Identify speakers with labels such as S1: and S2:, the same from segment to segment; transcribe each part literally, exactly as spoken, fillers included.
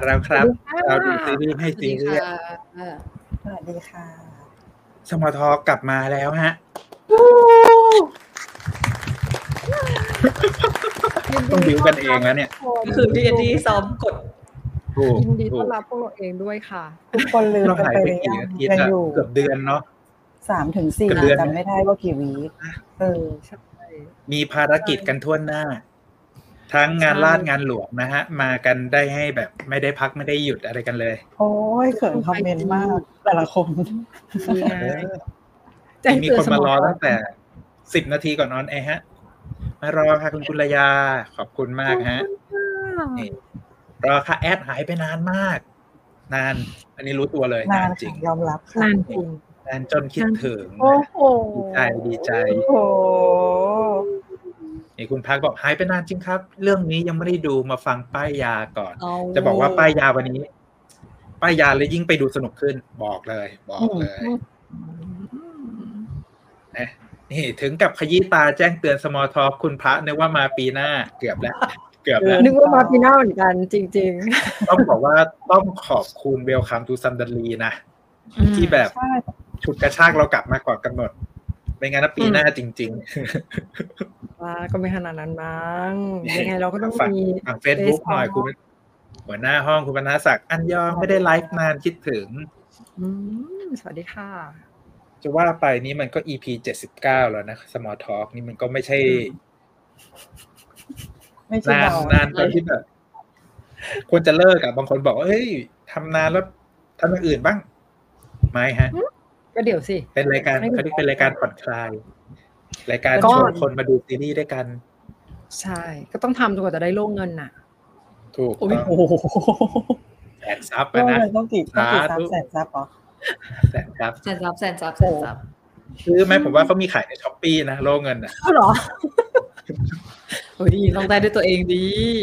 S1: แล้วครับเราดูซีรีส์ให้ซีรีส์
S2: สวัสดีค่ะ
S1: สมอทอกลับมาแล้วฮะต้องบิ้วกันเองแล้วเนี่ย
S3: คือพี่เอ็ดดี้ซ้อมกด
S4: ยินดีต้อนรับพวกเราเองด้วยค่ะ
S2: ทุกคนลืมกันไปหรือยังยังอยู่
S1: เกือบเดือนเนาะ
S2: สามถึงสี่จำไม่ได้ว่ากี่วีคเออใช่
S1: มีภารกิจกันทั่วหน้าทั้งงานลาดงานหลวงนะฮะมากันได้ให้แบบไม่ได้พักไม่ได้หยุดอะไรกันเลย
S2: โอ้ยเขินคอมเมนต์มากแต่ละคน
S1: มีคนมารอตั้งแต่สิบนาทีก่อนนอนไอ้ฮะมารอค่ะคุณกุลยาขอบคุณมากฮะนี่รอค่ะแอดหายไปนานมากนานอันนี้รู้ตัวเลย
S2: นานจริงยอมรับค่ะ
S4: นานจริง
S1: นานจนคิดถึง
S2: โอ้โห
S1: ดีใจดีใจ
S2: โอ้
S1: นี่คุณพักบอกหายไปนานจริงครับเรื่องนี้ยังไม่ได้ดูมาฟังป้ายยาก่อนจะบอกว่าป้ายยาวันนี้ป้ายยาเลยยิ่งไปดูสนุกขึ้นบอกเลยบอกเลยนะนี่ถึงกับขยี้ตาแจ้งเตือน Small Talk คุณพระนึกว่ามาปีหน้าเกือบแล้วเกือบแล้ว
S4: นึกว่ามาปีหน้าเหมือนกันจริง
S1: ๆต้องบอกว่าต้องขอบคุณ Welcome to Sunderly นะที่แบบฉุดกระชากเรากลับมาก่อนกำหนดไม่งั้นปีหน้าจริง
S4: ๆว่าก็ไม่ขนาดนั้นมั้งยังไงเราก็ต้องมี
S1: ฝั่ง Facebook หน่อยคุณหัวหน้าห้องคุณบรรณศักดิ์อันยองไม่ได้ไลฟ์นานคิดถึง
S4: สวัสดีค่ะ
S1: จะว่าไปนี้มันก็ อี พี เจ็ดสิบเก้าแล้วนะ Small Talk นี่มันก็ไม่ใช่นานนานตอนที่แบบควรจะเลิกอ่ะบางคนบอกว่าเฮ้ยทำนานแล้วทำอย่างอื่นบ้างไม่ฮะ
S4: ก็เดี๋ยวสิ
S1: เป็นรายการเขาเรียกเป็นรายการผ่อนคลายรายการชวนคนมาดูซีรีส์ด้วยกัน
S4: ใช่ก็ต้องทำจนกว่าจะได้โล่งเงินน่ะ
S1: ถูก
S2: โอ้โห
S1: แสนซับอ่ะนะ
S2: ต้องกี่ต้องกี่ซับแสนซับเหรอ
S1: แสนซับ
S3: แสนซับแสนซับแสนซับ
S1: คือไหมผมว่าเขามีขายใน Shopee นะโล่งเงินน่ะ
S4: อ้าวเหรอ
S3: โอ้ยลองได้ด้วยตัวเองดี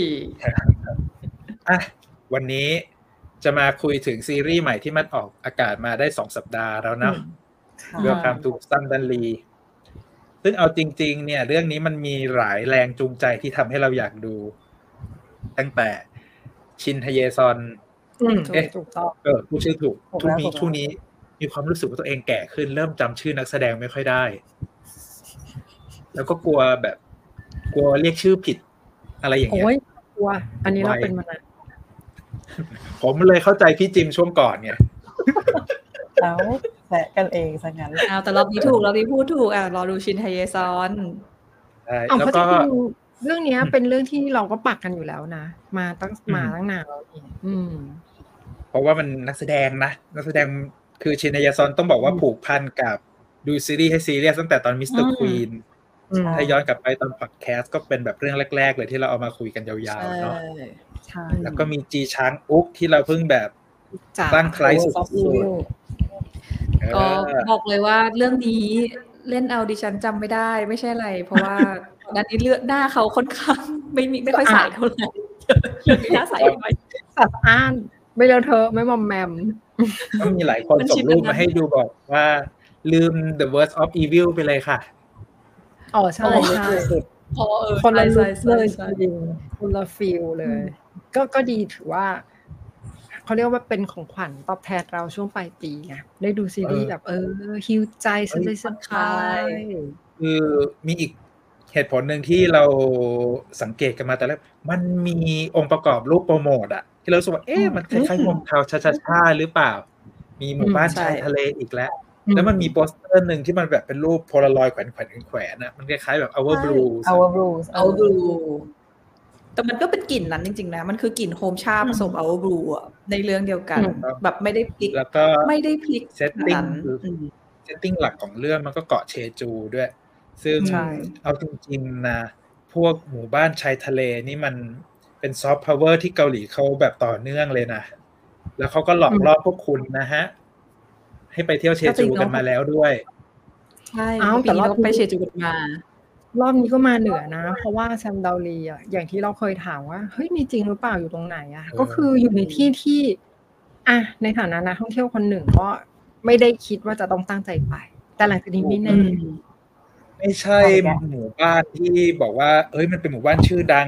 S1: อ่ะวันนี้จะมาคุยถึงซีรีส์ใหม่ที่มันออกอากาศมาได้สองสัปดาห์แล้วเนาะ Welcome to Sunderly ซึ่งเอาจริงๆเนี่ยเรื่องนี้มันมีหลายแรงจูงใจที่ทำให้เราอยากดูตั้งแต่ชินฮเยซอน
S4: เอ๊ะถูกต้อง
S1: เออผู้ชื่อถูกช่วงนี้ช่วงนี้มีความรู้สึกว่าตัวเองแก่ขึ้นเริ่มจำชื่อนักแสดงไม่ค่อยได้แล้วก็กลัวแบบกลัวเรียกชื่อผิดอะไรอย่างเงี้ย
S4: โอ้ยกลัวอันนี้เราเป็นมานาน
S1: ผมเลยเข้าใจพี่จิมช่วงก่อนไง
S2: แล้วแซะกันเองซะงั้น
S3: เอาแต่รอบนี้ถูกรอบนี้พูดถูกอ่ะรอดูชินฮเยซอน
S1: ใช่แล้วก็
S4: เรื่องนี้เป็นเรื่องที่เราก็ปักกันอยู่แล้วนะมาตั้งมาตั้งนานแล้วนี่อืม
S1: เพราะว่ามันนักแสดงนะนักแสดงคือชินฮเยซอนต้องบอกว่าผูกพันกับดูซีรีส์ให้ซีเรียสตั้งแต่ตอนมิสเตอร์ควีนถ้าย้อนกลับไปตอนพอดแคสต์ก็เป็นแบบเรื่องแรกๆเลยที่เราเอามาคุยกันยาวๆเนาะ
S4: ใช่
S1: แล้วก็มีจีช้างอุ๊กที่เราเพิ่งแบบตั้งใครสุด
S3: ๆก็บอกเลยว่าเรื่องนี้เล่นเอาดิฉันจำไม่ได้ไม่ใช่อะไรเพราะว่าด้านนี้เลือกหน้าเขาค่อนข้างไม่มีไม่ค่อยใสเท่าไหร่หน้าใสไป
S4: สับอ้านไม่เลอะเทอะไม่มอมแมม
S1: ก็มีหลายคนส่งรูปมาให้ดูบอกว่าลืม The Worst of Evil ไปเลยค่ะ
S4: อ๋อใช่ใช่คนละลุคเลยจริงคนละฟีลเลยก็ก็ดีถือว่าเขาเรียกว่าเป็นของขวัญตอบแทนเราช่วงปลายปีไงได้ดูซีรีส์แบบเออฮิวใจสบายสบาย
S1: คือมีอีกเหตุผลหนึ่งที่เราสังเกตกันมาแต่แรกมันมีองค์ประกอบรูปโปรโมทอะที่เราสึกว่าเอ๊ะมันคล้ายๆโฮมทาวน์ชาๆหรือเปล่ามีหมู่บ้านชายทะเลอีกแล้วแล้วมันมีโปสเตอร์หนึ่งที่มันแบบเป็นรูปโพลารอยด์แขวนแขวนแขวนนะมันคล้ายๆแบบ Our Blue
S2: Our Blue
S3: Our Blue แต่มันก็เป็นกลิ่นนั้นจริงๆนะมันคือกลิ่นโฮมชาผสม Our Blue อ่ะในเรื่องเดียวกันแบบไม่ได้พลิก
S1: แล้วก็
S3: ไม่ได้พลิก
S1: เซตติ้งเซตติ้งหลักของเรื่องมันก็เกาะเชจูด้วยซึ่งเอาจริงๆนะพวกหมู่บ้านชายทะเลนี่มันเป็นซอฟต์พาวเวอร์ที่เกาหลีเขาแบบต่อเนื่องเลยนะแล้วเขาก็หลอกล่อพวกคุณนะฮะให้ไปเที่ยวเชจูกันมาแล้วด้วย
S3: ใช่ปีนี้เราไปเชจูกันมาร
S4: อบนี้ก็มาเหนือนะเพราะว่าแซมดาวลีอ่ะอย่างที่เราเคยถามว่าเฮ้ยมีจริงหรือเปล่าอยู่ตรงไหนอ่ะก็คืออยู่ในที่ที่อ่ะในฐานะนักท่องเที่ยวคนหนึ่งก็ไม่ได้คิดว่าจะต้องตั้งใจไปแต่หลังจากนี้ไม่แน่
S1: ไม่ใช่หมู่บ้านที่บอกว่าเอ้ยมันเป็นหมู่บ้านชื่อดังของ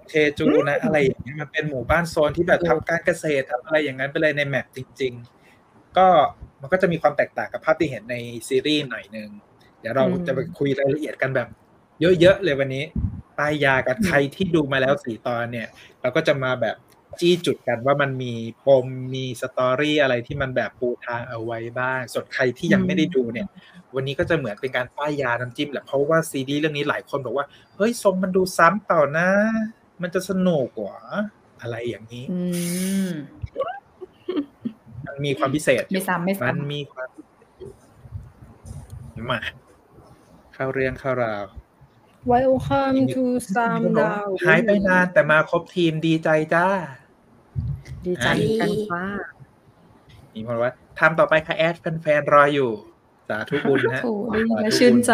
S1: เชจูนะอะไรอย่างเงี้ยมันเป็นหมู่บ้านโซนที่แบบทำการเกษตรทำอะไรอย่างนั้นไปเลยในแมปจริงๆก็มันก็จะมีความแตกต่างกับภาพที่เห็นในซีรีส์หน่อยนึงเดี๋ยวเราจะไปคุยรายละเอียดกันแบบเยอะๆเลยวันนี้ป้ายยากับใครที่ดูมาแล้วสี่ตอนเนี่ยเราก็จะมาแบบจี้จุดกันว่ามันมีปมมีสตอรี่อะไรที่มันแบบปูทางเอาไว้บ้างส่วนใครที่ยังไม่ได้ดูเนี่ยวันนี้ก็จะเหมือนเป็นการป้ายยาน้ำจิ้มแหละเพราะว่าซีรีส์เรื่องนี้หลายคนบอกว่าเฮ้ยทรงมันดูซ้ำเปล่านะมันจะสนุกกว่าอะไรอย่างนี้มันมีความพิเศษ
S3: ไม่ซ้ำไม่ซ้ำ
S1: มันมีความมาเข้าเรื่องเข้าราว
S4: Welcome to Samdao
S1: หายไปนานแต่มาครบทีมดีใจจ้า
S4: ดีใจกันป้า
S1: มีคนว่าทำต่อไปค่ะแอดแฟนๆรออยู่สาธุบุญฮะ
S3: โอ้ยชื่นใจ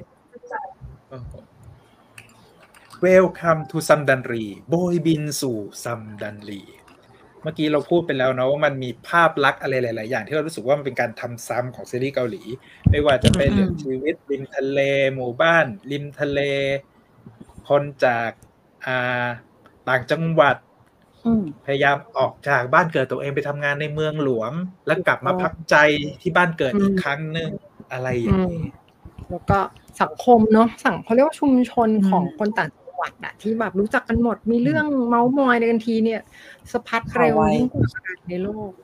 S1: Welcome to ซัมดันรีโบยบินสู่ซัมดันรีเมื่อกี้เราพูดไปแล้วเนาะว่ามันมีภาพลักษณ์อะไรหลายๆอย่างที่เรารู้สึกว่ามันเป็นการทำซ้ำของซีรีส์เกาหลีไม่ว่าจะเป็นเรื่องชีวิตริมทะเลหมู่บ้านริมทะเลคนจากอ่าต่างจังหวัดพยายามออกจากบ้านเกิดตัวเองไปทำงานในเมืองหลวงแล้วกลับมาพักใจที่บ้านเกิดอีกครั้งนึงอะไรอย่างนี้
S4: แล้วก็สังคมเนาะสังเขาเรียกว่าชุมชนของคนต่างจังหวัดอะที่แบบรู้จักกันหมดมีเรื่องเม้ามอยในกันทีเนี่ยสะพัดเร็วยิ่งกว่าในโลก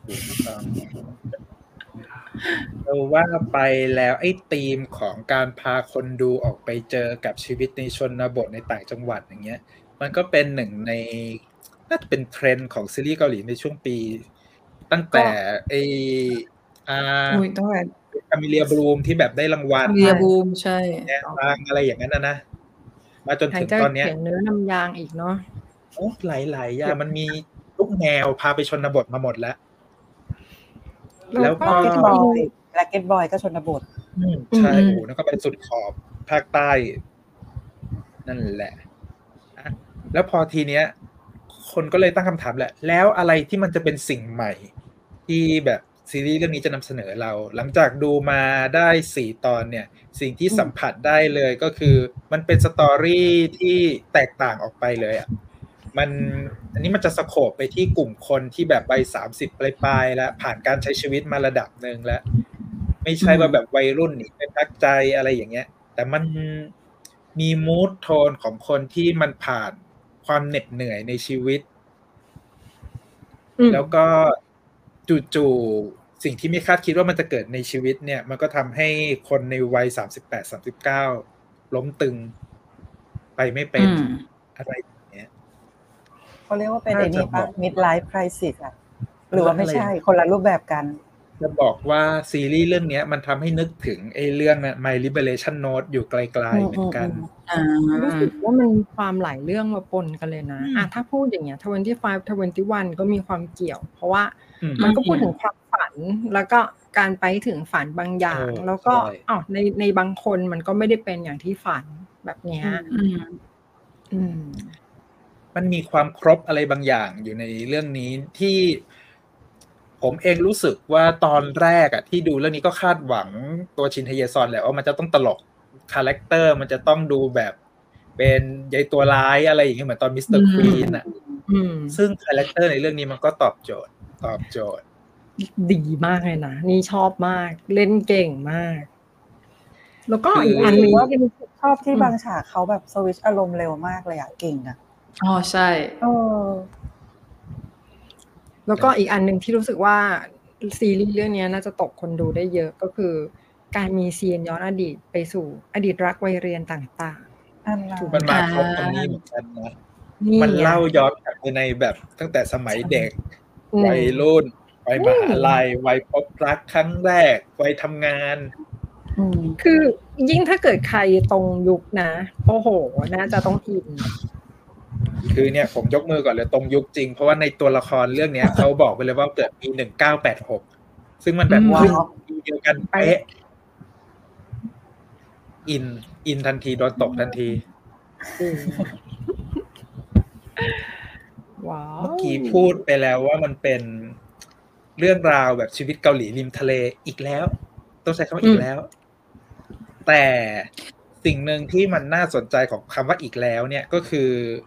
S1: เราว่าไปแล้วไอ้ธีมของการพาคนดูออกไปเจอกับชีวิตในชนบทในต่างจังหวัดอย่างเงี้ยมันก็เป็นหนึ่งในน่าจะเป็นเทรนด์ของซีรีส์เกาหลีในช่วงปีตั้งแต่ไอ้อ่า
S3: อุ้ยตั้งแต่
S1: คามิเลียบลูมที่แบบได้รางวัล
S3: คามิเลียบลูมใช่
S1: แนวทางอะไรอย่างนั้นนะนะมาจนถึงตอนนี้
S4: เสียงเนื้อนำยางอีกเนาะ
S1: โอ้หลายๆอย่างมันมีทุกแนวพาไปชนบทมาหมดแล้ว
S2: แล้วก็เก็ตบอยและเก็ตบอยก็ชนบท
S1: ใช่โอ้แล้วก็ไปสุดขอบภาคใต้นั่นแหละแล้วพอทีเนี้ยคนก็เลยตั้งคำถามแหละแล้วอะไรที่มันจะเป็นสิ่งใหม่ที่แบบซีรีส์เรื่องนี้จะนำเสนอเราหลังจากดูมาได้สี่ตอนเนี่ยสิ่งที่สัมผัสได้เลยก็คือมันเป็นสตอรี่ที่แตกต่างออกไปเลยอ่ะมันอันนี้มันจะสโคปไปที่กลุ่มคนที่แบบวัยสามสิบปลายๆแล้วผ่านการใช้ชีวิตมาระดับนึงแล้วไม่ใช่ว่าแบบวัยรุ่นหนีไปพักใจอะไรอย่างเงี้ยแต่มันมีมูดโทนของคนที่มันผ่านความเหน็ดเหนื่อยในชีวิตแล้วก็จู่ๆสิ่งที่ไม่คาดคิดว่ามันจะเกิดในชีวิตเนี่ยมันก็ทำให้คนในวัยสามสิบแปด สามสิบเก้าล้มตึงไปไม่เป็นอะไรอย่างเงี้ย
S2: เขาเรียกว่าเป็นไอ้นี่ป่ะ midlife crisis อ่ะหรือว่าไม่ใช่คนละรูปแบบกัน
S1: จะบอกว่าซีรีส์เรื่องนี้มันทำให้นึกถึงไอ้เรื่อง My Liberation Note อยู่ไกลๆเหมือนกัน
S4: รู้สึกว่ามันมีความหลายเรื่องมาปนกันเลยนะอ่ะถ้าพูดอย่างเงี้ยยี่สิบห้า ยี่สิบเอ็ดก็มีความเกี่ยวเพราะว่ามันก็พูดถึงความฝันแล้วก็การไปถึงฝันบางอย่างแล้วก็อ๋อในในบางคนมันก็ไม่ได้เป็นอย่างที่ฝันแบบเนี้ยอืม
S1: มันมีความครบอะไรบางอย่างอยู่ในเรื่องนี้ที่ผมเองรู้สึกว่าตอนแรกอะที่ดูเรื่องนี้ก็คาดหวังตัวชินเฮเยซอนแหละว่ามันจะต้องตลกคาแรคเตอร์มันจะต้องดูแบบเป็นยายตัวร้ายอะไรอย่างเงี้ยเหมือนตอนมิสเตอร์ควีนอะซึ่งคาแรคเตอร์ในเรื่องนี้มันก็ตอบโจทย์ตอบโจทย์
S4: ดีมากเลยนะนี่ชอบมากเล่นเก่งมากแล้วก็อีกอันนึงว่า
S2: ชอบที่บางฉากเขาแบบสวิตช์อารมณ์เร็วมากเลยอะเก่งอะ
S3: อ๋อใช่
S2: เออ
S4: แล้วก็อีกอันนึงที่รู้สึกว่าซีรีส์เรื่องนี้น่าจะตกคนดูได้เยอะก็คือการมีซีนย้อนอดีตไปสู่อดีตรักวัยเรียนต่าง
S1: ๆมันมาครบตรงนี้เหมือนกันนะมันเล่าย้อนกลับไปในแบบตั้งแต่สมัยเด็กวัยรุ่นวัยมหาลัยวัยพบรักครั้งแรกวัยทำงาน
S4: คือยิ่งถ้าเกิดใครตรงยุคนะโอ้โหน่าจะต้องอิน
S1: คือเนี่ยผมยกมือก่อนเลยตรงยุคจริงเพราะว่าในตัวละครเรื่องนี้เขาบอกไปเลยว่าเกิดปีหนึ่งเก้าแปดหกซึ่งมันแบบปีเดียวกันเป๊ะอินอินทันทีโดนตกทันที
S4: ว้าว
S1: เมื่อกี้พูดไปแล้วว่ามันเป็นเรื่องราวแบบชีวิตเกาหลีริมทะเลอีกแล้วต้องใช้คำว่าอีกแล้วแต่สิ่งหนึ่งที่มันน่าสนใจของคำว่าอีกแล้วเนี่ยก็คือ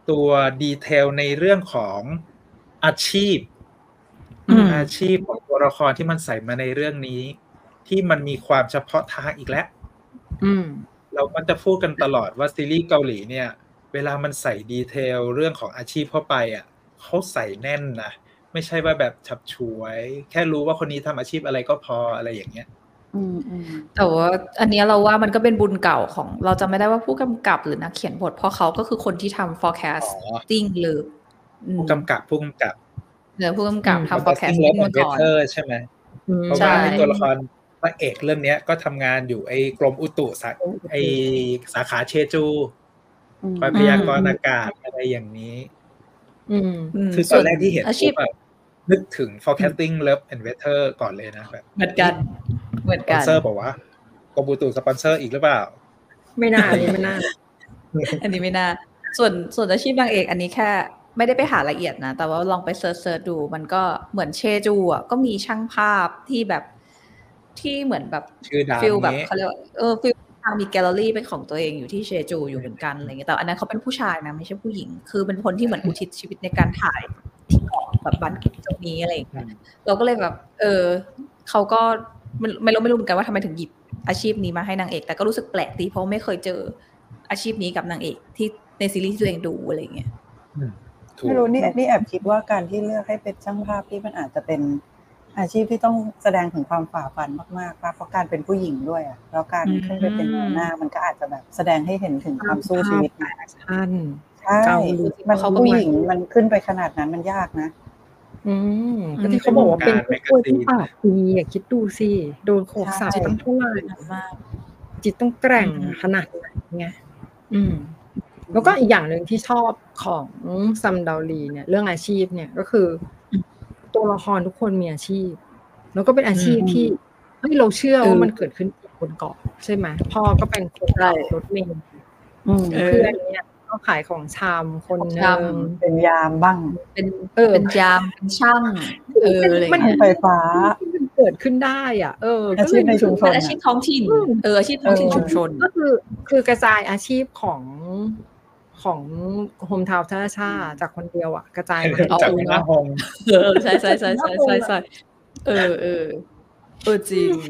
S1: ตัวดีเทลในเรื่องของอาชีพอาชีพของตัวละครที่มันใส่มาในเรื่องนี้ที่มันมีความเฉพาะทางอีกแล้วเราก็จะพูดกันตลอดว่าซีรีส์เกาหลีเนี่ยเวลามันใส่ดีเทลเรื่องของอาชีพเข้าไปอ่ะเขาใส่แน่นนะไม่ใช่ว่าแบบฉับฉวยแค่รู้ว่าคนนี้ทำอาชีพอะไรก็พออะไรอย่างเงี้ย
S3: แต่ว่าอันนี้เราว่ามันก็เป็นบุญเก่าของเราจะไม่ได้ว่าผู้กำกับหรือนักเขียนบทเพราะเขาก็คือคนที่ทำ forecasting เลย
S1: ผู้กำกับผู้กำกับ
S3: เนื้อผู้กำกับทำ forecasting มาก่อน
S1: ใช่ไหมเพราะว่าไอ้ตัวละครพระเอกเรื่องนี้ก็ทำงานอยู่ไอ้กรมอุตุไอ้สาขาเชจูคอยพยากรณ์อากาศอะไรอย่างนี้คือตอนแรกที่เห็นแบบนึกถึง forecasting love and weather ก่อนเลยนะแบบ
S3: เหมือนกันเหมือนกัน
S1: สปอนเซอร์บอกว่ากรมอุตุสปอนเซอร์อีกหรือเปล่า
S4: ไม่น่าอันนี้ไม่น่า
S3: อันนี้ไม่น่าส่วนส่วนอาชีพนางเอกอันนี้แค่ไม่ได้ไปหาละเอียดนะแต่ว่าลองไปเซิร์ชเซิร์ชดูมันก็เหมือนเชจูอ่ะก็มีช่างภาพที่แบบที่เหมือนแบบฟิลแบบเขาเรียกว่าเออฟิลทางมีแกลเลอรี่เป็นของตัวเองอยู่ที่เชจูอยู่เหมือนกันอะไรเงี้ยแต่อันนั้นเขาเป็นผู้ชายนะไม่ใช่ผู้หญิงคือเป็นคนที่เหมือนอุทิศชีวิตในการถ่ายที่เกาะแบบบ้านกิจตรงนี้อะไรอย่างเงี้ยเราก็เลยแบบเออเขาก็ไม่รู้ไม่รู้เหมือนกันว่าทำไมถึงหยิบอาชีพนี้มาให้นางเอกแต่ก็รู้สึกแปลกดีเพราะไม่เคยเจออาชีพนี้กับนางเอกที่ในซีรีส์ที่ตัวเองดูอะไรอย่างเงี้ย
S2: ไม่รู้นี่นี่แอบคิดว่าการที่เลือกให้เป็นช่างภาพที่มันอาจจะเป็นอาชีพที่ต้องแสดงถึงความฝ่าฟันมากๆเพราะการเป็นผู้หญิงด้วยอ่ะแล้วการขึ้นไปเป็นหน้ามันก็อาจจะแบบแสดงให้เห็นถึงความสู้ชีวิตใช่ใช่มันผู้หญิงมันขึ้นไปขนาดนั้นมันยากนะ
S4: อืมก็ที่เขาบอกว่าเป็นผู้ที่ปากดีอ่ะคิดดูสิโดนโขกสับตั้งเท่าไหร่จิตต้องแกร่งขนาดไหนไงอืมแล้วก็อีกอย่างหนึ่งที่ชอบของซัมดาวลีเนี่ยเรื่องอาชีพเนี่ยก็คือตัวละครทุกคนมีอาชีพแล้วก็เป็นอาชีพที่เฮ้ยเราเชื่อว่ามันเกิดขึ้นบนเกาะใช่ไหมพ่อก็เป็นคนขับรถเมล์เพื่อนเนี่ยก็ขายของชำคนนึง
S2: เป็นยามบ้าง
S3: เป็นเออเป็นยามเป็นช่างเอออะไร
S2: มันไฟฟ้า
S4: มันเกิดขึ้นได้อ่ะเออ
S2: อาชีพในชุมชน
S3: อาชีพท้องถิ่นเอออาชีพท้องถิ่นชุมชน
S4: ก็คือคือกระจายอาชีพของของโฮมทาวน์ชาชาจากคนเดียวอ่ะกระจายมา
S1: จากหน้าห้อง
S3: เออใช่ใช่ใช่ใช่ใช่ใช่เออเออเออจริง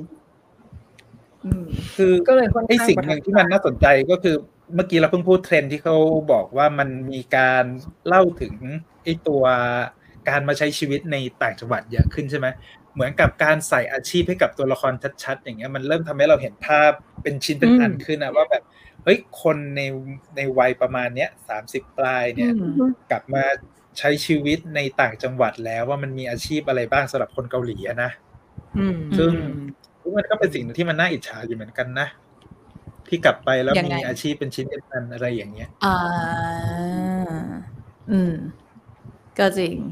S1: คือก็เลยไอ้สิ่งหนึ่งที่มันน่าสนใจก็คือเมื่อกี้เราเพิ่งพูดเทรนด์ที่เขาบอกว่ามันมีการเล่าถึงไอ้ตัวการมาใช้ชีวิตในต่างจังหวัดเยอะขึ้นใช่ไหมเหมือนกับการใส่อาชีพให้กับตัวละครชัดๆอย่างเงี้ยมันเริ่มทำให้เราเห็นภาพเป็นชิ้นเป็นอันขึ้นนะว่าแบบเฮ้ยคนในในวัยประมาณเนี้ยสามสิบปลายเนี่ยกลับมาใช้ชีวิตในต่างจังหวัดแล้วว่ามันมีอาชีพอะไรบ้างสำหรับคนเกาหลีนะซึ่งมันก็เป็นสิ่งที่มันน่าอิจฉาอยู่เหมือนกันนะที่กลับไปแล้วมีอาชีพเป็นชิ้นเป็นอันอะไรอย่างเงี้ย
S3: อ่าอืมก็จริง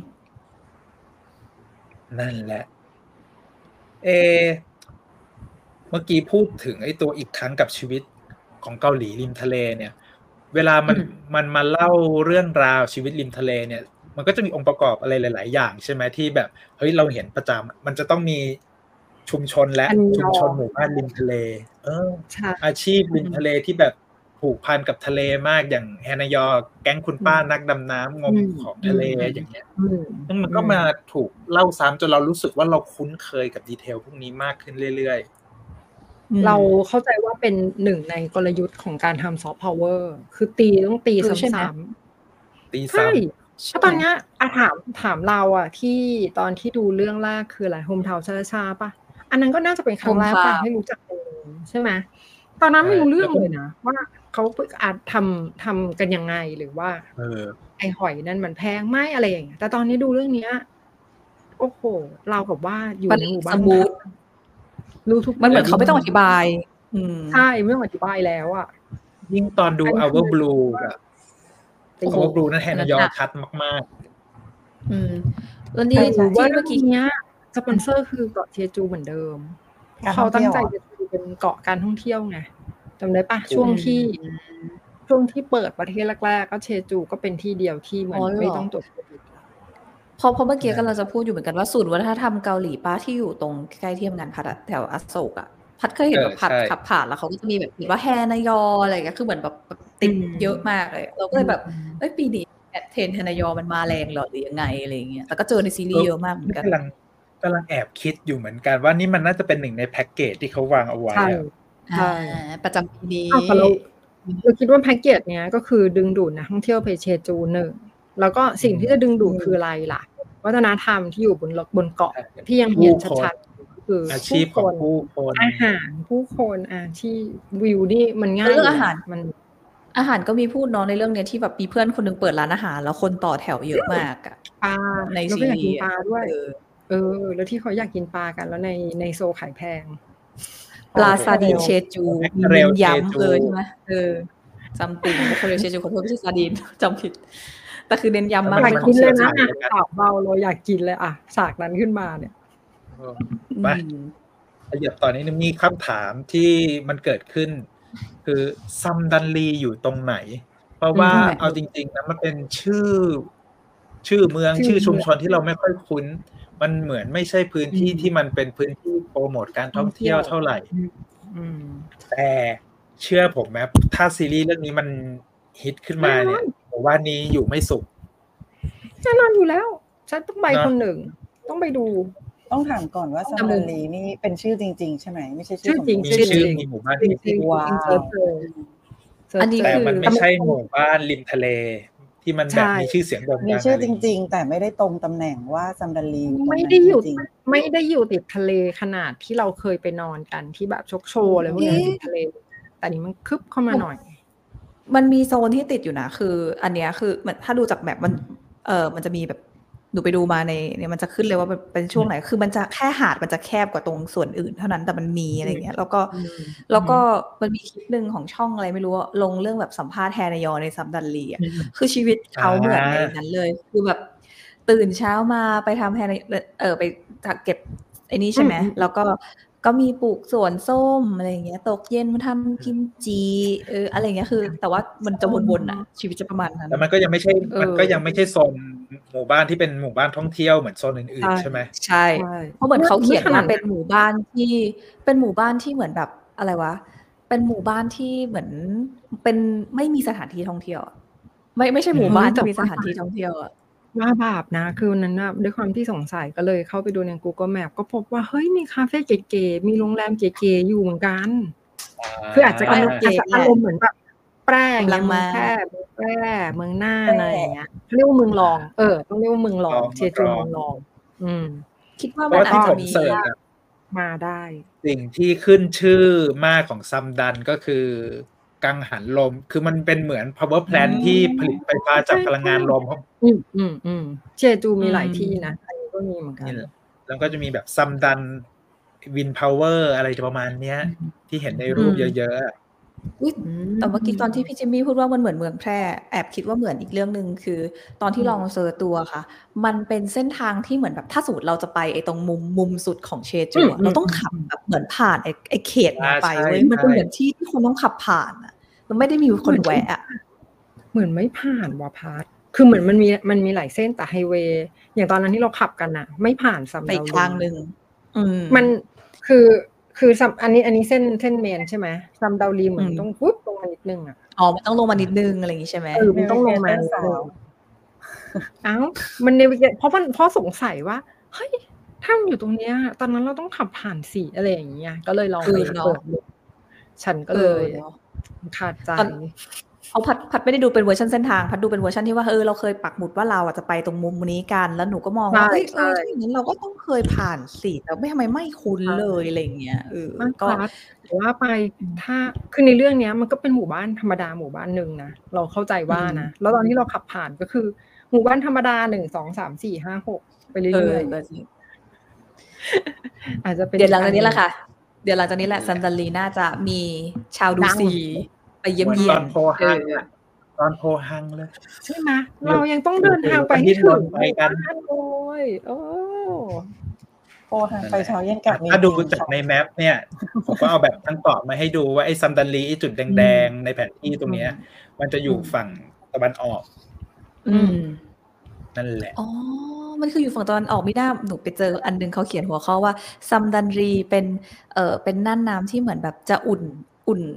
S1: นั่นแหละเอเมื่อกี้พูดถึงไอ้ตัวอีกครั้งกับชีวิตของเกาหลีริมทะเลเนี่ยเวลามันมันมาเล่าเรื่องราวชีวิตริมทะเลเนี่ยมันก็จะมีองค์ประกอบอะไรหลายๆอย่างใช่ไหมที่แบบเฮ้ยเราเห็นประจำมันจะต้องมีชุมชนและชุมชนหมู่บ้านริมทะเลเอออาชีพริมทะเลที่แบบผูกพันกับทะเลมากอย่างแฮนายอแก๊งคุณป้านักดำน้ำงมของทะเลอย่างเงี้ยซึ่งมันก็มาถูกเล่าซ้ำจนเรารู้สึกว่าเราคุ้นเคยกับดีเทลพวกนี้มากขึ้นเรื่อย
S4: ๆเราเข้าใจว่าเป็นหนึ่งในกลยุทธ์ของการทำซอฟต์พาวเวอร์คือตีต้องตีซ้ำๆ
S1: ตีซ้
S4: ำเพราะตอนนี้อาถามถามเราอ่ะที่ตอนที่ดูเรื่องแรกคืออะไรโฮมทาวน์ชาชาป่ะอันนั้นก็น่าจะเป็นครั้งแรกป่ะให้รู้จักใช่ไหมตอนนั้นไม่รู้เรื่องเลยนะว่าเขาอาจทำทำกันยังไงหรือว่า
S1: เออ
S4: ไอหอยนั่นมันแพงไหมอะไรอย่างเงี้ยแต่ตอนนี้ดูเรื่องนี้โอ้โหเรากับว่าอยู่ในหมู่บ้านรู้ทุก
S3: มันเหมือนเขาไม่ต้องอธิบาย
S4: ใช่ไม่ต้องอธิบายแล้วอ่ะ
S1: ยิ่งตอนดู Our Blue อะ Our Blue นั้นแฮนยอคัดมาก
S3: ๆอืมแล้วนี่
S4: ว่าเมื่อกี้เนี้ยสปอนเซอร์คือเกาะเชจูเหมือนเดิมเขาตั้งใจจะเป็นเกาะการท่องเที่ยวไงจำได้ปะช่วงที่ช่วงที่เปิดประเทศแรกๆก็เชจูก็เป็นที่เดียวที่เหมือนไม่ต้องตรวจโควิด
S3: พอพอเมื่อกี้ก็เราจะพูดอยู่เหมือนกันว่าศูนย์วัฒนธรรมเกาหลีป้าที่อยู่ตรงใกล้ที่ทำงานพัดแถวอโศกอ่ะพัดเคยเห็นแบบพัดขับผ่านแล้วเขาก็จะมีแบบว่าแฮนายออะไรก็คือเหมือนแบบติดเยอะมากเลยเราก็เลยแบบเอ้ยปีนี้เทรนธนยอมันมาแรงเหรอหรือยังไงอะไรอย่างเงี้ยแต่ก็เจอในซีรีส์เยอะมากเหมือนกัน
S1: กำลังกำลังแอบคิดอยู่เหมือนกันว่านี่มันน่าจะเป็นหนึ่งในแพ็กเกจที่เขาวางเอาไว้
S4: ใช่
S1: อะ
S4: ใช่
S3: อ่าประจำปีนี้
S4: อ้าวแต่เราเราคิดว่าแพ็กเกจเนี้ยก็คือดึงดูดนักท่องเที่ยวไปเชจูหนึ่งแล้วก็สิ่งที่จะดึงดูดคืออะไรล่ะ วัฒนธรรมที่อยู่บนบนเกาะที่ยังเห็นชัดๆก็คือ
S1: อาชีพของผู้คน
S4: อาหารผู้คนอาชีพวิวนี่มันง่าย
S3: เรื่องอาหาร
S4: มัน
S3: อาหารก็มีพูดเนาะในเรื่องเนี้ยที่แบบมีเพื่อนคนนึงเปิดร้านอาหารแล้วคนต่อแถวเยอะมากอะ
S4: ปลา
S3: ใน
S4: เรา
S3: ซี
S4: ก็อยาก
S3: รี
S4: กิน
S3: ส์
S4: ปลาด้วย
S3: เออ
S4: เออ แล้วที่เขาอยากกินปลากันแล้วในในโซขายแพง
S3: ปลาซาดีนเชจู
S1: แมค
S3: มี
S1: เคอเร
S3: เน้
S1: ล
S3: น
S1: เชจู
S3: ย้ำเออใช่ไหมเออจำติงแมคเคอเรลเชจูขอโทษไม่ใช่ซาดีน จำผิด แต่คือเน้นย้ำมาก
S4: อยาก
S3: เป็นข
S4: กิ
S3: อน ง
S4: เลย
S3: เช
S4: นะ
S3: จู
S4: อ่ะสาวเบาเราอยากกินเลยอ่ะฉากนั้นขึ้นมาเนี่ย
S1: ไป
S3: อืม
S1: ขยับตอนนี้มีคำถามที่มันเกิดขึ้น คือซัมดันลีอยู่ตรงไหน เพราะว่า
S3: อืม
S1: เอาจริงๆนะมันเป็นชื่อ ชื่อเมือง
S4: ชื่อ
S1: ชื่อชุม
S4: เมือง
S1: ชนที่เราไม่ค่อยคุ้น มันเหมือนไม่ใช่พื้นที่
S4: อืม
S1: ที่มันเป็นพื้นที่โปรโมทการท่องเที่ยวเท่าไหร่
S4: อืม
S1: แต่เชื่อผมไหมถ้าซีรีส์เรื่องนี้มันฮิตขึ้นมาเนี่ยผมว่านี้อยู่ไม่สุข
S4: แน่นอนอยู่แล้วฉันต้องไป
S1: เนอะ
S4: คนหนึ่ง ต้องไปดู
S2: ต้องถามก่อนว่าซัมดันลีนี่เป็นชื่อจริงๆใช่ไหมไม่ใช่ชื่
S4: ชื่
S2: อ
S4: อ
S2: สม
S4: จริง
S2: มุติ
S1: มี
S4: ชื่อ
S1: ชื่อ
S4: จริง
S1: มีหมู่บ้าน
S4: จริง
S1: จริง
S4: ๆ
S2: ว้าว
S4: เซิร์ชเลยเซิร์ช
S3: อันนี้
S1: แต่
S3: คือ
S1: มันไม่ใช่หมู่บ้านริมทะเล ที่มันแบบ
S4: ใช่
S1: มีชื่อเสียงโด่งดัง
S2: มีชื่อ
S1: อะไร
S2: จริง ๆ แต่ไม่ได้ตรงตำแหน่งว่าซัมดันลีอยู่ตรง
S4: ไม่
S2: นั้น
S4: ได้อยู่
S2: จริง
S4: ไม่ได้อยู่ติดทะเลขนาดที่เราเคยไปนอนกันที่แบบชกโชว์อะไรพวกนี้ติดทะเล แต่อันนี้มันคึบเข้ามาหน่อย
S3: มันมีโซนที่ติดอยู่นะคือ อันเนี้ยคือมันถ้าดูจากแบบมันเออมันจะมีแบบหนูไปดูมาในเนี่ยมันจะขึ้นเลยว่ามันเป็นช่วงไหนคือมันจะแค่หาดมันจะแคบกว่าตรงส่วนอื่นเท่านั้นแต่มันมีอะไรเงี้ยแล้วก็
S4: อืม
S3: แล้วก็มันมีคลิปหนึ่งของช่องอะไรไม่รู้อะลงเรื่องแบบสัมภาษณ์แทนายอในซัมดันลีอ่ะ
S4: อืม
S3: คือชีวิตเขาเหมือนในนั้นเลย คือแบบตื่นเช้ามาไปทำแทนเออไปเก็บไอ้นี่ใช่ไหม
S4: อืม
S3: แล้วก็ก็มีปลูกสวนส้มอะไรอย่างเงี้ยตกเย็นมาทำกิมจิเอออะไรอย่างเงี้ยคือ แต่ว่ามันจะวนๆอ่ะชีวิตจะประมาณนั้น
S1: แต่มันก็ยังไม่ใช่
S3: เออ
S1: มันก็ยังไม่ใช่โซนหมู่บ้านที่เป็นหมู่บ้านท่องเที่ยวเหมือนโซนอื่นๆใช่ไหม
S3: ใช่
S4: ใช่
S3: เพราะเหมือนเขาเขียน
S4: ไม่ขนา
S3: ว่า
S4: ด
S3: เป็นหมู่บ้านที่เป็นหมู่บ้านที่เหมือนแบบอะไรวะ เป็นหมู่บ้านที่เหมือนเป็นไม่มีสถานที่ท่องเที่ยวอะไม่ไม่ใช่หมู่บ้านที่มีสถานที่ท่องเที่ยวอ่ะ
S4: ว่าบาปนะคือวันนั้นนะด้วยความที่สงสัยก็เลยเข้าไปดูใน Google Map ก็พบว่าเฮ้ยมีคาเฟ่เก๋ๆมีโรงแรมเก๋ๆอยู่เหมือนกัน คืออาจจะ
S3: อ่า
S4: อารมณ์อาจจะอารมณ์เหมือนแบบแปร่ง
S3: กำลัง
S4: เมือง
S3: มา
S4: แพร่เมืองแพร่เมืองน่านอะไรอย่างเงี้ยเขาเรียกว่าเมืองรอง เออต้องเรียกว่าเมืองรองเชจูเมืองรอง อืม
S3: คิดว่า
S1: เพ
S3: มัน
S1: ราะว่า
S3: อาจ
S1: ที่ผ
S3: จะ
S1: ม
S3: มี
S1: เสิร์ชอะ
S4: มาได้
S1: สิ่งที่ขึ้นชื่อมากของซัมดันก็คือกังหันลม คือมันเป็นเหมือน power plant
S4: อืม
S1: ที่ผลิตไฟฟ้าจากพลังงานลม
S4: อืมอืมอืมเชจูมีหลายที่นะอันนี้ก็มีเหมือนกัน
S1: นี่แหละแล้วก็จะมีแบบซัมดันวินพาวเวอร์อะไรประมาณเนี้ย ที่เห็นในรูปเยอะๆอะ
S3: อุ๊ยแต่เมื่อกี้ตอนที่พี่จิมมี่พูดว่ามันเหมือนเมืองแพร่แอบคิดว่าเหมือนอีกเรื่องนึงคือ ตอนที่ลองเซิร์ชตัวค่ะ มันเป็นเส้นทางที่เหมือนแบบถ้าสมมติเราจะไปไอ้ตรงมุมมุมสุดของเชจูอะ
S4: อืม
S3: เราต้องขับแบบเหมือนผ่านไอ้ไอ้เขตนั้นไป
S1: อ่าใช่
S3: เว้ยมันเป็น
S1: ใช่
S3: เหมือนที่ที่คนต้องขับผ่านอะมันไม่ได้มีคนแวะอะ
S4: เหมือนไม่ผ่านว่ะพาร์ทคือเหมือนมันมีมันมีหลายเส้นแต่ไฮเวย์อย่างตอนนั้นที่เราขับกันอะไม่ผ่านซัม
S3: ไป
S4: ดา
S3: อีก
S4: ลี
S3: ทางหนึ่งอืม
S4: มันคือคือซัมอันนี้อันนี้เส้นเส้นเมนใช่ไหมซัมดาลีเหมือน
S3: อืม
S4: ต้องปุ๊บลงมานิดนึงอะ
S3: อ๋อมันต้องลงมานิดนึงอะไรอย่างงี้ใช่ไหม
S4: เออมันต้องลงมา
S2: Navigator สาว
S4: เอ้ามันเนวิเกตเพราะมันเพราะสงสัยว่าเฮ้ยถ้ามันอยู่ตรงเนี้ยตอนนั้นเราต้องขับผ่านสีอะไรอย่างเงี้ยก็เลยลอง
S3: คื
S4: ไป
S3: อเนาะ
S4: เปิดดูฉันก็
S3: เอ
S4: เล
S3: อย เนาะ
S4: ขาดใจ
S3: ตอน เอาพัดพัดไม่ได้ดูเป็นเวอร์ชันเส้นทางพัดดูเป็นเวอร์ชันที่ว่าเออเราเคยปักหมุดว่าเราอ่ะจะไปตรงมุมนี้กันแล้วหนูก็มองว่า
S4: ใช่
S3: เอ้ยเออ
S4: ใช่
S3: ถ้าอย่างนั้นเราก็ต้องเคยผ่านสิแต่ไม่ทำไมไม่คุ้นเลยอะไรอย่างเงี้ยเออ
S4: มาก
S3: ก็
S4: กว่าแต่ว่าไปถ้าคือในเรื่องเนี้ยมันก็เป็นหมู่บ้านธรรมดาหมู่บ้านหนึ่งนะเราเข้าใจว่านะแล้วตอนที่เราขับผ่านก็คือ หมู่บ้านธรรมดาหนึ่งสองสามสี่ห้าหกไป
S3: เออ
S4: เรื่อย
S3: ก็จริง
S4: ๆอาจจะเป็น
S3: เดี๋ยวหลังจากนี้แหละค่ะ เดี๋ยวหลังจากนี้แหละซันดันลีน่าจะมีชาวดูซีไปเยี่ยม
S1: เหมือน
S3: เยีย
S1: ตอน นโพฮังอะตอนโพฮังเลย
S4: ใช่ไหมเรายังต้องเดินทางไปให้ถึงหมู่บ้านเลยโอ้
S2: โอ้ทางไปเช้าเย็นกลับมี
S1: ถ้าดู
S2: จริง
S1: จากในแมปเนี่ย ผมก็เอาแบบทั้งเกาะมาให้ดูว่าไอ้ซัมดันลีไอ้จุดแดงๆในแผนที่ตรงเนี้ย มันจะอยู่ฝั่งตะวันออก
S3: อืม
S1: นั่นแหละ
S3: อ๋อ มันคืออยู่ฝั่งตะวันออกไม่ได้หนูไปเจออันนึงเขาเขียนหัวข้อว่าซัมดันรีเป็นเอ่อเป็นน่านน้ำที่เหมือนแบบจะอุ่นอุ่น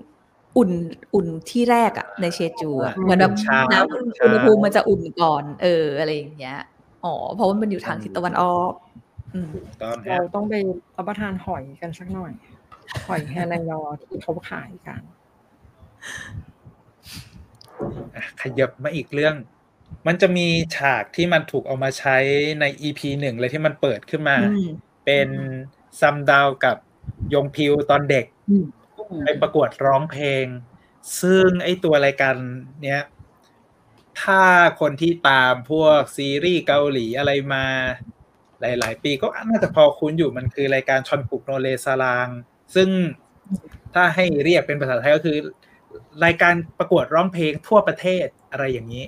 S3: อุ่นอุ่นที่แรกอะในเชจูอะเหมือนแบบน้ำอุณหภูมิมันจะอุ่นก่อนเอออะไรอย่างเงี้ยอ๋อเพราะว่ามันอยู่ทางทิศตะวันออก
S4: เราต้องไปรับประทานหอยกันสักหน่อยหอยแฮนายอที่เขาขายกัน
S1: ขยับมาอีกเรื่องมันจะมีฉากที่มันถูกเอามาใช้ใน อี พี หนึ่งเลยที่มันเปิดขึ้นมาเป็นซัมดาวกับยงพิวตอนเด็กไปประกวดร้องเพลงซึ่งไอ้ตัวรายการเนี้ยถ้าคนที่ตามพวกซีรีส์เกาหลีอะไรมาหลายๆปีก็น่าจะพอคุ้นอยู่มันคือรายการชอนปุกโนเลซารางซึ่งถ้าให้เรียกเป็นภาษาไทยก็คือรายการประกวดร้องเพลงทั่วประเทศอะไรอย่างนี้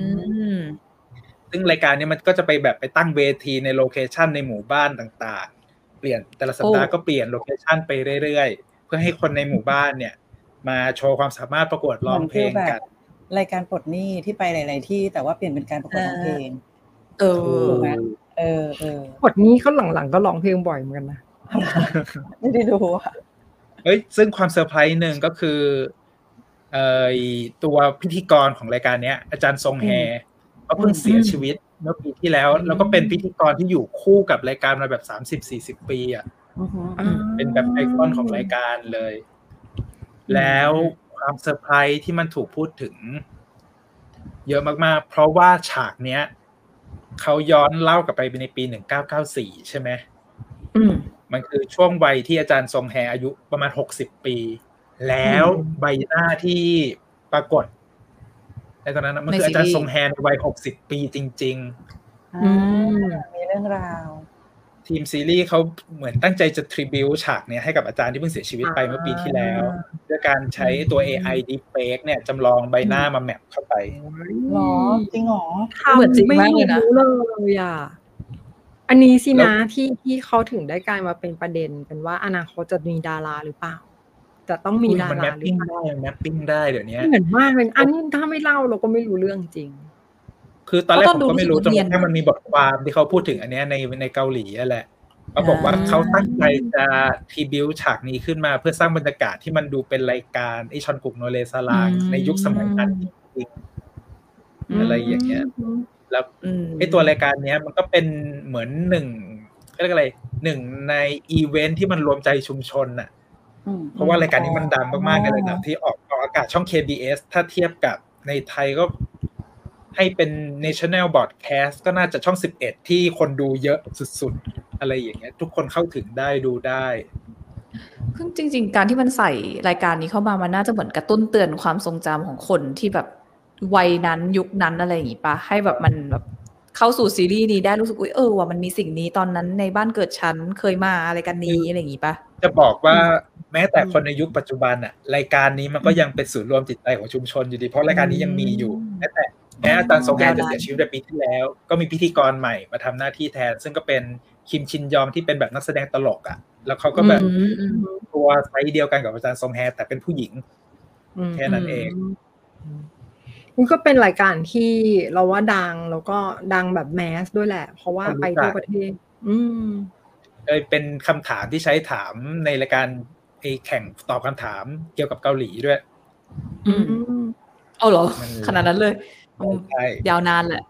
S1: ซึ่งรายการนี้มันก็จะไปแบบไปตั้งเวทีในโลเคชันในหมู่บ้านต่างๆเปลี่ยนแต่ละสัปดาห์ก็เปลี่ยนโลเคชันไปเรื่อยๆเพื่อให้คนในหมู่บ้านเนี่ยมาโชว์ความสามารถประกวดร้องเพลงกัน
S2: รายการปลดหนี้ที่ไปหลายๆที่แต่ว่าเปลี่ยนเป็นการประกวดร้องเพลง
S3: เออ
S2: เออเออ
S4: ปลดหนี้เขาหลังๆก็ร้องเพลงบ่อยเหมือนกันนะ
S2: ไม่ได้ดูอ่ะ
S1: เฮ้ยซึ่งความเซอร์ไพรส์หนึ่งก็คือเอ่อตัวพิธีกรของรายการเนี้ยอาจารย์ซงแฮก็เพิ่งเสียชีวิตเมื่อปีที่แล้วแล้วก็เป็นพิธีกรที่อยู่คู่กับรายการมาแบบ สามสิบสี่สิบ ปีอ่ะเป็นแบบไอคอนของรายการเลยแล้วความเซอร์ไพรส์ที่มันถูกพูดถึงเยอะมากๆเพราะว่าฉากเนี้ยเขาย้อนเล่ากลับไปในปีหนึ่งพันเก้าร้อยเก้าสิบสี่ใช่ไหมมันคือช่วงวัยที่อาจารย์ซงแฮอายุประมาณหกสิบปีแล้วใบหน้าที่ปรากฏในตอนนั้นมันคืออาจารย์ซงแฮในวัยหกสิบปีจริง
S2: ๆมีเรื่องราว
S1: ทีมซีรีส์เขาเหมือนตั้งใจจะทริบิวต์ฉากเนี้ยให้กับอาจารย์ที่เพิ่งเสียชีวิตไปเมื่อปีที่แล้วด้วยการใช้ตัว เอ ไอ Deepfake เนี่ยจำลองใบหน้ามาแมปเข้าไป
S2: หรอจริงหรอ
S3: เหมือนจริงมากเลยนะ
S4: เลยอ่ะอันนี้สินะที่ที่เขาถึงได้กลายมาเป็นประเด็นเป็นว่าอนาคตจะมีดาราหรือเปล่าจะต้องมีดารา
S1: แมปปิ้งได้แมปปิ้งได้เดี๋ยวนี้
S4: เหมือนมากเลยอันนี้ถ้าไม่เล่าเราก็ไม่รู้เรื่องจริง
S1: คือตอนแรกผมก็ไม่รู้จนกระทั่งมันมีบทความที่เขาพูดถึงอันนี้ในในเกาหลีนั่นแหละเขาบอกว่าเขาตั้งใจจะทริบิวต์ฉากนี้ขึ้นมาเพื่อสร้างบรรยากาศที่มันดูเป็นรายการไอชอนกุกโนเลซารางในยุคสมัยนั้นจริงๆอะไรอย่างเงี้ยแล้วไอตัวรายการเนี้ยมันก็เป็นเหมือนหนึ่งเรียกอะไรหนึ่งในอีเวนท์ที่มันรวมใจชุมชนน่ะเพราะว่ารายการนี้มันดังมากๆในระดับที่ออกออกอากาศช่อง เค บี เอส ถ้าเทียบกับในไทยก็ให้เป็น National Broadcast ก็น่าจะช่องสิบเอ็ดที่คนดูเยอะสุดๆอะไรอย่างเงี้ยทุกคนเข้าถึงได้ดูได้
S3: คือจริงๆการที่มันใส่รายการนี้เข้ามามันน่าจะเหมือนกระตุ้นเตือนความทรงจำของคนที่แบบวัยนั้นยุคนั้นอะไรอย่างงี้ป่ะให้แบบมันแบบเข้าสู่ซีรีส์นี้ได้รู้สึกอุ๊ยเออว่ามันมีสิ่งนี้ตอนนั้นในบ้านเกิดฉันเคยมาอะไรกันนี้อะไรอย่างงี้ป่ะ
S1: จะบอกว่าแม้แต่คนในยุคปัจจุบันน่ะรายการนี้มันก็ยังเป็นศูนย์รวมจิตใจของชุมชนอยู่ดีเพราะรายการนี้ยังมีอยู่แม้แต่แม้อาจารย์ซงแฮจะเสียชีวิตในปีที่แล้วก็มีพิธีกรใหม่มาทำหน้าที่แทนซึ่งก็เป็นคิมชินยองที่เป็นแบบนักแสดงตลกอ่ะแล้วเขาก็แบบตัวไซส์เดียวกันกับอาจารย์ซงแฮแต่เป็นผู้หญิงแค่นั้นเอง
S4: มันก็เป็นรายการที่เราว่าดังแล้วก็ดังแบบแมสด้วยแหละเพราะว่าไปทั่วประเทศอืม
S1: เออเป็นคำถามที่ใช้ถามในรายการไอ้แข่งตอบคำถามเกี่ยวกับเกาหลีด้วย
S3: อืมเอาเหรอขนาดนั้นเลยยาวนานแหละ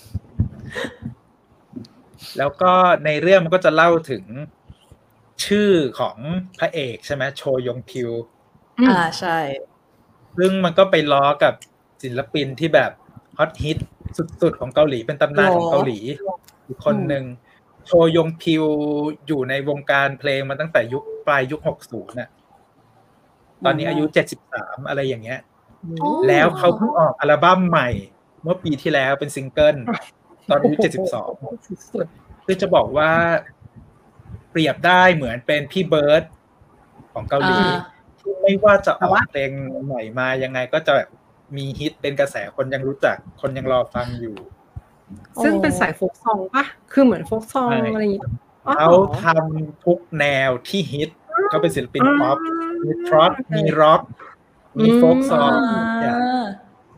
S1: แล้วก็ในเรื่องมันก็จะเล่าถึงชื่อของพระเอกใช่ไหมโชยงพิว
S3: อ่าใช่
S1: ซึ่งมันก็ไปล้อกับศิลปินที่แบบฮอตฮิตสุดๆของเกาหลีเป็นตำนานของเกาหลีอีกคนหนึ่งโชยงพิวอยู่ในวงการเพลงมาตั้งแต่ยุคปลายยุคหกสิบน่ะตอนนี้อายุเจ็ดสิบสามอะไรอย่างเงี้ยแล้วเขาเพิ่งออกอัลบั้มใหม่เมื่อปีที่แล้วเป็นซิงเกิลตอนอายุเจ็ดสิบสองคือจะบอกว่าเปรียบได้เหมือนเป็นพี่เบิร์ดของเกาหลีที่ไม่ว่าจะออกเพลงใหม่มายังไงก็จะแบบมีฮิตเป็นกระแสคนยังรู้จักคนยังรอฟังอยู่
S4: ซึ่งเป็นสายโฟกซองป่ะคือเหมือนโฟกซองอะไรอย่างงี้
S1: เขาทำทุกแนวที่ฮิตเขาเป็นศิลปินป๊อปมีทรอปมีร็อกมีโฟกซอง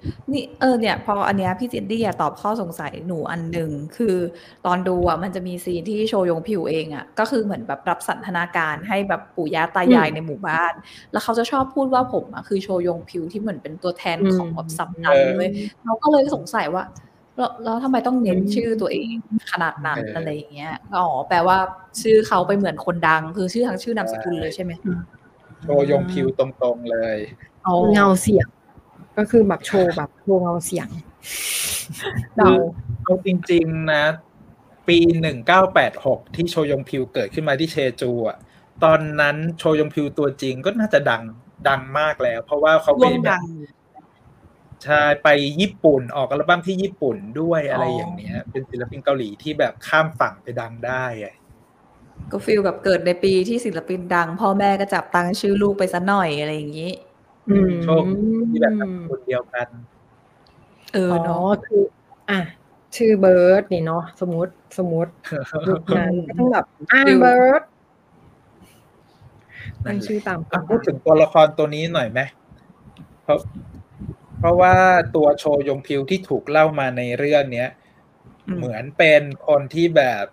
S3: นี่เออเนี่ยพออันเนี้ยพี่จินดี้อะตอบข้อสงสัยหนูอันหนึ่งคือตอนดูอ่ะมันจะมีซีนที่โชยงผิวเองอ่ะก็คือเหมือนแบบรับสันทนาการให้แบบปู่ย่าตายายในหมู่บ้านแล้วเขาจะชอบพูดว่าผมอ่ะคือโชยงผิวที่เหมือนเป็นตัวแทนของแบบซับดันเลยเราก็เลยสงสัยว่าแล้วแล้วทำไมต้องเน้นชื่อตัวเองขนาดนั้นอะไรอย่างเงี้ยอ๋อแปลว่าชื่อเขาไปเหมือนคนดังคือชื่อทั้งชื่อนามสกุลเลยใช่ไหม
S1: โชยงผิวตรงๆเลย
S4: เงาเสียงก็คือแบบโชว์แบบโชว์เงาเสียงเรา
S1: เอาจริงๆนะปีหนึ่งเก้าแปดหกที่โชยงพิวเกิดขึ้นมาที่เชจูอ่ะตอนนั้นโชยงพิวตัวจริงก็น่าจะดังดังมากแล้วเพราะว่าเขาไปแบบใช่ไปญี่ปุ่นออกอัลบั้มที่ญี่ปุ่นด้วยอะไรอย่างเนี้ยเป็นศิลปินเกาหลีที่แบบข้ามฝั่งไปดังได้อ่ะ
S3: ก็ฟีลแบบเกิดในปีที่ศิลปินดังพ่อแม่ก็จับตั้งชื่อลูกไปซะหน่อยอะไรอย่างนี้
S1: โชคที่แบบคนเดียวกัน
S3: เออเนาะ
S4: คืออ่ะชื่อเบิร์ดนี่เนาะสมมติสมมติยุคนั้นก็ต้องแบบอ่าเบิร์ดนั่นชื่อตาม
S1: พูดถึงตัวละครตัวนี้หน่อยไหมเพราะเพราะว่าตัวโชยงพิวที่ถูกเล่ามาในเรื่องเนี้ยเหมือนเป็นคนที่แบบ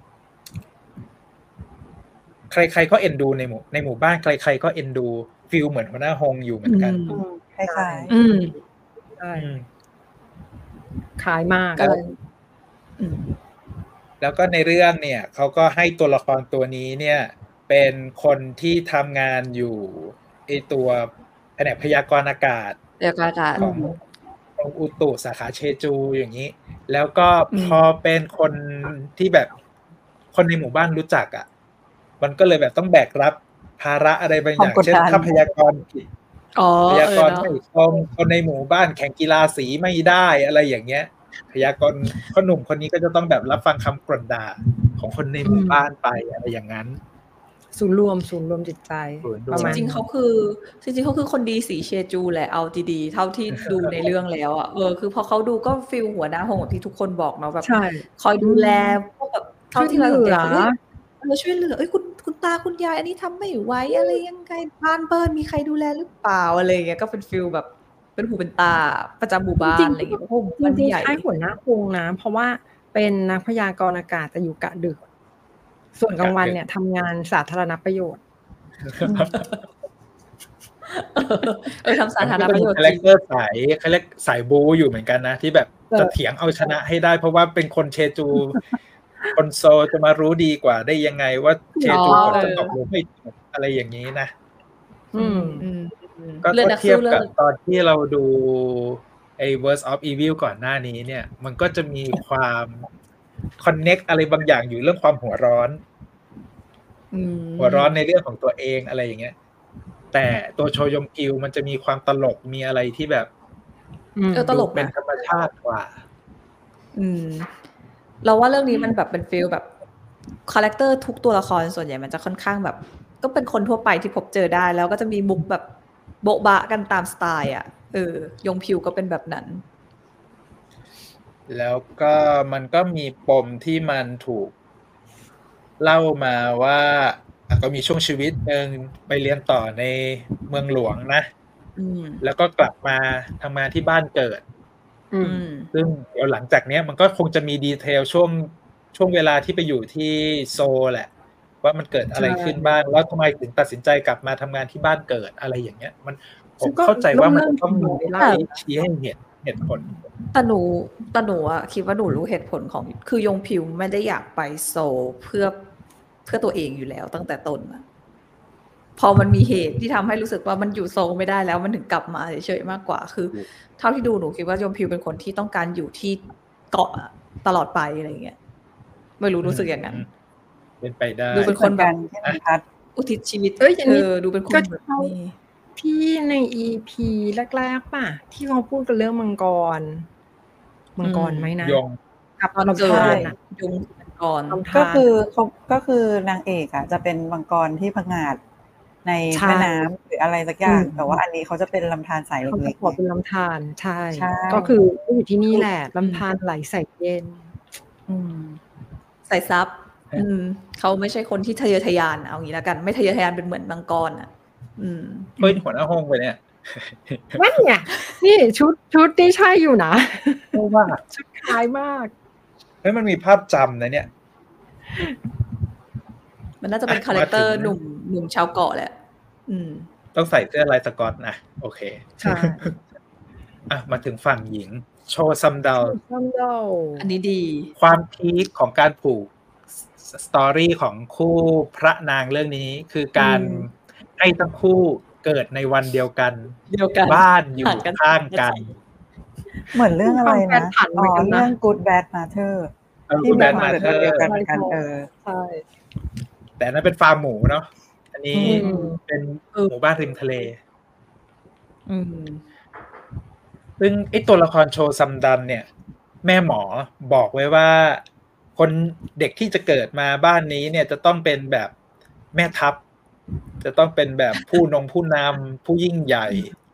S1: ใครๆก็เอ็นดูในหมู่ในหมู่บ้านใครๆก็เอ็นดูฟิลเหมือนหัวหน้าฮงอยู่เหมือนกัน
S2: คล้าย
S4: ๆอืมใช่ขายมาก
S1: แล้วก็ในเรื่องเนี่ยเขาก็ให้ตัวละครตัวนี้เนี่ยเป็นคนที่ทำงานอยู่ไอตัวแผนกพยากรณ์อากาศของกรมอุตุสาขาเชจูอย่างนี้แล้วก็พอเป็นคนที่แบบคนในหมู่บ้านรู้จักอ่ะมันก็เลยแบบต้องแบกรับภาระอะไรบางอย่างเช่นถ้าพยากรณ์ผิดพยากรณ์ไม่ตรงคนในหมู่บ้านแข่งกีฬาสีไม่ได้อะไรอย่างเงี้ยพยากรณ์คนหนุ่มคนนี้ก็จะต้องแบบรับฟังคำกร่นด่าของคนในหมู่บ้านไปอะไรอย่างนั้น
S4: ศูนย์รวมศูนย์รวมจิตใจ
S3: จริงๆเขาคือจริงๆเขาคือคนดีสีเชจูแหละเอาดีๆเท่าที่ดูในเรื่องแล้วอ่ะเออคือพอเขาดูก็ฟีลหัวหน้าหงที่ทุกคนบอกเนาะแบบคอยดูแลพวกแบบเท่าที่เราสังเกตเราช่วยเหลือเอ้ยคุณคุณตาคุณยายอันนี้ทำไม่ไหวอะไรยังไงบ้านเปิ้ลมีใครดูแลหรือเปล่าอะไรอย่างเงี้ยก็เป็นฟีลแบบเป็นหูเป็นตาประจำหมู่บ้านอะไรอย่างเงี้ยโอ้โห
S4: มันใหญ่ใช่หัวหน้าคงนะเพราะว่าเป็นนักพยากรณ์อากาศแต่อยู่กะดึกส่วนกลางวันเนี่ยทำงานสาธารณประโยชน์
S3: เออทำสาธารณประโยชน์
S1: คาแรคเตอร์สายเขาเรียกสายบูอยู่เหมือนกันนะที่แบบจะเถียงเอาชนะให้ได้เพราะว่าเป็นคนเชจูคนโซจะมารู้ดีกว่าได้ยังไงว่าเชจูคนจะตกหรือไม่อะไรอย่างนี้นะ
S4: อืม
S1: ก็เทียบกับตอนที่เราดูไอ้ Verse of Evil ก่อนหน้านี้เนี่ยมันก็จะมีความคอนเน็กอะไรบางอย่างอยู่เรื่องความหัวร้อนหัวร้อนในเรื่องของตัวเองอะไรอย่างเงี้ยแต่ตัวโชยงกิวมันจะมีความตลกมีอะไรที่แบบ
S3: เออตลก
S1: เป็นธรรมชาติกว่า
S3: อืมเราว่าเรื่องนี้มันแบบเป็นฟีลแบบคาแรคเตอร์ทุกตัวละครส่วนใหญ่มันจะค่อนข้างแบบก็เป็นคนทั่วไปที่พบเจอได้แล้วก็จะมีมุกแบบโบ๊ะบะกันตามสไตล์อ่ะเออยงพิวก็เป็นแบบนั้น
S1: แล้วก็มันก็มีปมที่มันถูกเล่ามาว่าก็มีช่วงชีวิตนึงไปเรียนต่อในเมืองหลวงนะแล้วก็กลับมาทำงานที่บ้านเกิดซึ่งเดี๋ยวหลังจากนี้มันก็คงจะมีดีเทลช่วงช่วงเวลาที่ไปอยู่ที่โซแหละว่ามันเกิดอะไรขึ้นบ้างแล้วทำไมถึงตัดสินใจกลับมาทำงานที่บ้านเกิดอะไรอย่างเงี้ยมันผมเข้าใจว่ามันต้องมีชี้ให้เห็นเหตุผล
S3: แต่หนูแต่หนูอะคิดว่าหนูรู้เหตุผลของคือยงพิวไม่ได้อยากไปโซเพื่อเพื่อตัวเองอยู่แล้วตั้งแต่ต้นอะพอมันมีเหตุที่ทำให้รู้สึกว่ามันอยู่โซไม่ได้แล้วมันถึงกลับมาเฉยๆมากกว่าคือเท่าที่ดูหนูคิดว่ายงพิวเป็นคนที่ต้องการอยู่ที่เกาะตลอดไปอะไรเงี้ยไม่รู้รู้สึกอย่างนั้น
S1: เป็นไปได้
S3: ดูเป็นคนแบบอุทิศชีวิตเออดูเป็นคนแบบนี้
S4: ที่ใน อี พี แรกๆป่ะที่เขาพูดกันเรื่องมังกรมังกรไหมนะ
S1: ยง
S3: กับตอนเกิดนะยงมังกร
S2: ก็คือเขาก็คือนางเอกอ่ะจะเป็นมังกรที่พังงาดในแม่น้ำหรืออะไรสักอย่างแต่ว่าอันนี้เขาจะเป็นลำธารสายเล็ก
S4: ๆเป็นลำธารใช่ก็คืออยู่ที่นี่แหละลำธารไหลใส่เย็น
S3: ใส่ซับเขาไม่ใช่คนที่ทะเยอทะยานเอางี้แล้วกันไม่ทะเยอทะยานเป็นเหมือนมังกรอ่ะ
S1: เฮ้ยหัวหน้าห้องไปเนี่ย
S4: นั่นไงนี่ชุดชุดนี่ใช่อยู่นะ
S1: เพราะว่า
S4: ชุดคล้ายมาก
S1: เฮ้ยมันมีภาพจำนะเนี่ย
S3: มันน่าจะเป็นคาแรคเตอร์หนุ่มหนุ่มชาวเกาะแหละอืม
S1: ต้องใส่เสื้อลายสก๊อตนะโอเค
S4: ใช่
S1: อ่ะมาถึงฝั่งหญิงโชซัมเดา
S4: ซัมเดา
S3: อันนี้ดี
S1: ความพีคของการผูกสตอรี่ของคู่พระนางเรื่องนี้คือการให้ทั้งคู่เกิดในวันเดียวกัน
S3: เดียวกัน
S1: บ้านอยู่ข้างกัน
S2: เหมือนเรื่องอะไรนะอ๋อเรื่อง Good Bad Mother ที่มาเกิดเดียวกันกันเออ
S4: ใช่
S1: แต่นั้นเป็นฟาร์มหมูเนาะอันนี้เป็นหมู่บ้านริมทะเล
S3: อืม
S1: ซึ่งไอ้ตัวละครโชซัมดันเนี่ยแม่หมอบอกไว้ว่าคนเด็กที่จะเกิดมาบ้านนี้เนี่ยจะต้องเป็นแบบแม่ทัพจะต้องเป็นแบบผู้นงผู้นำผู้ยิ่งใหญ่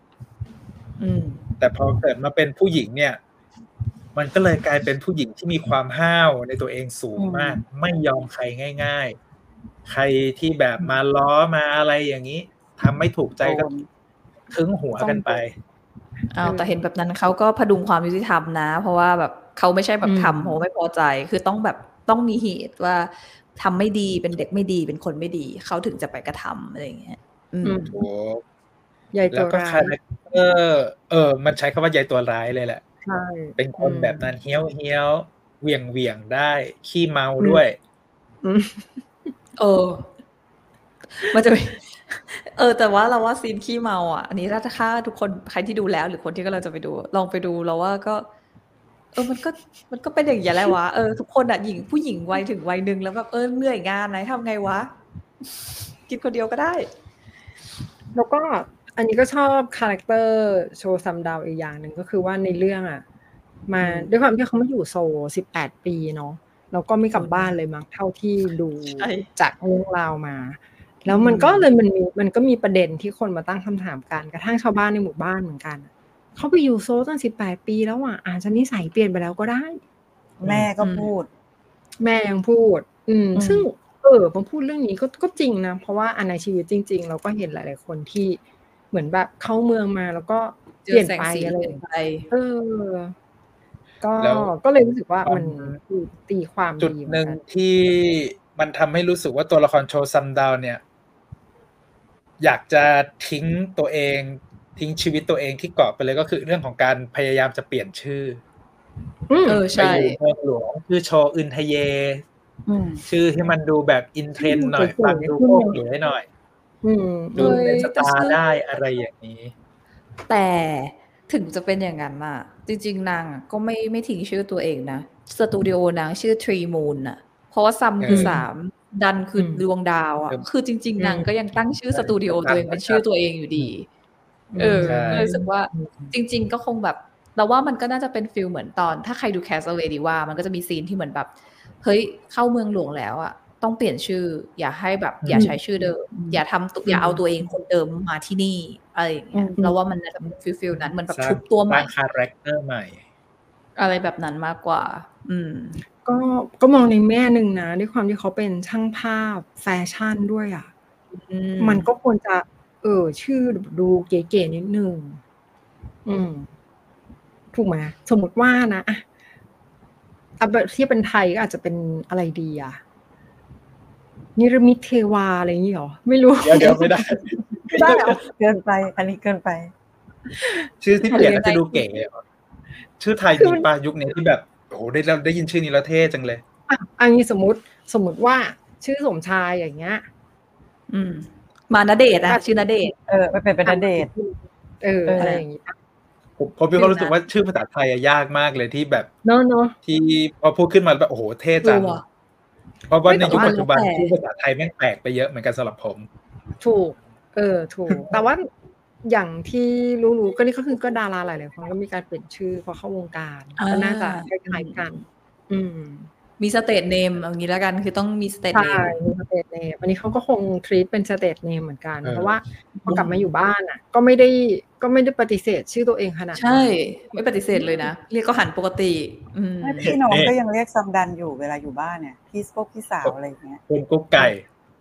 S1: แต่พอเกิดมาเป็นผู้หญิงเนี่ยมันก็เลยกลายเป็นผู้หญิงที่มีความห้าวในตัวเองสูงมากไม่ยอมใครง่ายๆใครที่แบบมาล้อมาอะไรอย่างนี้ทำไม่ถูกใจก็คึ้งหัวกันไป
S3: อ้าวแต่เห็นแบบนั้นเขาก็พดุงความยุติธรรมนะเพราะว่าแบบเขาไม่ใช่แบบทำเพราะไม่พอใจคือต้องแบบต้องมีเหตุว่าทำไม่ดีเป็นเด็กไม่ดีเป็นคนไม่ดีเขาถึงจะไปกระทำอะไรอย่างเงี้ยอืม
S1: ถูกใหญ่ตัวร้ายเออเออมันใช้คำว่าใหญ่ตัวร้ายเลยแหละ
S4: ใช่
S1: เป็นคนแบบนั้นเหี้ยวเหี้ยวเวียงเวียงได้ขี้เมาด้วย
S3: เออมันจะเออแต่ว่าเราว่าซีนขี้เมาอ่ะอันนี้ถ้าทุกคนใครที่ดูแล้วหรือคนที่กำลังจะไปดูลองไปดูเราว่าก็เออมันก็มันก็เป็นอย่างอย่างไรวะเออทุกคนอ่ะหญิงผู้หญิงวัยถึงวัยนึงแล้วแบบเออเหนื่อยงานไหนทำไงวะกินคนเดียวก็ได้
S4: แล้วก็อันนี้ก็ชอบคาแรคเตอร์โชซัมดาวอีกอย่างหนึ่งก็คือว่าในเรื่องอ่ะมาด้วยความที่เขามาอยู่โซลสิบแปดปีเนาะแล้วก็ไม่กลับบ้านเลยมั้งเท่าที่ดูจากเรื่องราวมาแล้วมันก็เลยมันมีมันก็มีประเด็นที่คนมาตั้งคำถามกันกระทั่งชาวบ้านในหมู่บ้านเหมือนกันเขาไปอยู่โซลตั้งสิบแปดปีแล้วอ่ะอาจจะนิสัยเปลี่ยนไปแล้วก็ได้
S2: แม่ก็พูด
S4: แม่ยังพูดอืมซึ่งเออผมพูดเรื่องนี้ก็ก็จริงนะเพราะว่าในชีวิตจริงๆเราก็เห็นหลายๆคนที่เหมือนแบบเข้าเมืองมาแล้วก็เปลี่ยนไปอะไรเออก็ก็เลยรู้สึกว่ามันตีความ
S1: จุดหนึ่งที่มันทำให้รู้สึกว่าตัวละครโชซัมดาวเนี่ยอยากจะทิ้งตัวเองทิ้งชีวิตตัวเองที่เกาะไปเลยก็คือเรื่องของการพยายามจะเปลี่ยนชื่อ
S3: เออใช่
S1: เมืองหลวงชื่อโชอึนทเยชื่อที่มันดูแบบอินเทรนด์หน่อยฟังดูโคกเหลือหน่อยดูเป็นสตาร์ได้อะไรอย่างนี้
S3: แต่ถึงจะเป็นอย่างนั้นน่ะจริงๆนางก็ไม่ไม่ทิ้งชื่อตัวเองนะสตูดิโอนางชื่อ Tree Moon น่ะเพราะว่าซัมคือสามดันคือดวงดาวอ่ะคือจริงๆนางก็ยังตั้งชื่อสตูดิโอตัวเองเป็นชื่อตัวเองอยู่ดีเออรู้สึกว่าจริงๆก็คงแบบเราว่ามันก็น่าจะเป็นฟีลเหมือนตอนถ้าใครดูแคสเวดีว่ามันก็จะมีซีนที่เหมือนแบบเฮ้ยเข้าเมืองหลวงแล้วอ่ะต้องเปลี่ยนชื่ออย่าให้แบบอย่าใช้ชื่อเดิมอย่าทำอย่าเอาตัวเองคนเดิมมาที่นี่อะไรอย่างเงี้ยเราว่ามันน่าจะเป็นฟีลฟีลนั้นเหมือนแบบชุบตัวใหม่
S1: คาแรคเตอร์ใหม่
S3: อะไรแบบนั้นมากกว่าอืม
S4: ก็ก็มองในแง่นึงนะด้วยความที่เขาเป็นช่างภาพแฟชั่นด้วยอ่ะมันก็ควรจะเออชื่อดูเก๋ๆนิดนึงอืมถูกไหมสมมติว่านะอ่ะที่เป็นไทยก็อาจจะเป็นอะไรดีอ่ะนิรมิตเทวาอะไรอย่างนี้หรอไม่รู้
S1: เดี๋ยวไม่ได้
S2: ไม่ได้เหรอเกินไปอันนี้เกินไป
S1: ชื่อที่เปลี่ยนแล้วจะดูเก๋เลยชื่อไทยมีป่ะยุคนี้ที่แบบโอ้โหได้ได้ยินชื่อนี้แล้วเท่จังเลย
S4: อ่ะอันนี้สมมติสมมติว่าชื่อสมชายอย่างเงี้ย
S3: อืมมาณเดชน์อ่ะชื่อณเดชน์
S2: เออไปเป็นณเดชน์
S4: เอออะไรอย่างงี้
S1: ผมผมพี่ก็รู้สึกว่าชื่อภาษาไทยยากมากเลยที่แบบ
S4: เนาะเนาะ
S1: ที่พอพูดขึ้นมาแบบโอ้โหเท่จังเพราะว่าในยุคปัจจุบันชื่อภาษาไทยแม่งแปลกไปเยอะเหมือนกันสำหรับผม
S4: ถูกเออถูกแต่ว่าอย่างที่รู้ๆก็นี่ก็คือก็ดาราหลายๆคนก็มีการเปลี่ยนชื่อพอเข้าวงการก็น่าจะคล้ายๆกันอืม
S3: มีสเตทเนมอย่างนี้แล้วกันคือต้องมีสเตทเนม
S4: ใช่มีสเตทเนมอันนี้เขาก็คงทรีตเป็นสเตทเนมเหมือนกันเพราะว่าพอกลับมาอยู่บ้านอ่ะก็ไม่ได้ก็ไม่ได้ปฏิเสธชื่อตัวเองขนาด
S3: ใช่ไม่ปฏิเสธเลยนะเรียกก็หันปกติ
S2: อืมพี่น้องก็ยังเรียกซัมดันอยู่เวลาอยู่บ้านเนี่ยพี่พวกพี่สาวอะไรอย่างเงี้ย
S1: เป็นกุ๊กไก่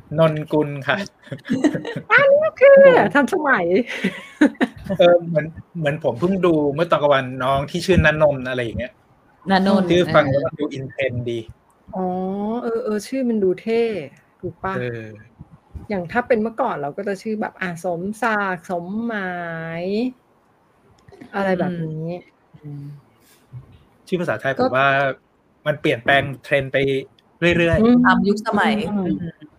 S1: นนกุลค่ะ
S4: อันนี้คือทันสมัย
S1: เออเหมือนเหมือนผมเพิ่งดูเมื่อตอนกลางวันน้องที่ชื่อนนนท์อะไรอย่างเงี้ย
S3: นนนท์
S1: ชื่อฟังแล้วดูอินเทนดี
S4: อ๋อเออเออชื่อมันดูเท่ถูกป่ะ
S1: เออ
S4: อย่างถ้าเป็นเมื่อก่อนเราก็จะชื่อแบบอ่ะสมศักดิ์สมหมายอะไรแบบนี้อืม
S1: ชื่อภาษาไทยผมว่ามันเปลี่ยนแปลงเทรนด์ไปเรื่อย
S4: อืม
S3: ตามยุคสมัย
S4: อืม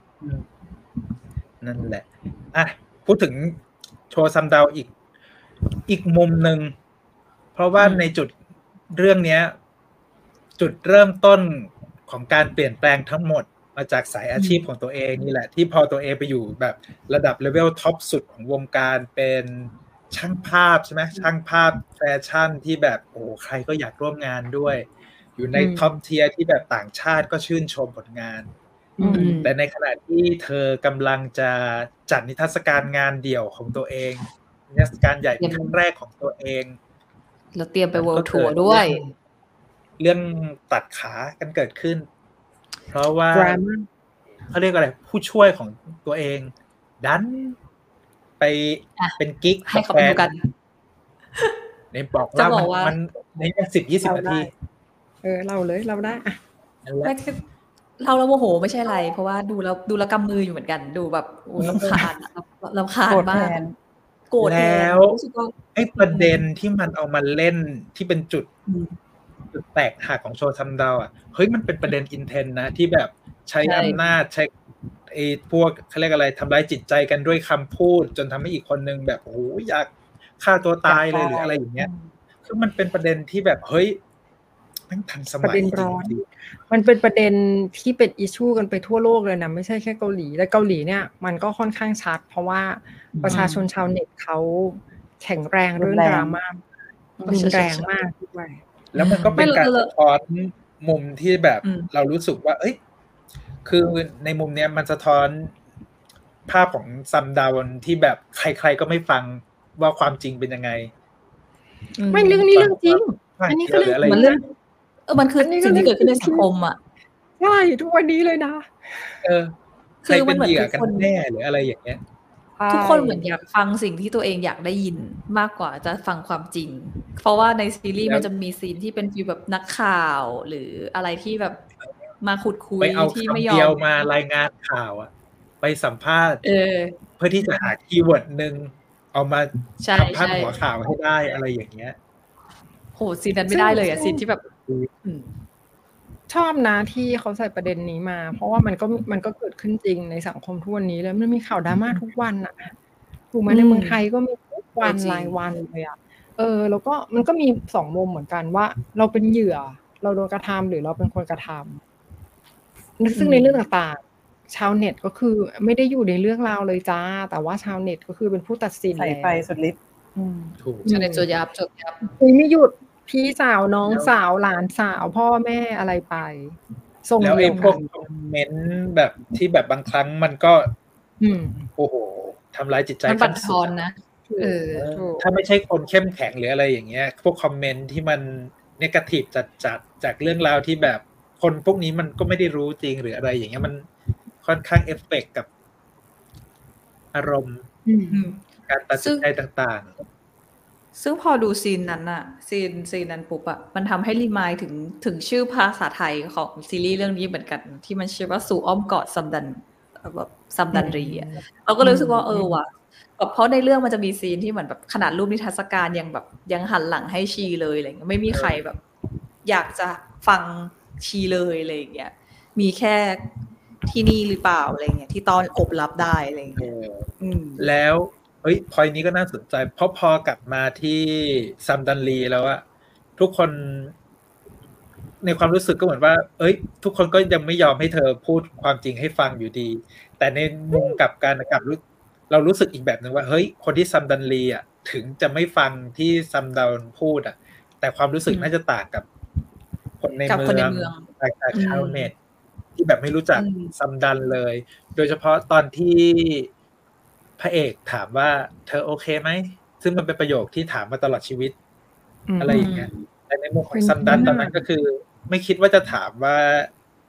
S1: ๆนั่นแหละอ่ะพูดถึงโชว์ซัมดาวอีกอีกมุมหนึ่งเพราะว่า
S3: อืม
S1: ในจุดเรื่องเนี้ย จุดเริ่มต้นของการเปลี่ยนแปลงทั้งหมดมาจากสายอาชีพของตัวเองนี่แหละที่พอตัวเองไปอยู่แบบระดับเลเวลท็อปสุดของวงการเป็นช่างภาพใช่ไหมช่างภาพแฟชั่นที่แบบโอ้ใครก็อยากร่วมงานด้วย อยู่ใน
S4: อืม
S1: ท็อปเทียร์ที่แบบต่างชาติก็ชื่นชมผลงาน
S4: อืม
S1: แต่ในขณะที่เธอกำลังจะจัดนิทรรศการงานเดี่ยวของตัวเองนิทรรศการใหญ่เป็นครั้งแรกของตัวเอง
S3: แล้วเตรียมไปเวิลด์ทัวร์ด้วย
S1: เรื่องตัดขากันเกิดขึ้น เพราะว่า
S4: ดราม่า
S1: เขาเรียกอะไรผู้ช่วยของตัวเอง ดันไป
S3: อ่ะ
S1: เป็นกิ๊ก
S3: ให้เขาไปดูกัน
S1: ในบอก
S3: จะ
S1: ว่า
S3: บอกว่ามั
S1: มันในสิบยี่สิบนาที
S4: เออเราเลยเราได้อะ
S1: นั่นแหละ
S3: ไม่คือเราแล้วโมโหไม่ใช่อะไรเพราะว่าดูแล้วดูแล้วกำมืออยู่เหมือนกันดูแบบโอ้รำคาญอะรำคาญ
S2: โกรธ
S3: มา
S2: แท
S3: ก
S2: น
S3: โกรธแทน
S1: แล้ว
S3: รู้สึกว่า
S1: ไอ้ประเด็นที่มันเอามาเล่นที่เป็นจุด
S3: อืม
S1: จุดแตกหักของโชว์ซัมดาวอ่ะเฮ้ยมันเป็นประเด็นอินเทนนะที่แบบใช้
S3: ใช่
S1: อำนาจใช้ไอ้พวกเขาเรียกอะไรทำร้ายจิตใจกันด้วยคำพูด จนทำให้อีกคนนึงแบบโอ้โหอยากฆ่าตัวตายเลยหรืออะไรอย่างเงี้ยคือมันเป็นประเด็นที่แบบเฮ้ยแม่งทันส
S4: ประ
S1: มัย
S4: เด็น
S1: จ
S4: ร้อน
S1: ริง
S4: มันเป็นประเด็นที่เป็นอิชชูกันไปทั่วโลกเลยนะไม่ใช่แค่เกาหลีแต่เกาหลีเนี่ยมันก็ค่อนข้างชัด เพราะว่าประชาชนชาวเน็ตเขาแข็งแรงเรื่องดราม่ารุนแรงมากด้วย
S1: ๆแล้วมันก็เป็นการ
S3: ไม่เรา
S1: สะท้อนมุมที่แบบ
S3: อืม
S1: เรารู้สึกว่า เอ้ยคือในมุมเนี้ยมันสะท้อนภาพของซัมดาวน์ที่แบบใครๆก็ไม่ฟังว่าความจริงเป็นยังไง
S4: ไม่เรื่องนี้เรื่องจริง อันนี้ก็เรื่อง
S1: อะไร
S3: มันเรื่องเออมันคือ
S4: อันนี้ก็
S3: สิ่งที่
S4: เรื่
S3: เกิ
S4: อง
S3: ดขึ้นในสังคมอ่ะ
S4: ใช่ทุกวันนี้เลยนะ
S1: เออ
S3: คื
S1: ใคร
S3: อมั
S1: เป็น น
S3: เหมือน
S1: เหยื่อ
S3: ทุก
S1: กัน
S3: คน
S1: แน่หรืออะไรอย่างเงี้ย
S3: ทุกคนเหมือนอยากฟังสิ่งที่ตัวเองอยากได้ยินมากกว่าจะฟังความจริง เพราะว่าในซีรีส์
S1: แล้ว
S3: มันจะมีซีนที่เป็นฟีลแบบนักข่าว หรืออะไรที่แบบมาขุดคุ
S1: ไป
S3: ย
S1: เอา
S3: ที่
S1: คำ
S3: ไม่ย
S1: เดี
S3: อ
S1: ยว
S3: ม
S1: มารายงานข่าวอะไปสัมภาษณ์
S3: เออ
S1: เพื่อที่จะหาคีย์เวิร์ดหนึ่งเอามา
S3: ใช่
S1: ทำพาด
S3: ใช่
S1: หัวข่าวให้ได้อะไรอย่างเงี้ย
S3: โหซีนนั้นไม่ได้เลยอะซีนที่แบบอืม
S4: ชอบนะที่เขาใส่ประเด็นนี้มา เพราะว่ามันก็มันก็เกิดขึ้นจริงในสังคมทุกวันนี้แล้วมันมีข่าวดราม่าทุกวันอะถูกไหม
S3: อืม
S4: ในเมืองไทยก็มีทุกวัน
S3: จริง
S4: รายวันเลยอะเออ แล้วก็มันก็มีสองมุมเหมือนกันว่า เราเป็นเหยื่อ เราโดนกระทำหรือเราเป็นคนกระทำซึ่งในเรื่องต่างๆชาวเน็ตก็คือไม่ได้อยู่ในเรื่องราวเลยจ้า แต่ว่าชาวเน็ตก็คือเป็นผู้ตัดสิน
S2: ใส่ไฟสุดฤทธิ์อืม
S1: ถูก
S3: จนในจดยับจดยับ
S4: คุยไม่หยุดพี่สาวน้องสาวหลานสาวพ่อแม่อะไรไปส่ง
S1: แล้ว
S4: เดี
S1: ไอ้
S4: ยว
S1: พ
S4: กั
S1: วก
S4: น
S1: คอมเมนต์แบบที่แบบบางครั้งมันก็
S4: อืม
S1: โอ้โหทำร้ายจิตใจ
S3: มันบั่นท
S1: ขั้
S3: อน
S1: สุด
S3: นะ เออ
S1: เออ
S4: ถูก
S1: ถ้าไม่ใช่คนเข้มแข็งหรืออะไรอย่างเงี้ย พวกคอมเมนต์ที่มันเนกาทีฟจัดจัดๆจากเรื่องราวที่แบบคนพวกนี้มันก็ไม่ได้รู้จริงหรืออะไรอย่างเงี้ยมันค่อนข้างเอฟเฟกต์กับอารมณ์
S4: อืม
S3: อืม
S1: การตัดสินใจ
S3: ซึ่ง
S1: ต่าง
S3: ซึ่งพอดูซีนนั้นอะซีนซีนนั้นปุ๊บอะมันทำให้รีมายถึงถึงชื่อภาษาไทยของซีรีส์เรื่องนี้เหมือนกัน ที่มันชื่อว่าสู่อ้อมกอดซัมดันแบบซัมดันรีอะเราก็เลยรู้สึกว่าเออว่ะแบบเพราะในเรื่องมันจะมีซีนที่เหมือนแบบขนาดรูปนิทรรศการยังแบบยังหันหลังให้ชีเลยอะไรเงี้ยไม่มีใครแบบ อยากจะฟังชีเลยอะไรอย่างเงี้ยมีแค่ที่นี่หรือเปล่าอะไรเงี้ยที่ตอนอบรับได้อะไร
S1: ๆเอ
S3: เงี้ย
S1: อ
S3: อืม
S1: แล้วเฮ้ยพอยนี้ก็น่าสนใจ เพราะพอกลับมาที่ซัมดันลีแล้วอะทุกคน ในความรู้สึกก็เหมือนว่า เอ้ย ทุกคนก็ยังไม่ยอมให้เธอพูดความจริงให้ฟังอยู่ดี แต่ในมุมกลับกันกลับรู้เรารู้สึกอีกแบบหนึ่งว่า เฮ้ย คนที่ซัมดันลีอะถึงจะไม่ฟังที่ซัมดาวน์พูดอะแต่ความรู้สึก
S3: อืม
S1: น่าจะต่างกับคนใน
S3: กับ
S1: เมื
S3: คนใน
S1: อง
S3: เมือง
S1: ต่างจาก
S3: อืม
S1: ชาวเน็ต ที่แบบไม่รู้จัก
S3: อืม
S1: ซัมดันเลย โดยเฉพาะตอนที่พระเอกถามว่าเธอโอเคไหม ซึ่งมันเป็นประโยคที่ถามมาตลอดชีวิต
S4: อืม
S1: อะไรอย่างเงี้ย แต่ในมุมของ
S4: เป็น
S1: ซัมดัน
S4: ที่
S1: ตอนนั้นก็คือ ไม่คิดว่าจะถามว่า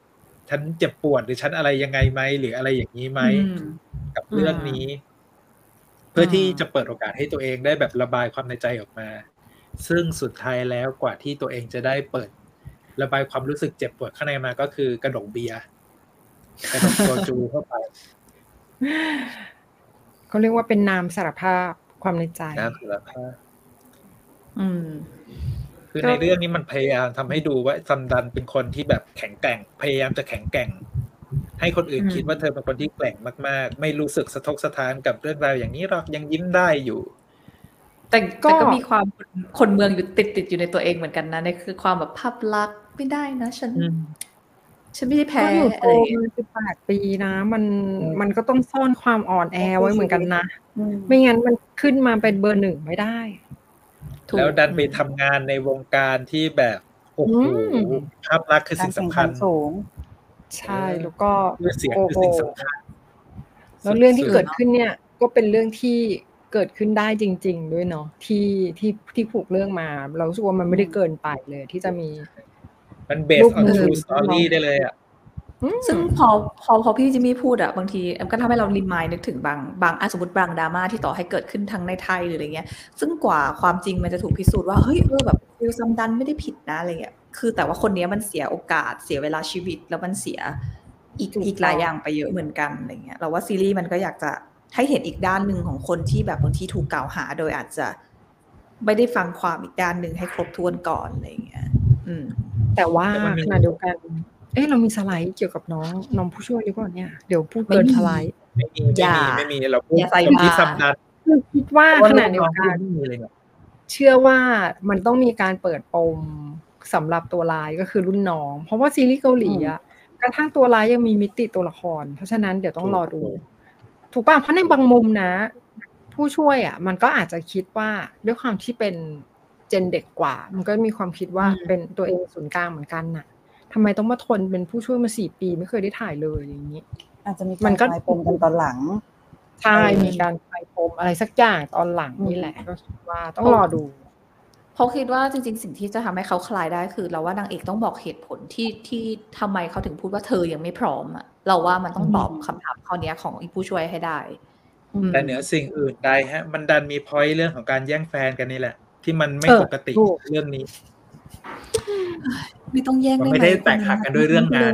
S1: ฉันเจ็บปวดหรือฉันอะไรยังไงไหมหรืออะไรอย่างนี้ไหมกับเรื่องนี้เพื่อที่จะเปิดโอกาสให้ตัวเองได้แบบระบายความในใจออกมาซึ่งสุดท้ายแล้วกว่าที่ตัวเองจะได้เปิดระบายความรู้สึกเจ็บปวดข้างในมาก็คือกระดกเบียร์กระดกโซจูเข้าไป
S4: เขาเรียกว่าเป็นน้ำสารภาพความในใจ
S1: น้ำสารภาพ
S3: อืม
S1: คือในเรื่องนี้มันพยายามทำให้ดูว่าซัมดันเป็นคนที่แบบแข็งแกร่งพยายามจะแข็งแกร่งให้คนอื่นคิดว่าเธอเป็นคนที่แกร่งมากๆไม่รู้สึกสะทกสะท้านกับเรื่องราวอย่างนี้หรอกยังยิ้มได้อยู่
S3: แต่แต่ก็มีความคนเมืองอยู่ติดติดอยู่ในตัวเองเหมือนกันนะในคือความแบบภาพลักษณ์ไม่ได้นะฉันฉันไม่ได้แพ้อะไร
S4: สิบแปดปีนะมันมันก็ต้องซ่อนความอ่อนแอไว้เหมือนกันนะไม่งั้นมันขึ้นมาเป็นเบอร์หนึ่งไม่ได้
S1: แล้วดันไปทำงานในวงการที่แบบโอ้โหภาพลักษณ์คือสิ่งสำคัญ
S4: ใช่แล้วก็
S1: เสียงคือสิ่งสำคัญ
S4: แล้วเรื่องที่เกิดขึ้นเนี่ยก็เป็นเรื่องที่เกิดขึ้นได้จริงๆด้วยเนาะที่ที่ที่ผูกเรื่องมาเรารู้สึกว่ามันไม่ได้เกินไปเลยที่จะมี
S1: มันเบสออนทรูสตอรี่ได้เลยอ่ะ
S3: ซึ่งพอพอพอพี่จิมมี่พูดอ่ะบางทีมันก็ทำให้เรารีมายด์นึกถึงบางบางสมมติบางดราม่าที่ต่อให้เกิดขึ้นทั้งในไทยหรืออะไรเงี้ยซึ่งกว่าความจริงมันจะถูกพิสูจน์ว่าเฮ้ยเออแบบฟิลซัมดันไม่ได้ผิดนะอะไรเงี้ยคือแต่ว่าคนนี้มันเสียโอกาสเสียเวลาชีวิตแล้วมันเสียอีกอีกหลายอย่างไปเยอะเหมือนกันอะไรเงี้ยเราว่าซีรีส์มันก็อยากจะให้เห็นอีกด้านนึงของคนที่แบบบางทีถูกกล่าวหาโดยอาจจะไม่ได้ฟังความอีกด้านนึงให้ครบถ้วนก่อนอะไรเงี้ยอืม
S4: แต่ว่าขณะเดียวกันเอ๊ะเรามีสไลด์เกี่ยวกับน้องน้องผู้ช่วยหรือเปล่าเนี่ยเดี๋ยวพูดเกินสไลด์
S1: ไม่มีไม่มีไม่มีเราพูดที่ซัมดัน
S4: คือคิดว่าขณะเดียวกันเชื่อว่ามันต้องมีการเปิดปมสำหรับตัวร้ายก็คือรุ่นน้องเพราะว่าซีรีส์เกาหลีอะกระทั่งตัวร้ายยังมีมิติตัวละครเพราะฉะนั้นเดี๋ยวต้องรอดูถูกป่ะเพราะในบางมุมนะผู้ช่วยอ่ะมันก็อาจจะคิดว่าด้วยความที่เป็นเจนเด็กกว่ามันก็มีความคิดว่าเป็นตัวเองศูนย์กลางเหมือนกันน่ะทำไมต้องมาทนเป็นผู้ช่วยมาสี่ปีไม่เคยได้ถ่ายเลยอย่างนี้
S2: อาจจะมีการคลายปมกันตอนหลัง
S4: ใช่มีการคลายปมอะไรสักอย่างตอนหลังนี่แหละก็คิดว่าต้องรอดู
S3: เพราะคิดว่าจริงๆสิ่งที่จะทำให้เขาคลายได้คือเราว่านางเอกต้องบอกเหตุผลที่ที่ทำไมเขาถึงพูดว่าเธอยังไม่พร้อมอ่ะเราว่ามันต้องตอบคำถามข้อนี้ของอีผู้ช่วยให้ได้
S1: แต่เหนือสิ่งอื่นใดฮะมันดันมีพอยต์เรื่องของการแย่งแฟนกันนี่แหละที่มันไม่ปกติเรื่องนี้
S3: ไม่ต้องแย่งได้ไหม
S1: ไม่ได้แตกหักกันด้วยเรื่องงาน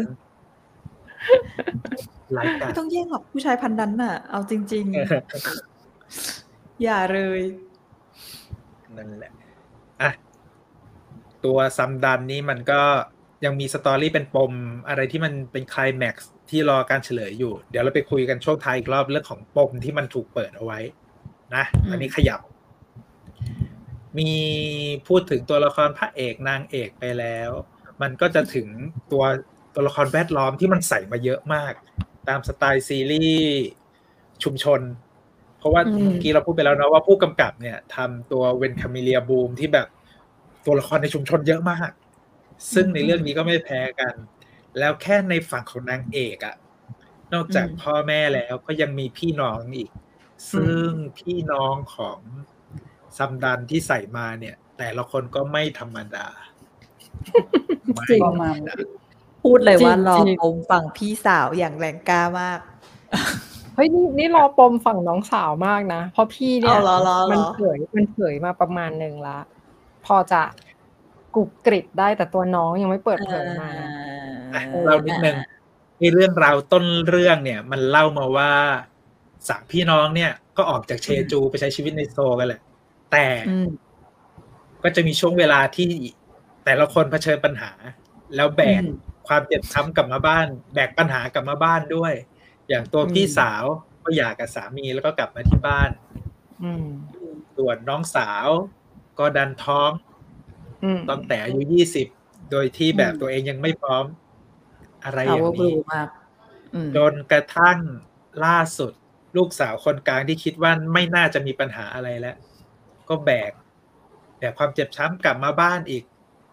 S3: ไม่ต้องแย่งหรอกผู้ชายพันนั้นน่ะเอาจริงๆอย่าเลย
S1: นั่นแหละอ่ะตัวซัมดันนี้มันก็ยังมีสตอรี่เป็นปมอะไรที่มันเป็นไคลแม็กซ์ที่รอการเฉลยอยู่เดี๋ยวเราไปคุยกันช่วงท้ายอีกรอบเรื่องของปมที่มันถูกเปิดเอาไว้นะอันนี้ขยับมีพูดถึงตัวละครพระเอกนางเอกไปแล้วมันก็จะถึงตัวตัวละครแวดล้อมที่มันใส่มาเยอะมากตามสไตล์ซีรีส์ชุมชนเพราะว่าเมื่อกี้เราพูดไปแล้วนะว่าผู้กำกับเนี่ยทำตัวเวนคามิเลียบูมที่แบบตัวละครในชุมชนเยอะมากซึ่งในเรื่องนี้ก็ไม่แพ้กันแล้วแค่ในฝั่งของนางเอกอะนอกจากพ่อแม่แล้วก็ยังมีพี่น้องอีกซึ่งพี่น้องของซัมดันที่ใส่มาเนี่ยแต่ละคนก็ไม่ธรรมดา
S3: จริงพูดเลยว่ารอปมฝั่งพี่สาวอย่างแรงกล้ามาก
S4: เฮ้ยนี่นี่รอปมฝั่งน้องสาวมากนะเพราะพี่เนี่ยมันเผยมันเผยมาประมาณนึงละพอจะกรุบกริบได้แต่ตัวน้องยังไม่เปิดเผยมา
S1: เรานิดนึงในเรื่องราวต้นเรื่องเนี่ยมันเล่ามาว่าสามพี่น้องเนี่ยก็ออกจากเชจูไปใช้ชีวิตในโซลกันแหละแต่ก็จะมีช่วงเวลาที่แต่ละคนเผชิญปัญหาแล้วแบกความเจ็บช้ำกลับมาบ้านแบกปัญหากลับมาบ้านด้วยอย่างตัวพี่สาวก็หย่ากับสามีแล้วก็กลับมาที่บ้านส่วนน้องสาวก็ดันท้องตั้งแต่อายุยี่สิบโดยที่แบบตัวเองยังไม่พร้อมอะไรอย่างนี้จนกระทั่งล่าสุดลูกสาวคนกลางที่คิดว่าไม่น่าจะมีปัญหาอะไรแล้วก็แบกแต่ความเจ็บช้ำกลับมาบ้านอีก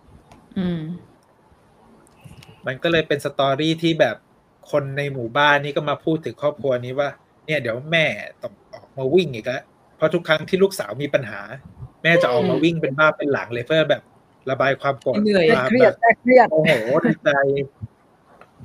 S1: มันก็เลยเป็นสตอรี่ที่แบบคนในหมู่บ้านนี่ก็มาพูดถึงครอบครัวนี้ว่าเนี่ยเดี๋ยวแม่ต้องออกมาวิ่งอีกแล้วเพราะทุกครั้งที่ลูกสาวมีปัญหาแม่จะออกมาวิ่งเป็นบ้าเป็นหลังเลยเพื่อแบบระบายความโกรธ
S4: เหนื่อยเครียดเครียด
S1: โอ้โหดีใจ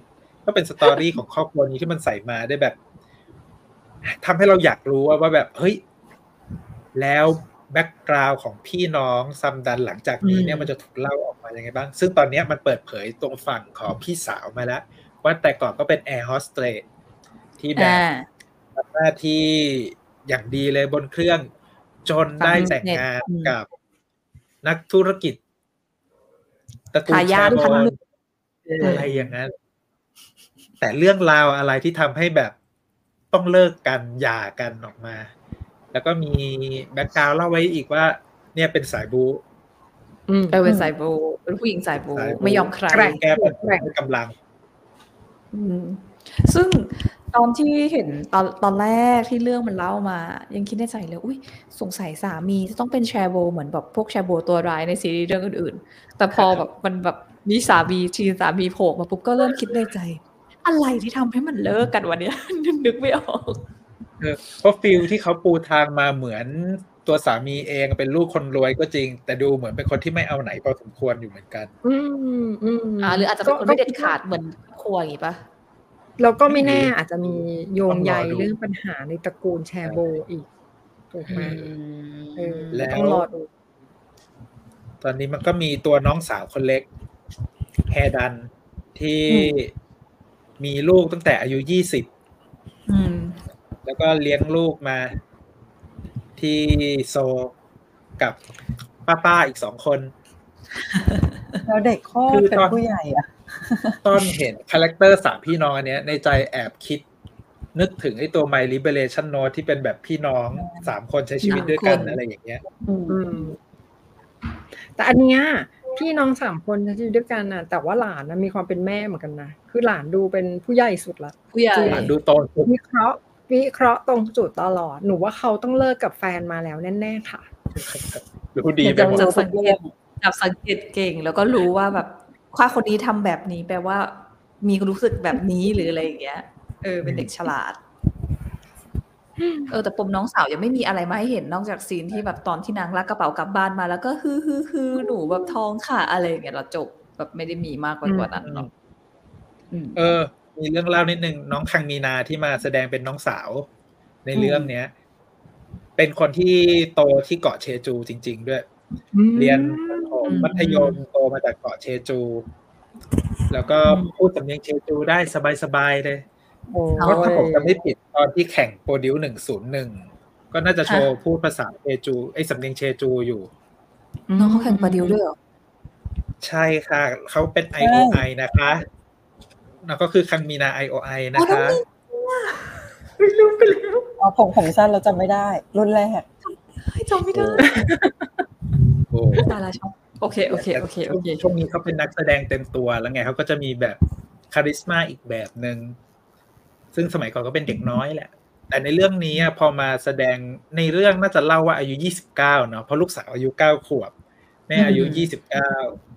S1: ก็เป็นสตอรี่ของครอบครัวนี้ที่มันใส่มาได้แบบทำให้เราอยากรู้ว่าแบบเฮ้ยแล้วแบ็กกราวด์ของพี่น้องซัมดันหลังจากนี้เนี่ยมันจะถูกเล่าออกมายังไงบ้างซึ่งตอนนี้มันเปิดเผยตรงฝั่งของพี่สาวมาแล้วว่าแต่ก่อนก็เป็นแอร์โฮสเตสที่แบบทำหน้าที่อย่างดีเลยบนเครื่องจนได้แต่งงานกับนักธุรกิจตระกูลแชร์บอลอะไรอย่างนั้นแต่เรื่องราวอะไรที่ทำให้แบบต้องเลิกกันหย่ากันออกมาแล้วก็มีแบ็คกราวด์เล่าไว้อีกว่าเนี่ยเป็นสายบู๊
S3: อืมเป็นสายบู๊เป็นผู้หญิงสายบู๊ไม่ยอมใคร
S1: แก้ปัญหาด้วยกำลัง
S3: อืมซึ่งตอนที่เห็นตอนตอนแรกที่เรื่องมันเล่ามายังคิดในใจเลยอุ้ยสงสัยสามีจะต้องเป็นแชร์โบเหมือนแบบพวกแชร์โบตัวร้ายในซีรีส์เรื่องอื่นๆแต่พอแบบมันแบบมีสามีชีสามีโผล่มาปุ๊บก็เริ่มคิดในใจอะไรที่ทำให้มันเลิกกันวันนี้นึกไม่ออก
S1: เออเพราะฟิลที่เขาปูทางมาเหมือนตัวสามีเองเป็นลูกคนรวยก็จริงแต่ดูเหมือนเป็นคนที่ไม่เอาไหนพอสมควรอยู่เหมือนกัน
S4: อืมอืม
S3: อ่าหรืออาจจะเป็นคนไม่เด็ดขาดเหมือนครัวอย่างงี้ป่ะ
S4: แล้วก็ไม่แน่อาจจะมีโยงใยเรื่องปัญหาในตระกูลแชร์โบอีกถูกไหมเออต้องรอดู
S1: ตอนนี้มันก็มีตัวน้องสาวคนเล็กแฮดันที่มีลูกตั้งแต่อายุยี่สิบ
S3: อืม
S1: แล้วก็เลี้ยงลูกมาที่โซกับป้าๆอีกสองคน
S2: แล้วเด็กข้อเป็นผู้ใหญ่อ่ะ
S1: ตอนเห็นคาแรคเตอร์สามพี่น้องอันเนี้ยในใจแอบคิดนึกถึงไอ้ตัว My Liberation Note ที่เป็นแบบพี่น้องสามคนใช้ชีวิตด้วยกันอะไรอย่างเงี้ย
S4: อืมแต่อันเนี้ยพี่น้องสามคนใช้ชีวิตด้วยกันน่ะแต่ว่าหลานนะมีความเป็นแม่เหมือนกันนะคือหลานดูเป็นผู้ใหญ่สุดละ
S3: ผู้ใหญ่
S1: หลานดูโต
S4: วิเคราะห์วิเคราะห์ตรงจุดตลอดหนูว่าเขาต้องเลิกกับแฟนมาแล้วแน่ๆค่ะ
S1: รู้ดีไปหมด
S3: จับสังเกตจับสังเกตเก่งแล้วก็รู้ว่าแบบข้าคนนี้ทำแบบนี้แปลว่ามีรู้สึกแบบนี้หรืออะไรอย่างเงี้ยเออเป็นเด็กฉลาดเออแต่ปมน้องสาวยังไม่มีอะไรมาให้เห็นนอกจากซีนที่แบบตอนที่นางลากกระเป๋ากลับบ้านมาแล้วก็ฮือฮือฮือหนูแบบท้องค่ะอะไรอย่างเงี้ยเราจบแบบไม่ได้มีมากกว่านั้นหรอก
S1: เออมีเรื่องเล่านิดนึงน้องคังมีนาที่มาแสดงเป็นน้องสาวในเรื่องเนี้ยเป็นคนที่โตที่เกาะเชจูจริงๆด้วยเรียนมัธยมโตมาจากเกาะเชจูแล้วก็พูดสำเนียงเชจูได้สบายๆเลยเพราะถ้าผมจำไม่ผิดตอนที่แข่งโปรดิวหนึ่งศูนย์หนึ่งก็น่าจะโชว์พูดภาษาเชจูไอ้สำเนียงเชจูอยู่
S3: น้องเขาแข่งโปรดิวด้วยเหรอ
S1: ใช่ค่ะเขาเป็น ไอ โอ ไอ นะคะแล้วก็คือคังมีนา ไอ โอ ไอ นะคะ
S3: ไม่รู้ไปแล้ว
S2: อ๋อผมผมสั้นเราจำไม่ได้รุ่นแรก
S3: จำไม่ได้โอ้ตาละชอบโอเคโอเคโอเคโอเค
S1: ช่วงนี้เขาเป็นนักแสดงเต็มตัวแล้วไงเขาก็จะมีแบบคาริสมาอีกแบบนึงซึ่งสมัยก่อนก็เป็นเด็กน้อยแหละแต่ในเรื่องนี้พอมาแสดงในเรื่องน่าจะเล่าว่าอายุยี่สิบเก้าเนาะเพราะลูกสาวอายุเก้าขวบแม่อายุยี่สิบเก้า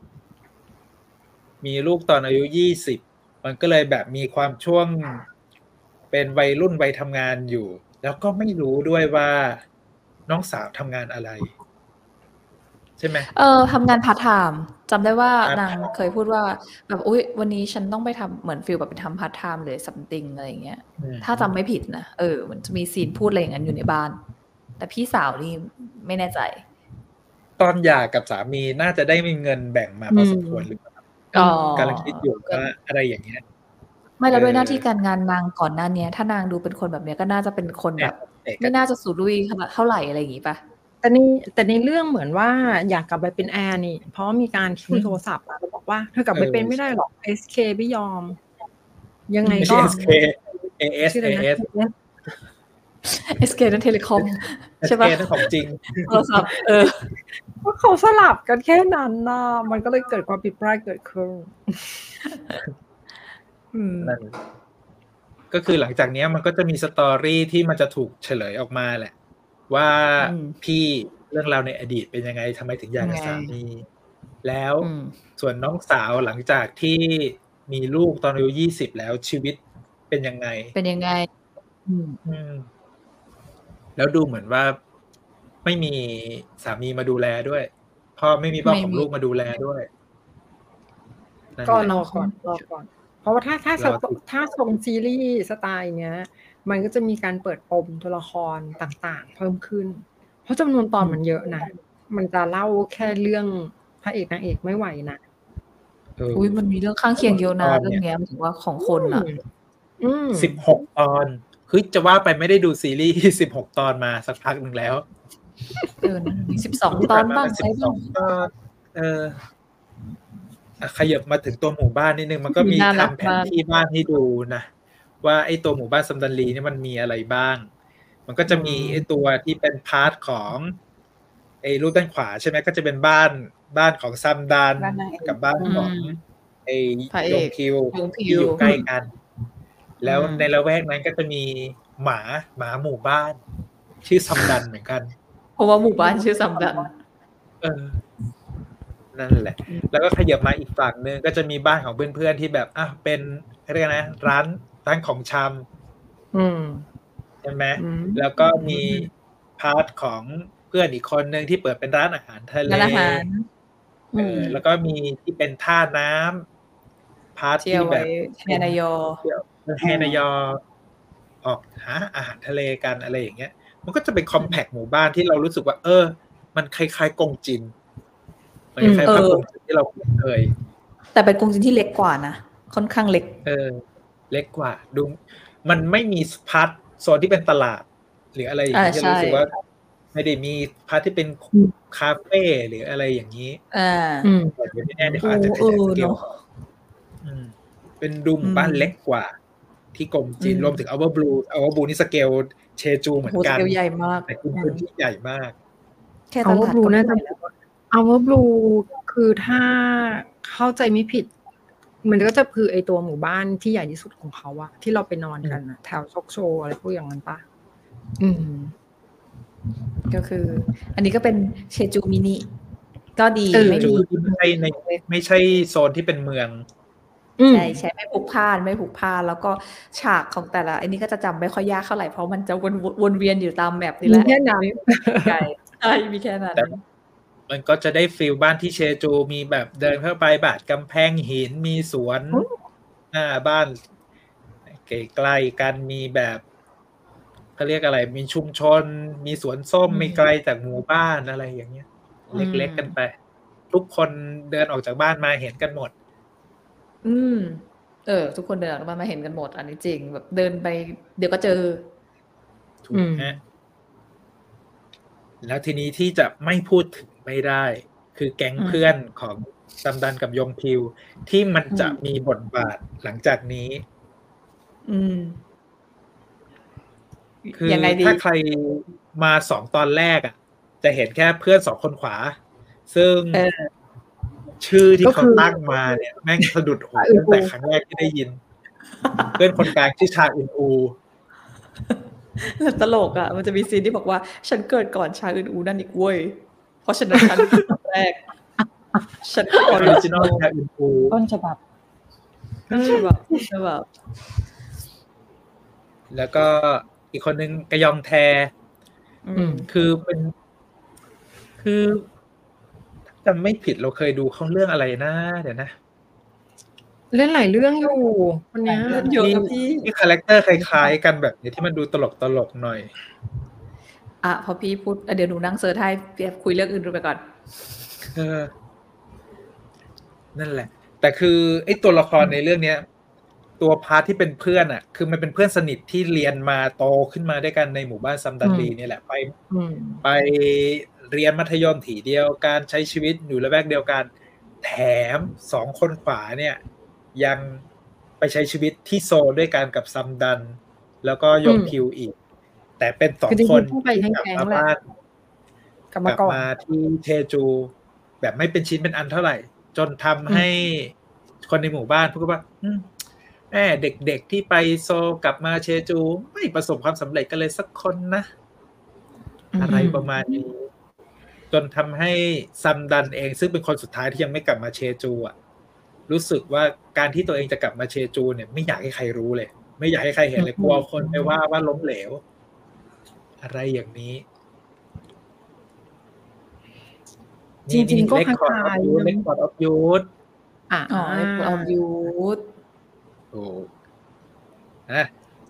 S1: มีลูกตอนอายุยี่สิบมันก็เลยแบบมีความช่วงเป็นวัยรุ่นวัยทำงานอยู่แล้วก็ไม่รู้ด้วยว่าน้องสาวทำงานอะไรใช่ไหม
S3: เออทำงานพาร์ทไทม์จำได้ว่านางเคยพูดว่าแบบอุ๊ยวันนี้ฉันต้องไปทำเหมือนฟีลแบบไปทำพาร์ทไทม์เลยซัมติงอะไรอย่างเงี้ยถ้าจำไม่ผิดนะเออมันจะมีซีนพูดอะไรอย่างนั้นอยู่ในบ้านแต่พี่สาวนี่ไม่แน่ใจ
S1: ตอนหย่ากับสามีน่าจะได้มีเงินแบ่งมาพอสมควรหรือเปล่ากำลังคิดอยู่ว่าอะไรอย่างเงี้ย
S3: ไม่แล้วด้วยหน้าที่การงานนางก่อนหน้านี้ถ้านางดูเป็นคนแบบเนี้ยก็น่าจะเป็นคนแบบไม่น่าจะสูรุ่ยขนาดเท่าไหร่อะไรอย่างงี้ป่ะ
S4: แต่ในแต่ในเรื่องเหมือนว่าอยากกลับไปเป็นแอร์นี่เพราะมีการคุยโทรศัพท์แล้วบอกว่าเธอกลับไปเป็นไม่ได้หรอก เอส เค ไม่ยอมยังไงก็
S1: เอส เค เอ เอส เอ เอส
S3: เอส เค นั่นเทเลคอมใช่ป่ะ
S1: เอส เค นั่นของจริง
S3: โทรศัพท์เออ
S4: ก็เขาสลับกันแค่นั้นนะมันก็เลยเกิดความผิดพลาดเกิดขึ้น
S1: นั่นก็คือหลังจากนี้มันก็จะมีสตอรี่ที่มันจะถูกเฉลยออกมาแหละว่าพี่เรื่องราวในอดีตเป็นยังไงทำไมถึงอยากกับสามีแล้วส่วนน้องสาวหลังจากที่มีลูกตอนอายุยี่สิบแล้วชีวิตเป็นยังไง
S3: เป็นยังไง
S1: แล้วดูเหมือนว่าไม่มีสามีมาดูแลด้วยพ่อไม่มีพ่อของลูกมาดูแลด้วย
S4: ก็รอก่อนรอก่อนเพราะว่าถ้าถ้า
S1: เราติด
S4: ถ้าทรงซีรีส์สไตล์เนี้ย มันก็จะมีการเปิดปมตัวละครต่างๆเพิ่มขึ้น เพราะจำนวนตอนมันเยอะนะมันจะเล่าแค่เรื่องพระเอกนางเอกไม่ไหวนะ
S3: อุ้ยมันมีเรื่องข้างเคียงเยอะนะเรื่องเนี้ยมันถึงว่าของคนอ่ะ
S1: สิบหกตอนคือจะว่าไปไม่ได้ดูซีรีส์สิบหกตอนมาสักพักหนึ่งแล้ว
S3: เออมีสิบสองตอนบ้างใช่บ้าง
S1: เออขยับมาถึงตัวหมู่บ้านนิดนึงมันก็มีทำแผนที่บ้านให้ดูนะว่าไอ้ตัวหมู่บ้านซัมดันลีนี่มันมีอะไรบ้างมันก็จะมีไอ้ตัวที่เป็นพาร์ทของไอ้รูปด้านขวาใช่ไหมก็จะเป็นบ้านบ้านของซัมดันกับบ้านของไอ้ยงคิวที่อยู่ใกล้กันแล้วในละแวกนั้นก็จะมีหมาหมาหมู่บ้านชื่อซัมดันเหมือนกัน
S3: เพราะว่าหมู่บ้านชื่อซัมดัน
S1: เออนั่นแหละแล้วก็ขยับมาอีกฝั่งนึงก็จะมีบ้านของเพื่อนๆที่แบบอ่ะเป็นเรียกนะร้านร้านของชำ
S4: อืม
S1: ใช่ไหมแล้วก็มีพาร์ทของเพื่อนอีกคนนึงที่เปิดเป็นร้านอาหารทะเล
S3: ร้านอาหาร
S1: เออแล้วก็มีที่เป็นท่าน้ำพาร์ทที่แบบ
S3: แฮนายอ
S1: แฮนายอออกหาอาหารทะเลกันอะไรอย่างเงี้ยมันก็จะเป็นคอมแพคหมู่บ้านที่เรารู้สึกว่าเออมันคล้ายๆกงจินมันคล้ายๆภาพกงจินที่เราเคย
S3: แต่เป็นกงจินที่เล็กกว่านะค่อนข้างเล็ก
S1: เออเล็กกว่าดูมันไม่มีพาร์ทโซนที่เป็นตลาดหรืออะไรอย่างเงี้ยรู้สึกว่าไม่ได้มีพาร์ทที่เป็นคาเฟ่หรืออะไรอย่างนี้
S3: อ่า
S1: แต่เดี๋ยวไม่แน่เดี๋ยวอาจจะขยายสเกลอืมเป็นดูหมู่บ้านเล็กกว่าที่กงจินรวมถึง Our Blue Our Blue นี่สเกลเชจูเหมือนกัน
S3: สเกลใหญ่มาก
S1: แต่พื้นที่ใหญ่มาก
S3: แค่ตลาดก็
S4: น่าจะOur Blue คือถ้าเข้าใจไม่ผิดมันก็จะคือไอตัวหมู่บ้านที่ใหญ่ที่สุดของเขาอะที่เราไปนอนกันนะแถวซอกโซอะไรพวกอย่างนั้นปะอืม
S3: ก็คืออันนี้ก็เป็นเชจูมินิก็ดี
S1: ไม่ดีไม่ใช่ในไม่ใช่โซนที่เป็นเมือง
S3: ใช่ใช่ไม่ผูกพ่านไม่ผูกพ่านแล้วก็ฉากของแต่ละอันนี้ก็จะจำไม่ค่อยยากเท่าไหร่เพราะมันจะวนวนเวียนอยู่ตามแมปนี่แหละ
S4: แค่นั้น
S3: ใช่ใช่มีแค่นั้น
S1: มันก็จะได้ฟีลบ้านที่เชจูมีแบบเดินเข้าไปบาดกำแพงหินมีสวนหน้าบ้านใกล้ๆกันมีแบบเขาเรียกอะไรมีชุมชนมีสวนส้มไม่ไกลจากหมู่บ้านอะไรอย่างเงี้ยเล็กๆกันไปทุกคนเดินออกจากบ้านมาเห็นกันหมด
S3: อืมเออทุกคนเดินออกมามาเห็นกันหมดอันนี้จริงแบบเดินไปเดี๋ยวก็เจอ
S1: ถูกฮะแล้วทีนี้ที่จะไม่พูดถึงไม่ได้คือแก๊งเพื่อนของซัมดันกับยงพิวที่มันจะมีบทบาทหลังจากนี้
S3: อืม
S1: คือถ้าใครมาสองตอนแรกอ่ะจะเห็นแค่เพื่อนสองคนขวาซึ่งชื่อที่เขาตั้งมาเนี่ยแม่งสะดุดหูตั้งแต่ครั้งแรกที่ได้ยินเพื่อนคนกลางชื่อชาอึนอู
S3: แล้วตลกอ่ะมันจะมีซีนที่บอกว่าฉันเกิดก่อนชาอึนอูนั่นอีกเว้ยเพราะฉะนั้นฉันคนแรกฉันออริจินอล
S1: ชาอึนอู
S2: ต้นฉบับ
S3: ต้นฉบับต้นฉบับ
S1: แล้วก็อีกคนนึงกยองแทคือเป็นคือจำไม่ผิดเราเคยดูเขาเรื่องอะไรนะเดี๋ยวนะ
S4: เล่นหลายเรื่องอยู่คนนี้
S3: เยอะนะพี่
S1: ที่คาแรคเตอร์คล้ายๆกันแบบนี้ที่มันดูตลกตลกหน่อย
S3: อ่ะพอพี่พูดเดี๋ยวหนูนั่งเซิร์ชให้คุยเรื่องอื่นไปก่อน
S1: เออนั่นแหละแต่คือไอ้ตัวละครในเรื่องเนี้ยตัวพาร์ทที่เป็นเพื่อนอ่ะคือมันเป็นเพื่อนสนิทที่เรียนมาโตขึ้นมาด้วยกันในหมู่บ้านซัมดันลีนี่แหละไปไปเรียนมัธยมถีเดียวการใช้ชีวิตอยู่ละแวกเดียวกันแถมสองคนขวาเนี่ยยังไปใช้ชีวิตที่โซลด้วยกันกับซัมดันแล้วก็ยงคิวอีกแต่เป็นสองคนที่กลับมาบ้านกลับมาที่เทจูแบบไม่เป็นชิ้นเป็นอันเท่าไหร่จนทำให้คนในหมู่บ้านพูดว่าแม่เด็กๆที่ไปโซลกลับมาเชจูไม่ประสบความสำเร็จกันเลยสักคนนะอะไรประมาณนี้จนทำให้ซัมดันเองซึ่งเป็นคนสุดท้ายที่ยังไม่กลับมาเชจูอ่ะรู้สึกว่าการที่ตัวเองจะกลับมาเชจูเนี่ยไม่อยากให้ใครรู้เลยไม่อยากให้ใครเห็นเลยกลัวคนไปว่าว่าล้มเหลวอะไรอย่างนี้
S4: จริงๆก็คล้ายๆ
S1: Record of Youth
S3: อ๋อ Record of Youth
S1: โอ้นะ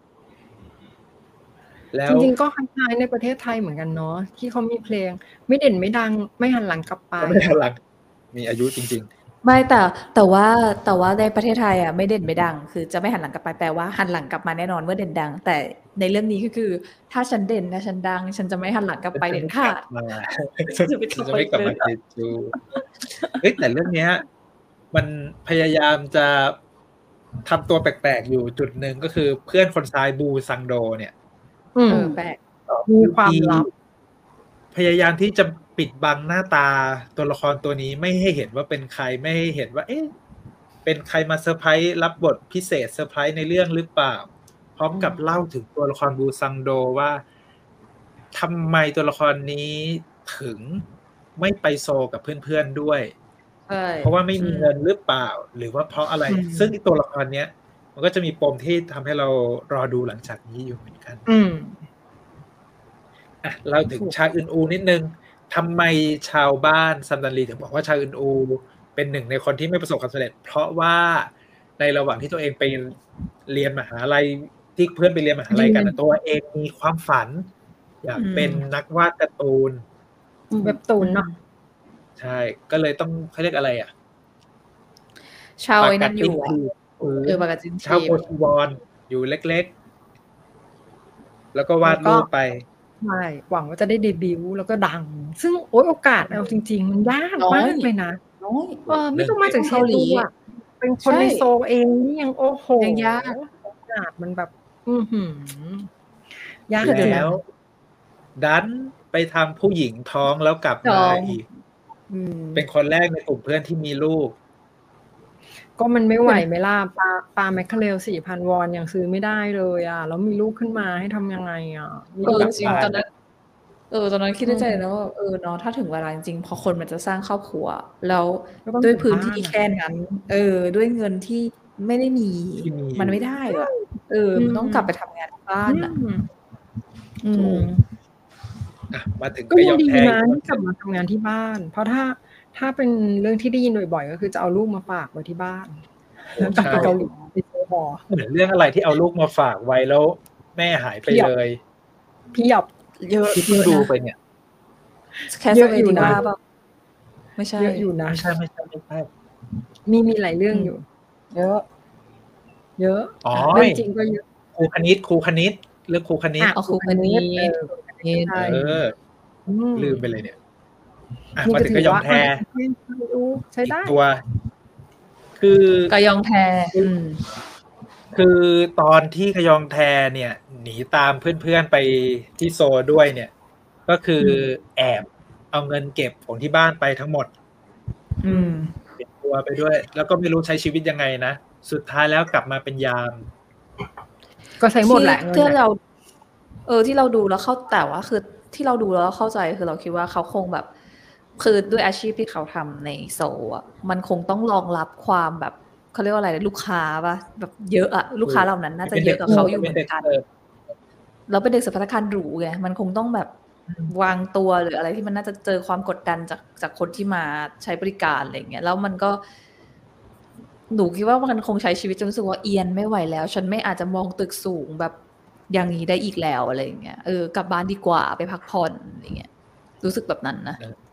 S1: แล้
S4: จ
S1: ว
S4: ริงๆก็คล้ายๆในประเทศไทยเหมือนกันเนาะที่เขามีเพลงไม่เด่นไม่ดังไม่หันหลังกลับไป
S1: ก็ไม่หันหลังมีอายุจริง
S3: ไม่แต่แต่ว่าแต่ว่าในประเทศไทยอ่ะไม่เด่นไม่ดัง คือจะไม่หันหลังกลับไปแปลว่าหันหลังกลับมาแน่นอนเมื่อเด่นดัง แต่ในเรื่องนี้ก็คือ ถ้าฉันเด่นถ้าฉันดัง ฉันจะไม่หันหลังกลับ
S1: ๆ
S3: ไปเด็ดขาด
S1: มา
S3: ฉันจะไม่
S1: ฉัน
S3: กลับ
S1: จะ
S3: ไป
S1: ไม่กลับ
S3: เล
S1: มาย เจจูเฮ้ยแต่เรื่องเนี้ย มันพยายามจะทำตัวแปลกๆอยู่จุดหนึ่งก็คือเพื่อนคนซ้ายบูซังโดเนี่ย
S4: อืม
S3: เออแปลก
S4: มีความลับ
S1: พยายามที่จะปิดบังหน้าตาตัวละครตัวนี้ไม่ให้เห็นว่าเป็นใครไม่ให้เห็นว่า เอ๊ะเป็นใครมาเซอร์ไพรส์รับบทพิเศษเซอร์ไพรส์ในเรื่องหรือเปล่า พร้อมกับเล่าถึงตัวละครบูซังโดว่าทำไมตัวละครนี้ถึงไม่ไปโซลกับเพื่อนๆด้วย
S3: ใช่
S1: เพราะว่าไม่มีเงินหรือเปล่า หรือว่าเพราะอะไร
S4: อืม
S1: ซึ่งตัวละครเนี้ย มันก็จะมีปมที่ทำให้เรารอดูหลังจากนี้อยู่เหมือนกัน
S4: อืม
S1: อ่ะเราถึงชาอึนอูนิดนึงทำไมชาวบ้านซัมดันลีถึงบอกว่าชาอึนอูเป็นหนึ่งในคนที่ไม่ประสบความสำเร็จ เพราะว่าในระหว่างที่ตัวเองไปเรียนมหาลัยที่เพื่อนไปเรียนมหาลัยกันนะตัวเองมีความฝัน อยากเป็นนักวาดการ์ตูน
S4: เว็บตูนเนาะ
S1: ใช่ก็เลยต้องเขาเรียกอะไรอ่ะ
S3: ชาวไอ้นั่นอยู่
S1: ปากกาจิน
S3: เออปากกาจิน
S1: ชาว
S3: ที
S1: โคชิวอนอยู่เล็กๆ แล้วก็วาดรูปไป
S4: ใช่หวังว่าจะได้เดบิวต์แล้วก็ดัง ซึ่งโอ๊ยโอกาสเอาจริง ๆ มันยากมากเลยนะ
S3: น้อย
S4: เออไม่ต้องมาจากเชตูอ่ะเป็นคน
S3: ใช่
S4: ในโซลเองนี่ยังโอ้โห
S3: ยังยาก
S4: โอกาสมันแบบ อือหือยาก
S3: เดี๋ยวนะ
S1: แล้ว ดันไปทำผู้หญิงท้องแล้วกลับ
S3: ท้
S1: มา
S3: อง
S1: อีก
S3: อืม
S1: เป็นคนแรกในกลุ่มเพื่อนที่มีลูก
S4: ก็มันไม่ไหวไหมล่ะปลาปลาแมคเคาเรลสี่พันวอนยังซื้อไม่ได้เลยอ่ะแล้วมีลูกขึ้นมาให้ทำยังไงอ่ะมี
S3: เออ
S4: ลูก
S3: จริงตอนนั้นเออตอนนั้นคิดในใจนะว่าเออเนาะถ้าถึงเวลาจริงๆพอคนมันจะสร้างครอบครัว แล้ว
S4: ก็ต้อง
S3: ด้วยพื้นที่
S4: อยู่บ้านอะ
S3: แค่นั้น เออ ด้วยเงินที่ไม่ได้มี
S1: ที่มี
S3: มันไม่ได้อะเออมันต้องกลับไปทำงานที่บ้านอ่ะ
S4: อืม
S3: อืม
S1: อ่ะมาถึง
S4: ก็
S1: ก็ย
S4: ยั
S1: อง ม
S4: ดี
S1: แพ้
S4: นะที่กลับมาทำงานที่บ้าน เพราะถ้าถ้าเป็นเรื่องที่ได้ยินบ่อยๆก็คือจะเอาลูกมาฝากไว้ที่บ้านแล้วกลับไปเกาหลีไปเจอหมอ
S1: เหมือนเรื่องอะไรที่เอาลูกมาฝากไว้แล้ว แม่หายไป
S4: เพียบ
S1: เลย
S4: เพียบเยอะ
S1: ที่เพิ่งดูไปเนี่ย
S3: แค่
S4: เย
S3: ส
S4: อะ
S3: เว
S4: อยู่
S3: ดี
S4: นะ
S3: ว่าเปล่าไม่ใช่
S4: เยอะอยู่นะ
S1: ไม่ใช่ไม่ใช่ไม่ใช่
S4: มีมีหลายเรื่องอยู่
S2: เยอะ
S4: เยอะ
S1: อ๋อ
S4: เรื่องจริงก็เยอะ
S1: ครูคณิตครูคณิตเรื่องครูคณิต
S4: อ่ะ
S3: เอาครูคณิต
S4: เออ ใช่
S1: เออ
S4: อืม
S1: ลืมไปเลยเนี่ยอ่ะ
S4: นี่
S1: มา
S4: ก็
S1: ถึง
S4: ถื
S1: ก็
S4: อย
S1: อม
S4: ว่า
S1: แพ้
S4: อ่ะใช้
S1: อี
S4: ได้
S1: กตัว คือ
S3: กยองแทอืม
S1: คือตอนที่ขยองแทเนี่ย หนีตามเพื่อนๆไปที่โซด้วยเนี่ย ก็คือแอบเอาเงินเก็บของที่บ้านไปทั้งหมด
S3: อืม
S1: เก็บตัวไปด้วย แล้วก็ไม่รู้ใช้ชีวิตยังไงนะ สุดท้ายแล้วกลับมาเป็นยาม
S4: ก็ใช้หมดแหละ
S3: ที่
S4: เงิน
S3: ที่
S4: อะ
S3: เรา เออที่เราดูแล้วเข้าแต่ว่าคือที่เราดูแล้วเข้าใจคือเราคิดว่าเขาคงแบบ คือด้วยอาชีพที่เขาทำในโซลอ่ะมันคงต้องรองรับความแบบเขาเรียกว่าอะไรลูกค้าป่ะแบบเยอะอะลูกค้าเหล่านั้นน่าจะเยอะกับเขาอยู่เหมือนกัน แล้วเป็นเด็กสัมพันธการหรูไงมันคงต้องแบบวางตัวหรืออะไรที่มันน่าจะเจอความกดดันจากจากคนที่มาใช้บริการอะไรเงี้ยแล้วมันก็หนูคิดว่ามันคงใช้ชีวิตจนรู้สึกว่าเอียนไม่ไหวแล้ว ฉันไม่อาจจะมองตึกสูงแบบอย่างนี้ได้อีกแล้วอะไรเงี้ยเออกลับบ้านดีกว่าไปพักผ่อนอะไรเงี้ยรู้สึกแบบนั้นนะ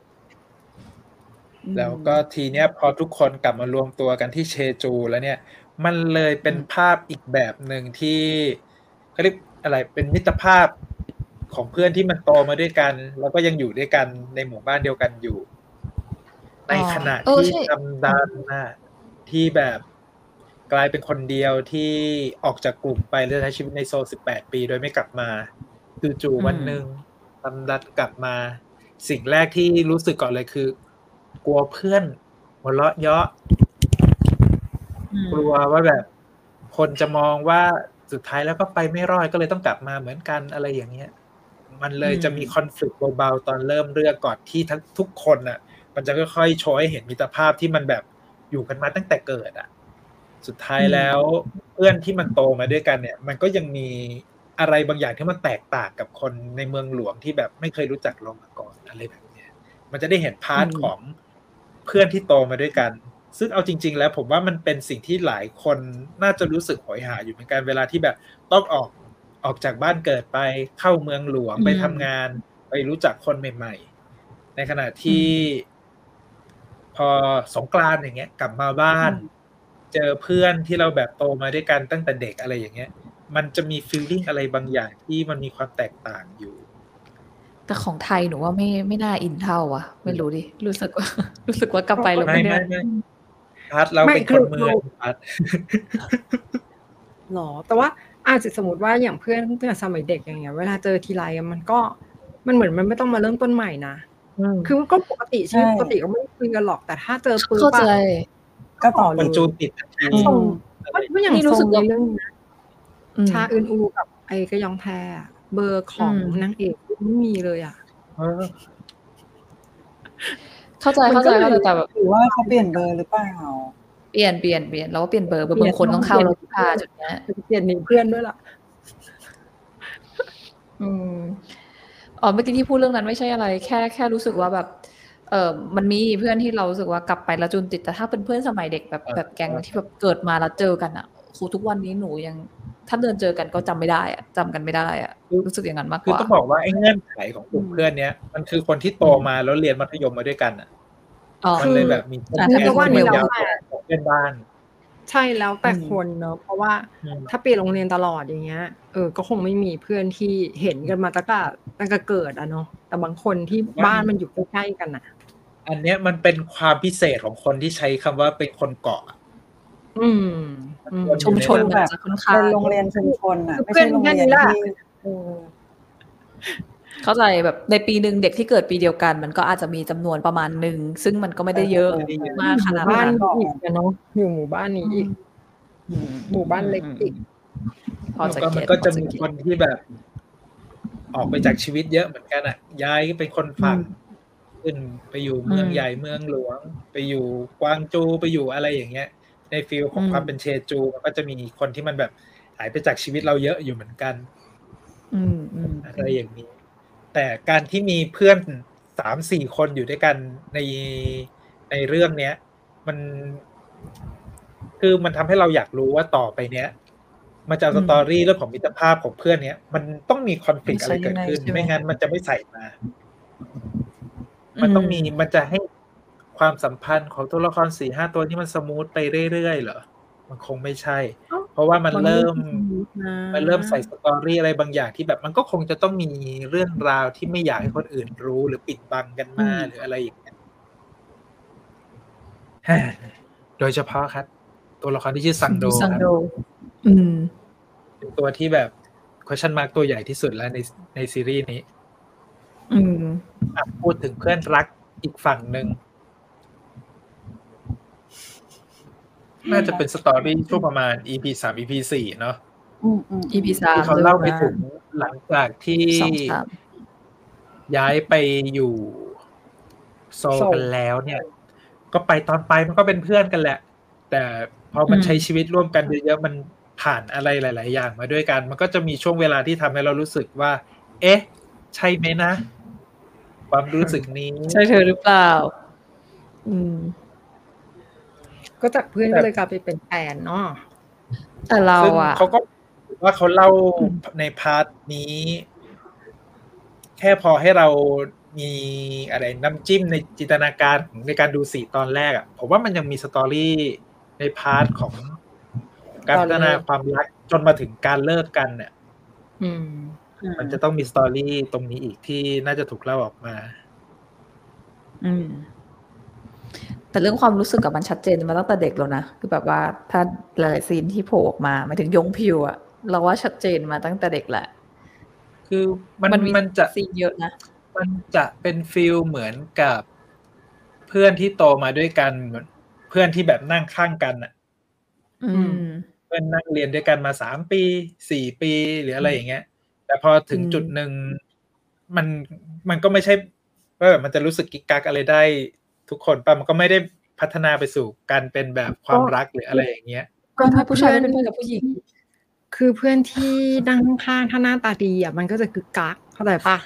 S1: แล้วก็ทีเนี้ยพอทุกคนกลับมารวมตัวกันที่เชจูแล้วเนี่ย มันเลยเป็นภาพอีกแบบหนึ่งที่เขาเรียกอะไรเป็นมิตรภาพของเพื่อนที่มันโตมาด้วยกัน แล้วก็ยังอยู่ด้วยกันในหมู่บ้านเดียวกันอยู่ ในขณะ
S3: เออ
S1: ที่
S3: ใช่
S1: ทำดันน่ะที่แบบกลายเป็นคนเดียวที่ออกจากกลุ่มไปแล้วใช้ชีวิตในโซลสิบแปดปีโดยไม่กลับมาจู่ๆวันหนึ่งทำดันกลับมา สิ่งแรกที่รู้สึกก่อนเลยคือกลัวเพื่อนหัวเราะเยาะกลัวว่าแบบคนจะมองว่าสุดท้ายแล้วก็ไปไม่รอดก็เลยต้องกลับมาเหมือนกันอะไรอย่างเงี้ยมันเลยจะมีคอนฟลิกต์เบาๆตอนเริ่มเรื่องก่อนที่ทั้งทุกคนน่ะมันจะค่อยๆโชว์ให้เห็นมิตรภาพที่มันแบบอยู่กันมาตั้งแต่เกิดอ่ะสุดท้ายแล้วเพื่อนที่มันโตมาด้วยกันเนี่ยมันก็ยังมีอะไรบางอย่างที่มันแตกต่างกับคนในเมืองหลวงที่แบบไม่เคยรู้จักเรามาก่อนอะไรแบบเนี้ยมันจะได้เห็นพาร์ทของเพื่อนที่โตมาด้วยกันซึ่งเอาจริงๆแล้วผมว่ามันเป็นสิ่งที่หลายคนน่าจะรู้สึกโหยหาอยู่เหมือนกันเวลาที่แบบต้องออกออกจากบ้านเกิดไปเข้าเมืองหลวงไปทำงานไปรู้จักคนใหม่ๆในขณะที่พอสงกรานต์อย่างเงี้ยกลับมาบ้านเจอเพื่อนที่เราแบบโตมาด้วยกันตั้งแต่เด็กอะไรอย่างเงี้ยมันจะมีฟีลลิ่งอะไรบางอย่างที่มันมีความแตกต่างอยู่
S3: แต่ของไทยหนูว่าไม่ไม่น่าอินเท่าอ่ะไม่รู้ดิรู้สึกว่ารู้สึกว่ากลับไปแล้วไม่ได้
S1: พาร์ทเราเป็นคนเมืองพาร์ท
S4: หรอแต่ว่าอาจจะสมมติว่าอย่างเพื่อนตั้งแต่สมัยเด็กอย่างเงี้ยเวลาเจอทีไรมันก็มันเหมือนมันไม่ต้องมาเริ่มต้นใหม่นะคือก็ปกติชีวิตปกติก็ไม่คุยกันหรอกแต่ถ้าเจอปืน
S3: เข้าใจ
S2: ก็ต่อเลย
S1: มันจูนติดทันที
S4: ก็อย่างรู้สึกเรื่องนี้ชาอึนอูกับไอ้กระยองแพเบอร์ของนางเอกไม่มีเลยอ่ะ
S3: เข้าใจเข้าใจเข้าใจแต่แบบ
S2: หรือว่าเขาเปลี่ยนเบอร์หรือเปล่า
S3: เปลี่ยนเปลี่ยนเปลี่ยนแล้วก็เปลี่ยนเบอร์เบอร์บางคนต้องเข้าแล้วพาจุดเนี้ย
S4: เปลี่ยนหนีเพื่อนด้วยล่ะ
S3: อืมอ๋อเมื่อกี้ที่พูดเรื่องนั้นไม่ใช่อะไรแค่แค่รู้สึกว่าแบบเออมันมีเพื่อนที่เรารู้สึกว่ากลับไปแล้วจูนติดแต่ถ้าเป็นเพื่อนสมัยเด็กแบบแบบแก๊งที่แบบเกิดมาแล้วเจอกันอ่ะครูทุกวันนี้หนูยังถ้าเดินเจอกันก็จำไม่ได้อ่ะจำกันไม่ได้อ่ะรู้สึกอย่างนั้นมากกว่า
S1: คือต้องบอกว่าไอ้เงื่อนไขของกลุ่มเพื่อนเนี้ยมันคือคนที่โตมาแล้วเรียนมัธยมมาด้วยกันอ่ะมันเลยแบบมี
S4: แต่ถ้าว่านี่แล้วแต่
S1: เพื่อนบ้าน
S4: ใช่แล้วแต่คนเนอะเพราะว่าถ้าเปลี่ยนโรงเรียนตลอดอย่างเงี้ยเออก็คงไม่มีเพื่อนที่เห็นกันมาตั้งแต่ตั้งแต่เกิดอ่ะเนาะแต่บางคนที่บ้านมันอยู่ใกล้ๆกันอ่ะ
S1: อันเนี้ยมันเป็นความพิเศษของคนที่ใช้คำว่าเป็นคนเกาะ
S4: อืม
S3: ชุมชนแบบ
S2: เป็นโรงเรียนชุมชนอ่ะไม่ใช่โรงเรียนที่
S3: เข้าใจแบบในปีนึงเด็กที่เกิดปีเดียวกันมันก็อาจจะมีจำนวนประมาณนึงซึ่งมันก็ไม่ได้เยอะมากขนาด
S4: นั้นอีกเนาะอยู่หมู่บ้านนี้อีกหมู่บ้านเล็กอีก
S1: พอจะมันก็จะมีคนที่แบบออกไปจากชีวิตเยอะเหมือนกันอ่ะย้ายเป็นคนฝั่งขึ้นไปอยู่เมืองใหญ่เมืองหลวงไปอยู่กวางโจวไปอยู่อะไรอย่างเงี้ยในฟีลของความเป็นเชจูมันก็จะมีคนที่มันแบบหายไปจากชีวิตเราเยอะอยู่เหมือนกันอะไรอย่างนี้แต่การที่มีเพื่อน สามสี่ คนอยู่ด้วยกันในในเรื่องเนี้ยมันคือมันทำให้เราอยากรู้ว่าต่อไปเนี้ยมันจะสตอรี่เรื่องของมิตรภาพของเพื่อนเนี้ยมันต้องมีคอนฟลิกต์อะไรเกิดขึ้นไม่งั้นมันจะไม่ใส่มามันต้องมีมันจะให้ความสัมพันธ์ของตัวละคร สี่ห้า ตัวนี้มันสมูทไปเรื่อยๆเหรอมันคงไม่ใช่เพราะว่ามันเริ่มมันเริ่มใส่สตอรี่อะไรบางอย่างที่แบบมันก็คงจะต้องมีเรื่องราวที่ไม่อยากให้คนอื่นรู้หรือปิดบังกันมาหรืออะไรอย่างเงี้ยโดยเฉพาะครับตัวละครที่ชื่อซังโดครับเป็นตัวที่แบบ question mark ตัวใหญ่ที่สุดแล้วในในซีรีส์นี้
S3: อืม
S1: พูดถึงเพื่อนรักอีกฝั่งหนึ่งน่าจะเป็นสตอรี่ช่วงประมาณ อี พี สาม อี พี สี่ เนาะ
S3: อี พี สาม
S1: เขาเล่าไปถึงหลังจากที่ย้ายไปอยู่โซลกันแล้วเนี่ยก็ไปตอนไปมันก็เป็นเพื่อนกันแหละแต่พอมันใช้ชีวิตร่วมกันเยอะๆมันผ่านอะไรหลายๆอย่างมาด้วยกันมันก็จะมีช่วงเวลาที่ทำให้เรารู้สึกว่าเอ๊ะใช่ไหมนะความรู้สึกนี้
S3: ใช่เธอหรือเปล่าอืม
S4: ก็จากเพื่อนก็เลยกลายไปเป็นแฟนเนาะ
S3: แต่เราอ่ะ
S1: เขาก็ว่าเขาเล่าในพาร์ทนี้แค่พอให้เรามีอะไรน้ำจิ้มในจินตนาการในการดูสี่ตอนแรกอ่ะผมว่ามันยังมีสตอรี่ในพาร์ทของการพัฒนาความรักจนมาถึงการเลิกกันเนี่ยมันจะต้องมีสตอรี่ตรงนี้อีกที่น่าจะถูกเล่าออกมา
S3: อืมแต่เรื่องความรู้สึกกับมันชัดเจนมาตั้งแต่เด็กแล้วนะคือแบบว่าถ้าหลายซีนที่โผล่ออกมาหมายถึงยงพิวอะเราว่าชัดเจนมาตั้งแต่เด็กแหละ
S1: คือมันมันจะ
S3: ซีนเยอะนะ
S1: มันจะเป็นฟีลเหมือนกับเพื่อนที่โตมาด้วยกันเพื่อนที่แบบนั่งข้างกันอ่ะเพื่อนนั่งเรียนด้วยกันมาสามปีสี่ปีหรืออะไรอย่างเงี้ยแต่พอถึงจุดหนึ่งมันมันก็ไม่ใช่ว่าแบบมันจะรู้สึกกิ๊กกักอะไรได้ทุกคนป่ะมันก็ไม่ได้พัฒนาไปสู่การเป็นแบบความรักหรืออะไรอย่างเงี้ย
S3: ก็ถ้าผู้ชายเป็นเพื่อนกับผู้หญิง
S4: คือเพื่อนที่นั่งข้างถ้าหน้าตาดีอ่ะมันก็จะคือกักเข้าใจป่ะ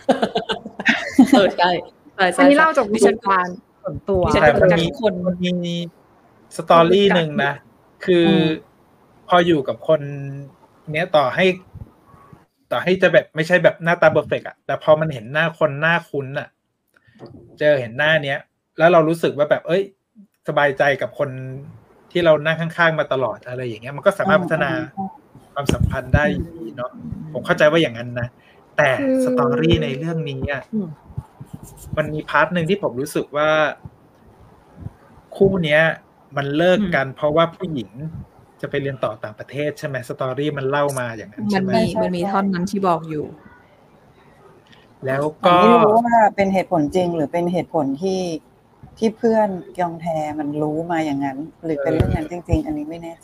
S3: เออใช่
S4: อันนี้เล่าจากวิชาการส่วนตัว
S1: แต่มันมีคนมีสตอรี่หนึ่งนะคือพออยู่กับคนเนี้ยต่อให้ต่อให้จะแบบไม่ใช่แบบหน้าตาเพอร์เฟกต์อ่ะแต่พอมันเห็นหน้าคนหน้าคุ้นอ่ะเจอเห็นหน้าเนี้ยแล้วเรารู้สึกว่าแบบเอ้ยสบายใจกับคนที่เรานั่งข้างๆมาตลอดอะไรอย่างเงี้ยมันก็สามารถพัฒนาความสัมพันธ์ได้เนาะผมเข้าใจว่าอย่างนั้นนะแต่สตอรี่ในเรื่องนี้อ่ะมันมีพาร์ทนึงที่ผมรู้สึกว่าคู่เนี้ยมันเลิกกันเพราะว่าผู้หญิงจะไปเรียนต่อต่างประเทศใช่ไหมสตอรี่มันเล่ามาอย่างนั้นใช่ไหม
S3: มันมีมันมีท่อนนั้นที่บอกอยู่
S1: แล้วก็
S2: ไม่รู้ว่าเป็นเหตุผลจริงหรือเป็นเหตุผลที่ที่เพื่อนยองแทมันรู้มาอย่างนั้นหรือเป็นเรื่องนั้นจริงๆอันนี้ไม่แน่ใจ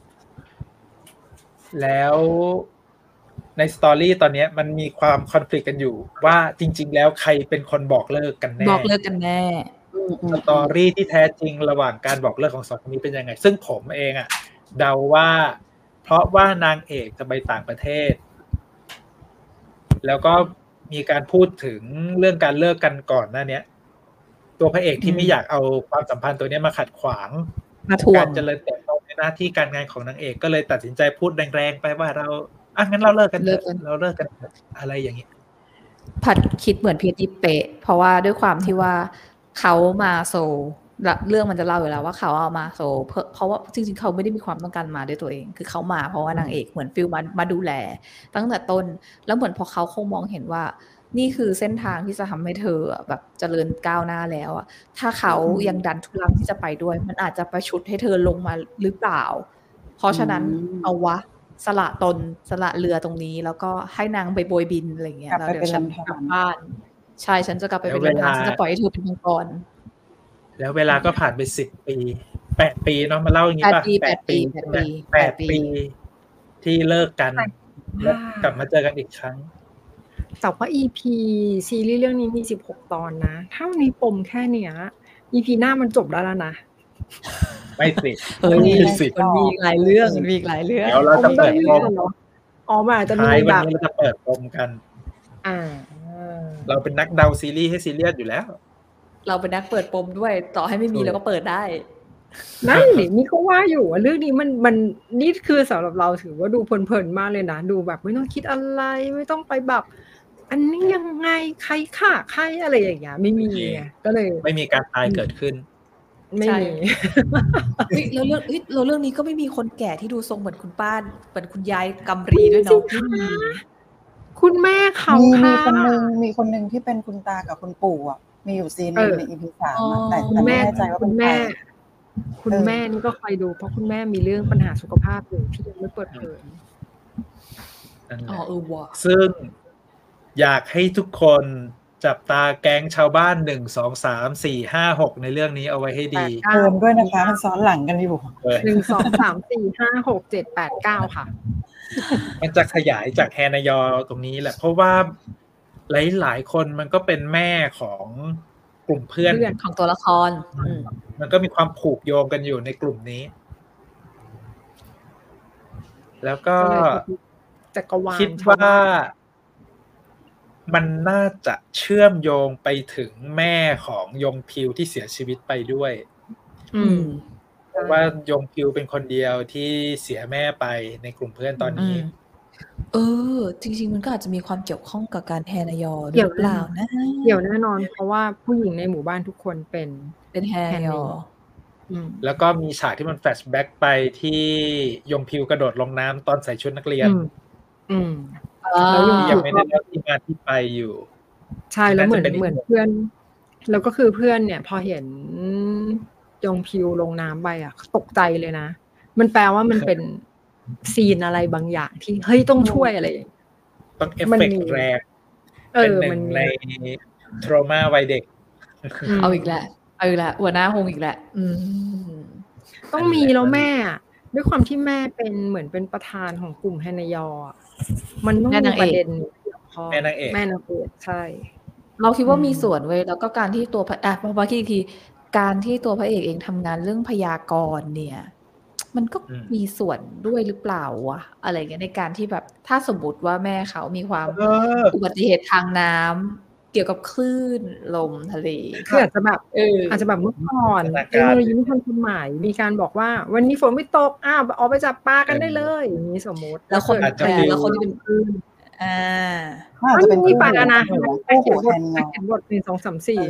S1: แล้วในสตอรี่ตอนนี้มันมีความคอนฟลิกต์กันอยู่ว่าจริงๆแล้วใครเป็นคนบอกเลิกกันแน่
S3: บอกเลิกกันแน่
S1: สตอรี่ที่แท้จริงระหว่างการบอกเลิกของสองคนนี้เป็นยังไงซึ่งผมเองอ่ะเดาว่าเพราะว่านางเอกจะไปต่างประเทศแล้วก็มีการพูดถึงเรื่องการเลิกกันก่อนหน้านี้ตัวพระเอกที่ไม่อยากเอาความสัมพันธ์ตัวนี้มาขัดขวางการเจริญเติบโตในหน้าที่การงานของนางเอกก็เลยตัดสินใจพูดแรงๆไปว่าเราอ่ะงั้นเราเลิกกันเถอะเราเลิกกันอะไรอย่างนี้
S3: ผัดคิดเหมือนพีทีเป๊ะเพราะว่าด้วยความที่ว่าเขามาโซเรื่องมันจะเล่าอยู่แล้วว่าเขาเอามาโซเพราะว่าจริงๆเขาไม่ได้มีความต้องการมาด้วยตัวเองคือเขามาเพราะว่านางเอกเหมือนฟิลมามาดูแลตั้งแต่ต้นแล้วเหมือนพอเขาคงมองเห็นว่านี่คือเส้นทางที่จะทำให้เธอแบบเจริญก้าวหน้าแล้วอ่ะถ้าเขายังดันทุลังที่จะไปด้วยมันอาจจะประชุดให้เธอลงมาหรือเปล่าเพราะฉะนั้นเอาวะสละตนสละเรือตรงนี้แล้วก็ให้นางไปโบยบินอะไรเงี้ยแล้วเดี๋ยวฉันกลับบ้านใช่ฉันจะกลับไปเป็นเวลาฉันจะปล่อยให้เธอเป็นมังกร
S1: แล้วเวลาก็ผ่านไปสิบปีแปดปีเนาะมาเล่าอย่างนี้ป่ะแปดปีแปดปีที่เลิกกันแล้วกลับมาเจอกันอีกครั้ง
S4: แต่ว่า อี พี ซีรีส์เรื่องนี้มีสิบหกตอนนะถ้ามีปมแค่เนี้ย อี พี หน้ามันจบแล้วนะ
S1: ไม่สิ
S3: เฮ้ยมันมีหลายเรื่องมีหลายเรื่อง
S1: เดี๋ยวเราจะเปิดปม
S4: อ๋อมันอาจจะมี
S1: แบบเราจะเปิดปมกัน
S4: อ่า
S1: เราเป็นนักเดาซีรีส์ให้ซีเรียสอยู่แล้ว
S3: เราเป็นนักเปิดปมด้วยต่อให้ไม่มีเราก็เปิดได้
S4: นั่นแหละนี่ก็ว่าอยู่ว่าเรื่องนี้มันมันนี่คือสำหรับเราถือว่าดูเพลินๆมากเลยนะดูแบบไม่ต้องคิดอะไรไม่ต้องไปแบบอันนี้ยังไงใครฆ่าใครอะไรอย่างเงี้ยไม่มีไงก็เลย
S1: ไม่มีการตายเกิดขึ้น
S4: ไม่มี
S3: แล้วเรื่องเราเรื่องนี้ก็ไม่มีคนแก่ที่ดูทรงเหมือนคุณป้าเหมือนคุณยายกำรีด้วยเนาะ
S4: คุณแม่เขา
S2: ค่ะมีคนนึงมีคนนึงที่เป็นคุณตากับคุณปู่อ่ะมีอยู่ซีนนึงใน อี พี สามแต่แต่ไม่แน่ใจว่าเป็นใคร
S4: คุณแม่นี่ก็คอยดูเพราะคุณแม่มีเรื่องปัญหาสุขภาพอยู่ที่ยังไม่เปิดเผย
S3: อ๋อเออว่ะ
S1: ซึ่งอยากให้ทุกคนจับตาแก๊งชาวบ้านหนึ่ง สอง สาม สี่ ห้า หกในเรื่องนี้เอาไว้ให้ดี
S2: เติมด้วยนะคะมันซ้อนหลังกันอยู่
S4: หนึ่ง สอง สาม สี่ ห้า หก เจ็ด แปด เก้าค่ะ
S1: มันจะขยายจากแฮนายอตรงนี้แหละเพราะว่าหลายๆคนมันก็เป็นแม่ของกลุ่มเพื่อน
S3: ของตัวละคร
S1: มันก็มีความผูกโยงกันอยู่ในกลุ่มนี้แล้วก็คิดว่ามันน่าจะเชื่อมโยงไปถึงแม่ของยงพิวที่เสียชีวิตไปด้วยเพราะว่ายงพิวเป็นคนเดียวที่เสียแม่ไปในกลุ่มเพื่อนตอนนี้
S3: เออจริงๆมันก็อาจจะมีความเกี่ยวข้องกับการแฮนายอหรือเปล่านะ
S4: เกี่ยวแน่นอนเพราะว่าผู้หญิงในหมู่บ้านทุกคนเป็น
S3: เป็นแฮนายอ
S1: แล้วก็มีฉากที่มันแฟลชแบ็กไปที่ยงพิวกระโดดลงน้ำตอนใส่ชุดนักเรียนแล้วยังไม่ได้เล่าที่มาที่ไปอยู่
S4: ใช่แล้วเหมือนเหมือนเพื่อนแล้วก็คือเพื่อนเนี่ยพอเห็นยงพิวลงน้ำไปอ่ะตกใจเลยนะมันแปลว่ามันเป็นซีนอะไรบางอย่างที่เฮ้ยต้องช่วยอะไร
S1: ต้องเอฟเฟกต์แรงเป็นหนึ่งในทรมาวัยเด็ก
S3: เอาอีกแล้วเอาอีกแล้วหัวหน้าหงอีกแล้ว
S4: ต้องมีแล้วแม่ด้วยความที่แม่เป็นเหมือนเป็นประธานของกลุ่มแฮนายอมันต้องมีประเด็น
S1: แม่นางเอก
S4: แม่นางเอกใช่
S3: เราคิดว่ามีส่วนเว้ยแล้วก็การที่ตัวอ่ะพอมาคิดอีกทีการที่ตัวพระเอกเองทำงานเรื่องพยากรณ์เนี่ยมันก็มีส่วนด้วยหรือเปล่าวะอะไรเงี้ยในการที่แบบถ้าสมมติว่าแม่เขามีความอุบัติเหตุทางน้เกี่ยวกับคลื่นลมทะเล
S4: คืออาจจะแบบเอออาจจะแบบเมื่อก่อนเทคโนโลยีไม่ทันสมัยมีการบอกว่าวันนี้ฝนไม่ตกอ้าวออกไปจับปลากันได้เลยอย่างนี้สมมติ
S3: แล้วคนแต่แล้วคนที่เป็นคลื่นอ่า
S2: อาจจะเป็น
S4: ที่ปลานะให้เขียนบทให้เขียนบทหนึ่งสองสามสี่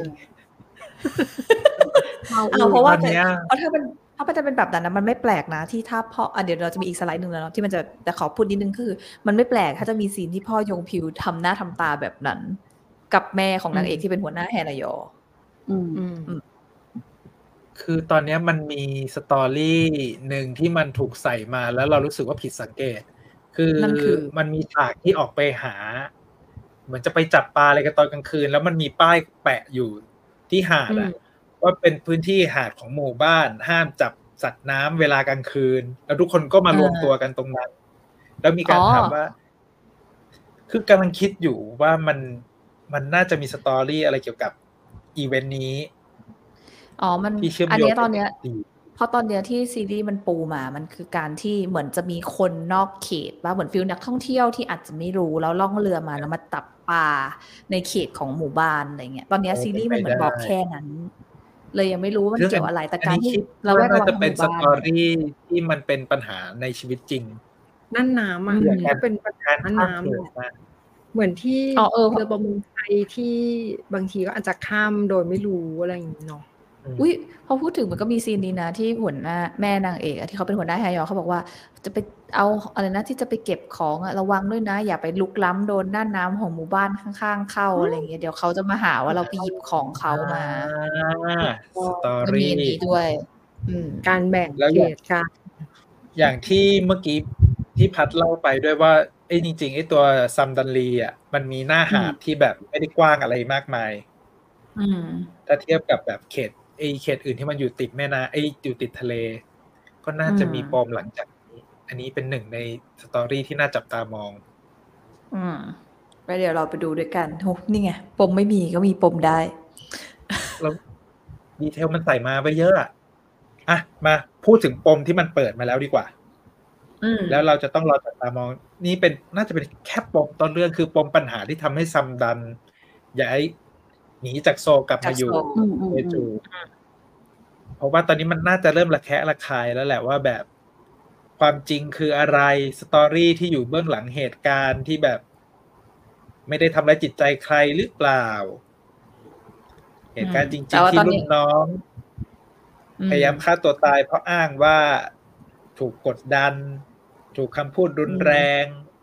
S3: เอาเพราะว่าเพราะถ้าเป็นถ้ามันจะเป็นแบบนั้นนะมันไม่แปลกนะที่ถ้าพ่ออ่ะเดี๋ยวเราจะมีอีกสไลด์นึงแล้วที่มันจะแต่ขอพูดนิดนึงคือมันไม่แปลกถ้าจะมีซีนที่พ่อยงพิวทำหน้าทำตาแบบนั้นกับแม่ของนางเอกที่เป็นหัวหน้าแฮนายอ
S2: อืม
S1: คือตอนนี้มันมีสตอรี่หนึ่งที่มันถูกใส่มาแล้วเรารู้สึกว่าผิดสังเกตคือมันมีฉากที่ออกไปหาเหมือนจะไปจับปลาอะไรกันตอนกลางคืนแล้วมันมีป้ายแปะอยู่ที่หาดอะว่าเป็นพื้นที่หาดของหมู่บ้านห้ามจับสัตว์น้ำเวลากลางคืนแล้วทุกคนก็มารวมตัวกันตรงนั้นแล้วมีการถามว่าคือกำลังคิดอยู่ว่ามันมันน่าจะมีสตอรี่อะไรเกี่ยวกับอีเวนต์นี้
S3: อ๋อมันอันนี้ตอนเนี้ยเพราะตอนเนี้ยที่ซีรีส์มันปูมามันคือการที่เหมือนจะมีคนนอกเขตว่าเหมือนฟิลนักท่องเที่ยวที่อาจจะไม่รู้แล้วล่องเรือมาแล้วมาตับปลาในเขตของหมู่บ้านอะไรเงี้ยตอนนี้ซีรีส์มันเหมือนบอกแค่นั้นเลยยังไม่รู้ว่ามันเกี่ยวอะไรแต่การที่เรา
S1: ว่าน่าจะเป็นสตอรี่ที่มันเป็นปัญหาในชีวิตจริง
S4: นั่นน้ำอ่ะเป็นปัญหาน้ำเหมือนที่เรือประมงไทยที่บางทีก็อาจจะข้ามโดยไม่รู้อะไรอย่างนี้เนาะ
S3: อุ้ยพอพูดถึงมันก็มีซีนนี้นะที่หัวหน้าแม่นางเอกที่เขาเป็นหัวหน้าแฮยอเขาบอกว่าจะไปเอาอะไรนะที่จะไปเก็บของอะระวังด้วยนะอย่าไปลุกล้ำโดนด้านน้ำของหมู่บ้านข้างๆเข้าอะไรอย่างเงี้ยเดี๋ยวเขาจะมาหาว่าเราไปหยิบของเขามา
S1: สตอรี่
S3: นี้ด้วย
S4: การแบ่งเขตค่ะ
S1: อย่างที่เมื่อกี้ที่พัดเล่าไปด้วยว่าไอ้จริงๆไอ้ตัวซัมดันลีอ่ะมันมีหน้าหาดที่แบบไม่ได้กว้างอะไรมากมายถ้าเทียบกับแบบเขตไอ้เขตอื่นที่มันอยู่ติดแม่น้ำไอ้อยู่ติดทะเลก็น่าจะมีปมหลังจากนี้อันนี้เป็นหนึ่งในสตอรี่ที่น่าจับตามอง
S3: อืมไปเดี๋ยวเราไปดูด้วยกันโอ้นี่ไงปมไม่มีก็มีปมได้
S1: แล้วดีเทลมันใส่มาไปเยอะอ่ะมาพูดถึงปมที่มันเปิดมาแล้วดีกว่าแล้วเราจะต้องรอจับตามองนี่เป็นน่าจะเป็นแค่ปมต้นเรื่องคือปมปัญหาที่ทำให้ซัมดันย้ายหนีจากโซกลับมาอยู่เอจูเพราะว่าตอนนี้มันน่าจะเริ่มระแคะระคายแล้วแหละว่าแบบความจริงคืออะไรสตอรี่ที่อยู่เบื้องหลังเหตุการณ์ที่แบบไม่ได้ทำร้ายจิตใจใครหรือเปล่าเหตุการณ์จริงๆที่ลูกน้องพยายามฆ่าตัวตายเพราะอ้างว่าถูกกดดันถูกคำพูดรุนแรง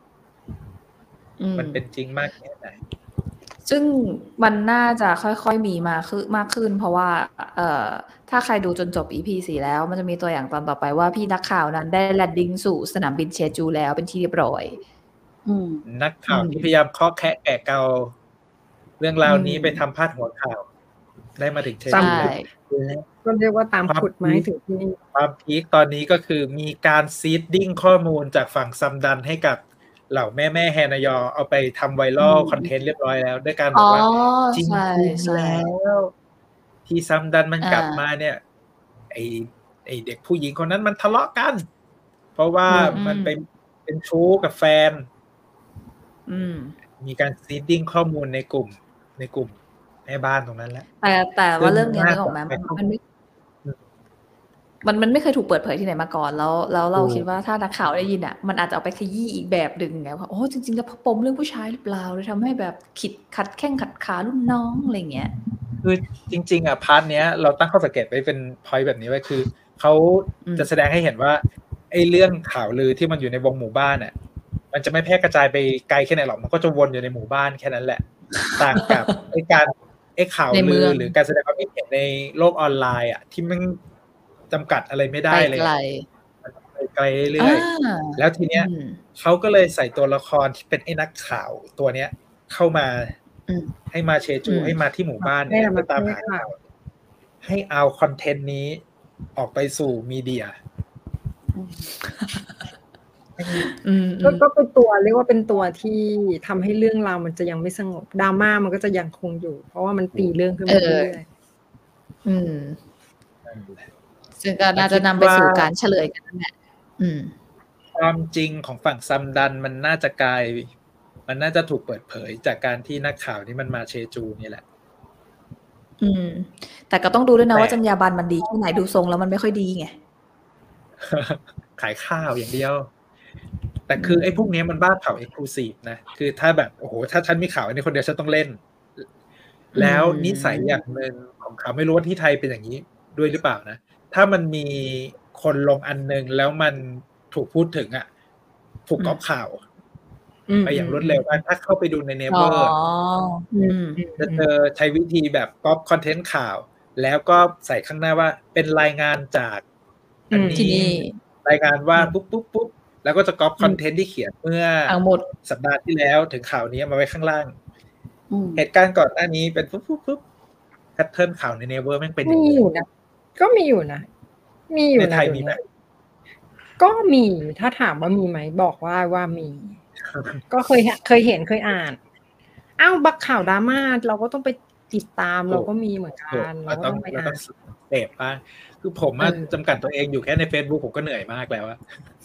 S1: มันเป็นจริงมากแค่ไหน
S3: ซึ่งมันน่าจะค่อยๆมีมาคือมากขึ้นเพราะว่าเอ่อถ้าใครดูจนจบ อี พี สี่แล้วมันจะมีตัวอย่างตอนต่อไปว่าพี่นักข่าวนั้นได้แลนดิ้งสู่สนามบินเชจูแล้วเป็นที่เรียบร้อย
S1: นักข่าวที่พยายามเคาะแคะแกะเกาเรื่องราวนี้ไปทำพาดหัวข่าวได้มาถึงเชจู
S4: ก็เรียกว่าตามขุดไม้ถึงที่
S1: ความพีคตอนนี้ก็คือมีการซีดดิ้งข้อมูลจากฝั่งซัมดันให้กับเหล่าแม่แม่แฮนายอเอาไปทำไวรัลคอนเทนต์เรียบร้อยแล้วด้วยการบอกว่าจริงๆแล้วที่ซัมดันมันกลับมาเนี่ยไอไอเด็กผู้หญิงคนนั้นมันทะเลาะกันเพราะว่ามันเป็นเป็นชู้กับแฟนมีการซีดดิ้งข้อมูลในกลุ่มในกลุ่มแม่บ้านตรงนั้นแหละ
S3: แต่แต่ว่าเรื่องนี้นึกออกไหมมันไม่มันมันไม่เคยถูกเปิดเผยที่ไหนมาก่อนแล้วแล้วเราคิดว่าถ้านักข่าวได้ยินอ่ะมันอาจจะเอาไปขยี้อีกแบบนึงไงว่าโอ้จริงๆแล้วปมเรื่องผู้ชายหรือเปล่าเลยทำให้แบบขิดขัดแข้งขัดขารุ่นน้องอะไรเงี้ย
S1: คือจริงๆอ่ะพาร์ทเนี้ยเราตั้งข้อสังเกตไว้เป็นพอยต์แบบนี้ไว้คือเขาจะแสดงให้เห็นว่าไอ้เรื่องข่าวลือที่มันอยู่ในวงหมู่บ้านอ่ะมันจะไม่แพร่กระจายไปไกลแค่ไหนหรอกมันก็จะวนอยู่ในหมู่บ้านแค่นั้นแหละต่างกับไอ้การไอ้ข่าวลือหรือการแสดงความคิดเห็นในโลกออนไลน์อ่ะที่มันจำกัดอะไรไม่ได้เลยไปไกลเรื่อยๆแล้วทีเนี้ยเขาก็เลยใส่ตัวละครที่เป็นไอ้นักข่าวตัวเนี้ยเข้ามาให้มาเชจูให้มาที่หมู่บ้านเนี่ยไปตามหาข่าวให้เอาคอนเทนต์นี้ออกไปสู่มีเดีย
S4: ก็ก็เป็นตัวเรียกว่าเป็นตัวที่ทำให้เรื่องราวมันจะยังไม่สงบดราม่ามันก็จะยังคงอยู่เพราะว่ามันตีเรื่องขึ้นมาเรื่อยๆอืม
S3: ซึ่งก็น่าจะนำไปสู่การเฉลยกันนั่นแหละ
S1: ความจริงของฝั่งซัมดันมันน่าจะกลายมันน่าจะถูกเปิดเผยจากการที่นักข่าวนี่มันมาเชจูนี่แหละ
S3: อืมแต่ก็ต้องดูด้วยนะว่าจรรยาบรรณมันดีแค่ไหนดูทรงแล้วมันไม่ค่อยดีไง
S1: ขายข้าวอย่างเดียวแต่คือไอ้พวกนี้มันบ้าเผา exclusive นะคือถ้าแบบโอ้โหถ้าฉันมีข่าวอันนี้คนเดียวฉันต้องเล่นแล้วนิสัยอย่างนึงของเขาไม่รู้ว่าที่ไทยเป็นอย่างนี้ด้วยหรือเปล่านะถ้ามันมีคนลงอันนึงแล้วมันถูกพูดถึงอ่ะถูกก๊อปข่าวไปอย่างรวดเร็วถ้าเข้าไปดูในเนเวอร์จะเจอใช้วิธีแบบก๊อปคอนเทนต์ข่าวแล้วก็ใส่ข้างหน้าว่าเป็นรายงานจากอันนี้รายงานว่าปุ๊บปุ๊บปุ๊บแล้วก็จะก๊อปคอนเทนต์ที่เขียนเมื่อสัปดาห์ที่แล้วถึงข่าวนี้มาไว้ข้างล่างเหตุการณ์ก่อนหน้านี้เป็นปุ๊บปุ๊บปุ๊บแพทเทิร์นข่าวในเนเวอร์แม่งเป็นอย่างนี้
S4: มีอยู่นะก็มีอยู่นะมีอยู่
S1: ในไทยมีไหม
S4: ก็มีถ้าถามว่ามีไหมบอกว่าว่ามีก็เคยเคยเห็นเคยอ่านอ้าวบักข่าวดราม่าเราก็ต้องไปติดตามเราก็มีเหมือนกัน
S1: เราต้องไปอ่านเสพบ้างคือผมมาจำกัดตัวเองอยู่แค่ใน Facebook ผมก็เหนื่อยมากแล้วอะ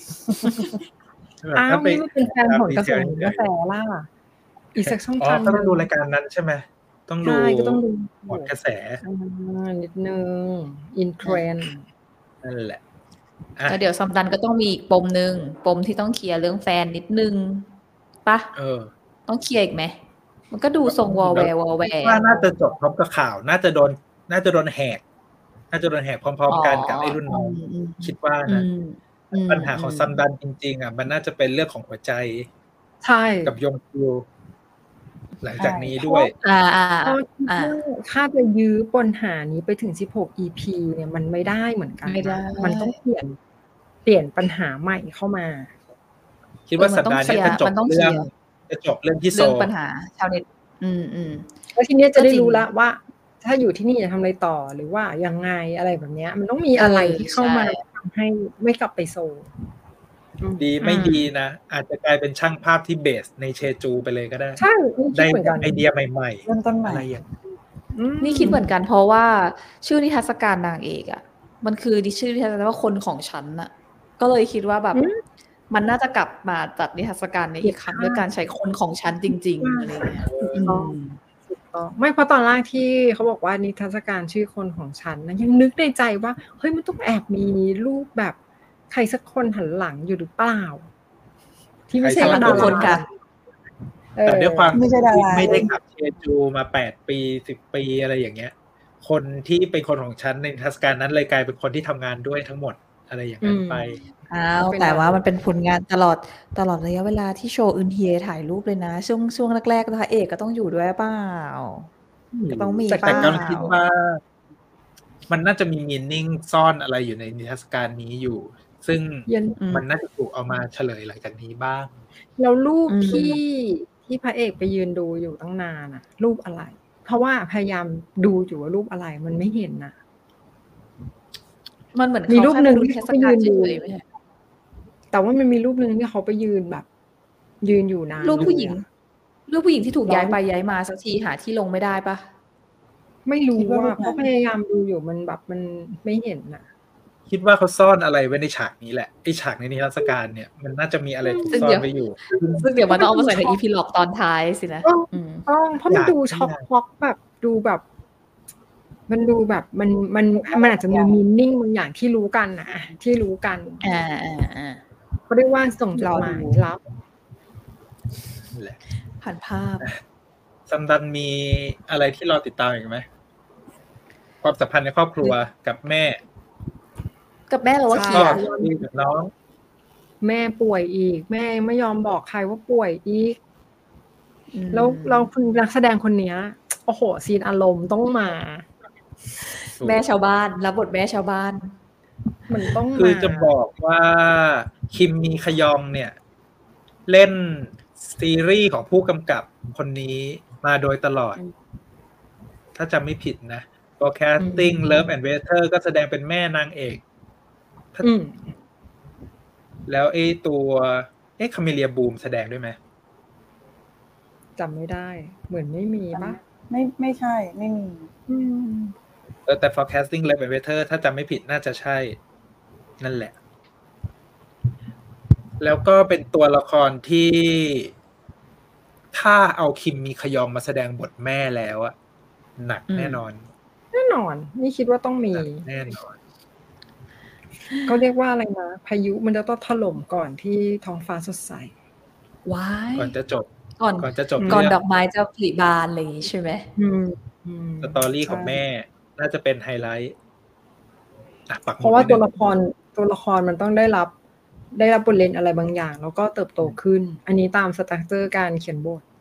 S4: อ้าวไม่เป็นแฟนของกระแสกระแสล่ะอีกสักช่องทาง
S1: ต้องดูรายการนั้นใช่ไหมต้องดู
S4: ก็ต้องดู
S1: หมดกระแส
S4: นิดนึงอินเทรนด์
S1: นั่นแหละ
S3: แล้วเดี๋ยวซัมดันก็ต้องมีอีกปมนึงปมที่ต้องเคลียร์เรื่องแฟนนิดนึงปะ
S1: เออ
S3: ต้องเคลียร์อีกไหมมันก็ดูทรงวอลแวร์วอลแวร์
S1: ว่าน่าจะจบพร้อมกับข่าวน่าจะโดนน่าจะโดนแหกน่าจะโดนแหกพร้อมๆกันกับไอ้รุ่นน้องคิดว่านะปัญหาของซัมดันจริงๆอ่ะมันน่าจะเป็นเรื่องของหัวใจ
S4: ใช่
S1: กับยงคิวหลังจากนี้ด้วย
S3: อ่าอ่าอ่า
S4: ถ้าจะยื้อปัญหานี้ไปถึงสิบหก อี พี เนี่ยมันไม่ได้เหมือนกันมันต้องเปลี่ยนเปลี่ยนปัญหาใหม่เข้ามา
S1: คิดว่าสัปดาห์นี้จะจบเรื่องจะจบเรื่องที่โซ
S3: เรื่องปัญหาชาวเน็ตอืมอืม
S4: แล้วทีนี้จะได้รู้ละว่าถ้าอยู่ที่นี่จะทำอะไรต่อหรือว่ายังไงอะไรแบบนี้มันต้องมีอะไรที่เข้ามาทำให้ไม่กลับไปโซ
S1: ดีไม่ดีนะอาจจะกลายเป็นช่างภาพที่เบสในเชจูไปเลยก็ได้
S4: ใช่
S1: ได้ไอเดียใหม่ๆ
S2: เริ่มต้นใหม่
S1: อะไรอย่าง
S3: นี่คิดเหมือนกันเพราะว่าชื่อนิทรรศการนางเอกอ่ะมันคือชื่อนิทรรศการว่าคนของฉันน่ะก็เลยคิดว่าแบบมันน่าจะกลับมาจัดนิทรรศการนี้อีกครั้งด้วยการใช้คนของฉันจริงๆอะไรเงี้ย
S4: ไม่เพราะตอนแรกที่เขาบอกว่านิทรรศการชื่อคนของฉันนะยังนึกในใจว่าเฮ้ยมันต้องแอบมีรูปแบบใครสักคนหันหลังอยู่หรือเปล่าที่ไม่ใช่ดารา
S3: กัน
S1: แต่ด้วยความไม่ได้ขับเชจูมาแปดปีสิบปีอะไรอย่างเงี้ยคนที่เป็นคนของฉันในนิทรรศการนั้นเลยกลายเป็นคนที่ทำงานด้วยทั้งหมดอะไรอย่างนั้นไป
S3: อ้าวแต่ว่ามันเป็นผลงานตลอดตลอดระยะเวลาที่โชว์อึนเฮียถ่ายรูปเลยนะช่วงช่วงแรกๆพระเอกก็ต้องอยู่ด้วยเปล่าก็ต้องมี
S1: แต่ก็คิดว่ามันน่าจะมีมีนิ่งซ่อนอะไรอยู่ในนิทรรศการนี้อยู่ซึ่งมันน่าจะถูกเอามาเฉลยหลังจากนี้บ้าง
S4: แล้วรูปที่ที่พระเอกไปยืนดูอยู่ตั้งนานอะรูปอะไรเพราะว่าพยายามดูอยู่ว่ารูปอะไรมันไม่เห็นน่ะ
S3: มันเหมือน
S4: มีรูปนึงที่เขาไปยืนดูแต่ว่ามันมีรูปนึงที่เขาไปยืนแบบยืนอยู่นาน
S3: รูปผู้หญิงรูปผู้หญิงที่ถูกย้ายไปย้ายมาสักทีหาที่ลงไม่ได้ปะ
S4: ไม่รู้ว่าเขาพยายามดูอยู่มันแบบมันไม่เห็นน่ะ
S1: คิดว่าเขาซ่อนอะไรไว้ในฉากนี้แหละไอ้ฉากในนิทรรศการเนี่ยมันน่าจะมีอะไรถูกซ่อนไว้อยู่
S3: ซึ่งเดี๋ยวมันต้องเอามาใส่ในอีพีล็อกตอนท้ายสินะ
S4: ต้องเพราะมันดูช็อกช็อกแบบดูแบบมันดูแบบมันมันมันอาจจะมีมีนิ่งบางอย่างที่รู้กันนะที่รู้กัน
S3: อ่าอ่าอ่า
S4: เขาเรียกว่าส่งจดหมายลับ
S3: ผ่านภาพ
S1: ซัมดันมีอะไรที่รอติดตามอีกไหมความสัมพันธ์ในครอบครัวกับแม่
S3: กับแม่เราว่าเคลียร์
S1: กับน้อง
S4: แม่ป่วยอีกแม่ไม่ยอมบอกใครว่าป่วยอีกแล้วเราคุณนักแสดงคนนี้โอ้โหซีนอารมณ์ต้องมา
S3: แม่ชาวบ้านรับบทแม่ชาวบ้าน
S4: มันต้อง
S1: คือจะบอกว่าคิมมีขยองเนี่ยเล่นซีรีส์ของผู้กำกับคนนี้มาโดยตลอดถ้าจำไม่ผิดนะ Forecasting Love and Waiter ก็แสดงเป็นแม่นางเอกแล้วไอ้ตัวเอ๊ะคาเมเลียบูมแสดงด้วยไหม
S4: จำไม่ได้เหมือนไม่มีปะ
S2: ไม่ไม่ใช่ไม่มี
S1: เออแต่ Forecasting Love and Waiter ถ้าจำไม่ผิดน่าจะใช่นั่นแหละแล้วก็เป็นตัวละครที่ถ้าเอาคิมมีขยองมาแสดงบทแม่แล้วอะหนักแน่นอน
S4: แน่นอนนี่คิดว่าต้องมี
S1: แน่นอน
S4: เขาเรียกว่าอะไรนะพายุมันจะต้องถล่มก่อนที่ท้องฟ้าสดใส
S3: ว้าย
S1: ก่อนจะจบ
S3: ก่อน
S1: ก่อนจะจบ
S3: ก่อนดอกไม้จะผลิบานอะไรอย่างงี้ใช่ไหม
S1: สตอรี่ของแม่น่าจะเป็นไฮไลท์
S4: เพราะว่าตัวละครตัวละครมันต้องได้รับได้รับบทเรียนอะไรบางอย่างแล้วก็เติบโตขึ้นอันนี้ตามสตรัคเจอร์การเขียนบท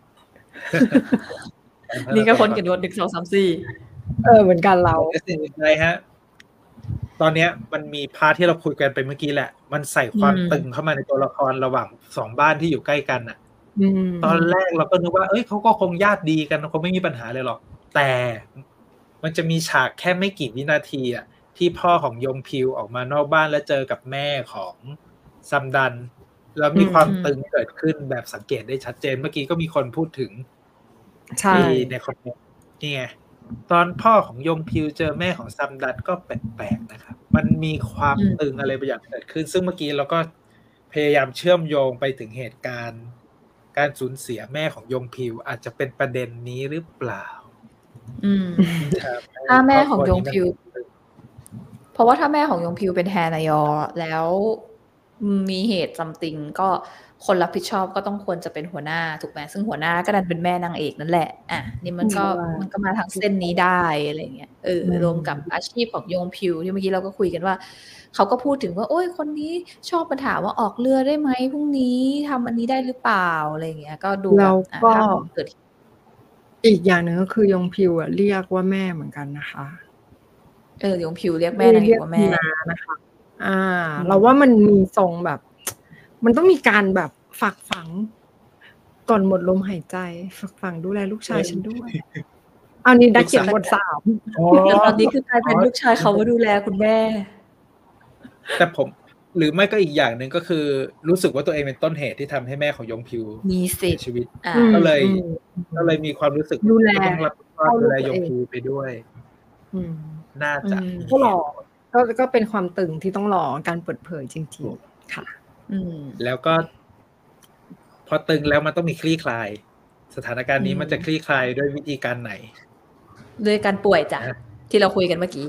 S3: นี่ก็คนเขียนบทหนึ่ง สอง สาม สี่
S4: เออเหมือนกันเรา
S1: อะไรฮะตอนเนี้ยมันมีพาร์ทที่เราคุยกันไปเมื่อกี้แหละมันใส่ความตึงเข้ามาในตัวละครระหว่างสองบ้านที่อยู่ใกล้กันน่ะตอนแรกเราก็นึกว่าเอ้ยเขาก็คงญาติดีกันคงไม่มีปัญหาเลยหรอกแต่มันจะมีฉากแค่ไม่กี่วินาทีอ่ะที่พ่อของยงพิวออกมานอกบ้านแล้วเจอกับแม่ของซัมดันแล้วมีความตึงเกิดขึ้นแบบสังเกตได้ชัดเจนเมื่อกี้ก็มีคนพูดถึง
S4: ใช่
S1: ในคอมเมนต์นี่ไงตอนพ่อของยงพิวเจอแม่ของซัมดันก็แปลกๆนะครับมันมีความตึงอะไรบางอย่างเกิดขึ้นซึ่งเมื่อกี้เราก็พยายามเชื่อมโยงไปถึงเหตุการณ์การสูญเสียแม่ของยงพิวอาจจะเป็นประเด็นนี้หรือเปล่า
S3: อืมถ้าแม่ของยงพิวเพราะว่าถ้าแม่ของยงพิวเป็นแฮนายอแล้วมีเหตุซัมติงก็คนรับผิดชอบก็ต้องควรจะเป็นหัวหน้าถูกไหมซึ่งหัวหน้าก็ดันเป็นแม่นางเอกนั่นแหละอ่ะนี่มันก็มันก็มาทางเส้นนี้ได้อะไรเงี้ยเออรวมกับอาชีพของยงพิวที่เมื่อกี้เราก็คุยกันว่าเขาก็พูดถึงว่าโอ้ยคนนี้ชอบมาถามว่าออกเรือได้ไหมพรุ่งนี้ทำอันนี้ได้หรือเปล่าอะไรเงี้ยก็ดู
S4: แล้วก็อีกอย่างหนึ่งก็คือยงพิวอ่ะเรียกว่าแม่เหมือนกันนะคะ
S3: เออยงพิวเรียกแม่นางเอกว่าแม่
S4: นะคะอ่าเราว่ามันมีทรงแบบมันต้องมีการแบบฝากฝังก่อนหมดลมหายใจฝากฝังดูแลลูกชายฉันด้วยเอานี่ได้เขียนบทสาม
S3: ตอนนี้คือกลายเป็นลูกชายเขาว่าดูแลคุณแม่
S1: แต่ผมหรือไม่ก็อีกอย่างหนึ่งก็คือรู้สึกว่าตัวเองเป็นต้นเหตุที่ทำให้แม่ของยงพิว
S3: มีเสีย
S1: ชีวิตก็เลยก็เลยมีความรู้สึกต้องรับผิดชอบดูแลยงพิวไปด้วยน่าจะ
S4: ก็รอก็ก็เป็นความตึงที่ต้องรอการเปิดเผยจริงๆค่ะ
S1: แล้วก็พอตึงแล้วมันต้องมีคลี่คลายสถานการณ์นี้มันจะคลี่คลายด้วยวิธีการไหน
S3: ด้วยการป่วยจ้ะที่เราคุยกันเมื่อกี้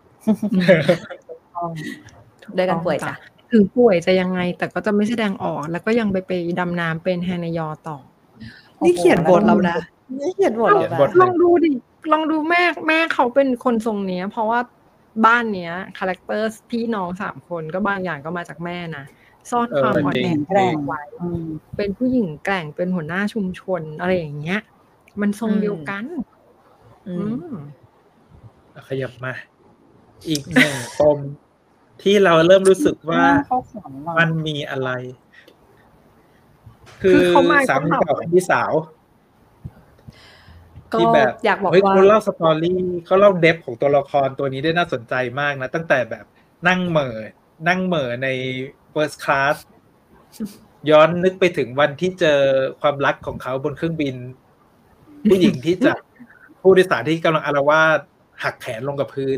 S3: ด้วยการป่วยจ้ะ
S4: ถึงป่วยจะยังไงแต่ก็จะไม่แสดงออกแล้วก็ยังไปไปดำน้ำเป็นแฮนายอต่อนี่เขียนบทเรานะ
S3: นี่เขียนบทเรา
S4: ลองดูดิลองดูแม่แม่เขาเป็นคนทรงเนี้ยเพราะว่าบ้านเนี้ยคาแรคเตอร์พี่น้องสามคนก็บางอย่างก็มาจากแม่นะซ่อนความอ่อนแอแกร่งไว้เป็นผู้หญิงแกร่งเป็นหัวหน้าชุมชนอะไรอย่างเงี้ยมันทรงเดียวกัน
S1: ขยับมาอีกหนึ่งปมที่เราเริ่มรู้สึกว่ามันมีอะไรคือสามีเก่าของพี่สาวที่แบบ
S3: อยากบอกว่า
S1: เขาเล่าสตอรี่เขาเล่าเดปของตัวละครตัวนี้ได้น่าสนใจมากนะตั้งแต่แบบนั่งเหม่อนั่งเหม่อใน first class ย้อนนึกไปถึงวันที่เจอความรักของเขาบนเครื่องบินผู้หญิงที่จะผู้โดยสารที่กำลังอาละวาดหักแขนลงกับพื้น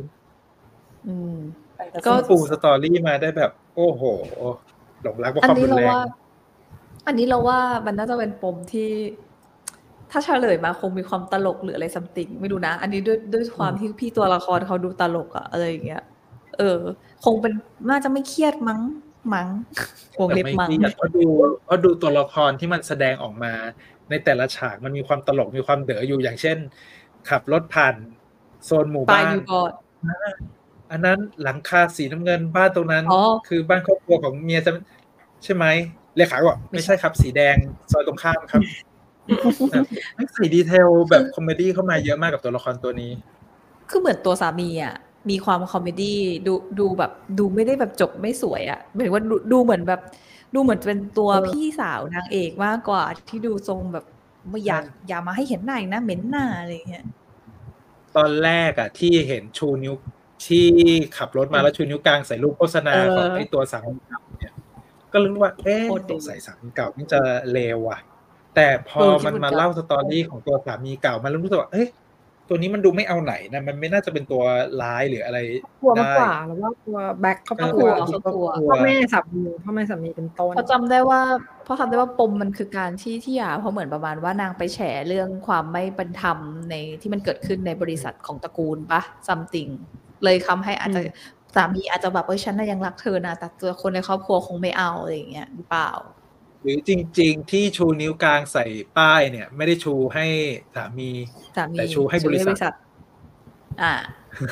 S1: ก็ปูสตอรี่มาได้แบบโอ้โหหลงรักเพราะความรุนแรง
S3: อันนี้เราว่ามันน่าจะเป็นปมที่ถ้าเฉลยมาคงมีความตลกหรืออะไรซัมติงไม่รู้นะอันนี้ด้วยด้วยความที่พี่ตัวละครเขาดูตลกอะอะไรอย่างเงี้ยเออคงเป็นน่าจะไม่เครียดมั้งมั้งวงเล็บมั้ง
S1: เพราะดูเพราะดูตัวละครที่มันแสดงออกมาในแต่ละฉากมันมีความตลกมีความเด๋ออยู่อย่างเช่นขับรถผ่านโซนหมู่บ้านอันนั้นหลังคาสีน้ำเงินบ้านตรงนั้นคือบ้านครอบครัวของเมียใช่ไหมเลขาบอกไม่ใช่ครับสีแดงซอยตรงข้ามครับใส่ดีเทลแบบคอมเมดี้เข้ามาเยอะมากกับตัวละครตัวนี้
S3: คือเหมือนตัวสามีอ่ะมีความคอมเมดี้ดูดูแบบดูไม่ได้แบบจบไม่สวยอ่ะหมายถึงว่าดูดูเหมือนแบบดูเหมือนเป็นตัวพี่สาวนางเอกมากกว่าที่ดูทรงแบบไม่อยากอย่ามาให้เห็นหน้าอีกนะเหม็นหน้าอะไรอย่างเงี้ย
S1: ตอนแรกอ่ะที่เห็นชูนิ้วที่ขับรถมาแล้วชูนิ้วกลางใส่รูปโฆษณาของไอ้ตัวสามีเก่าเนี่ยก็รู้ว่าเอ๊ะสงสัยสามีเก่ามันจะเลวอ่ะแต่พอมันมาเล่าสตอรี่ของตัวสามีเก่ามันรู้สึกว่าเอ๊ะตัวนี้มันดูไม่เอาไหนนะมันไม่น่าจะเป็นตัวร้ายหรืออะไร
S4: กลัวมากกว่าแล้วว่าตัวแบ็คเขากลัวพ่อแม่สามีพ่อแม่สามีเป็นต้น
S3: เขาจำได้ว่าเพราะจำได้ว่าปมมันคือการที่ที่หย่าเพราะเหมือนประมาณว่านางไปแฉเรื่องความไม่เป็นธรรมในที่มันเกิดขึ้นในบริษัทของตระกูลปะ something เลยทำให้อาจจะสามีอาจจะแบบเออฉันน่ะยังรักเธอนะแต่ตัวคนในครอบครัวคงไม่เอาอะไรอย่างเงี้ยหรือเปล่า
S1: หรือจริงๆที่ชูนิ้วกลางใส่ป้ายเนี่ยไม่ได้ชูให้สามีแต่ชูให้บริษัท
S3: อ่า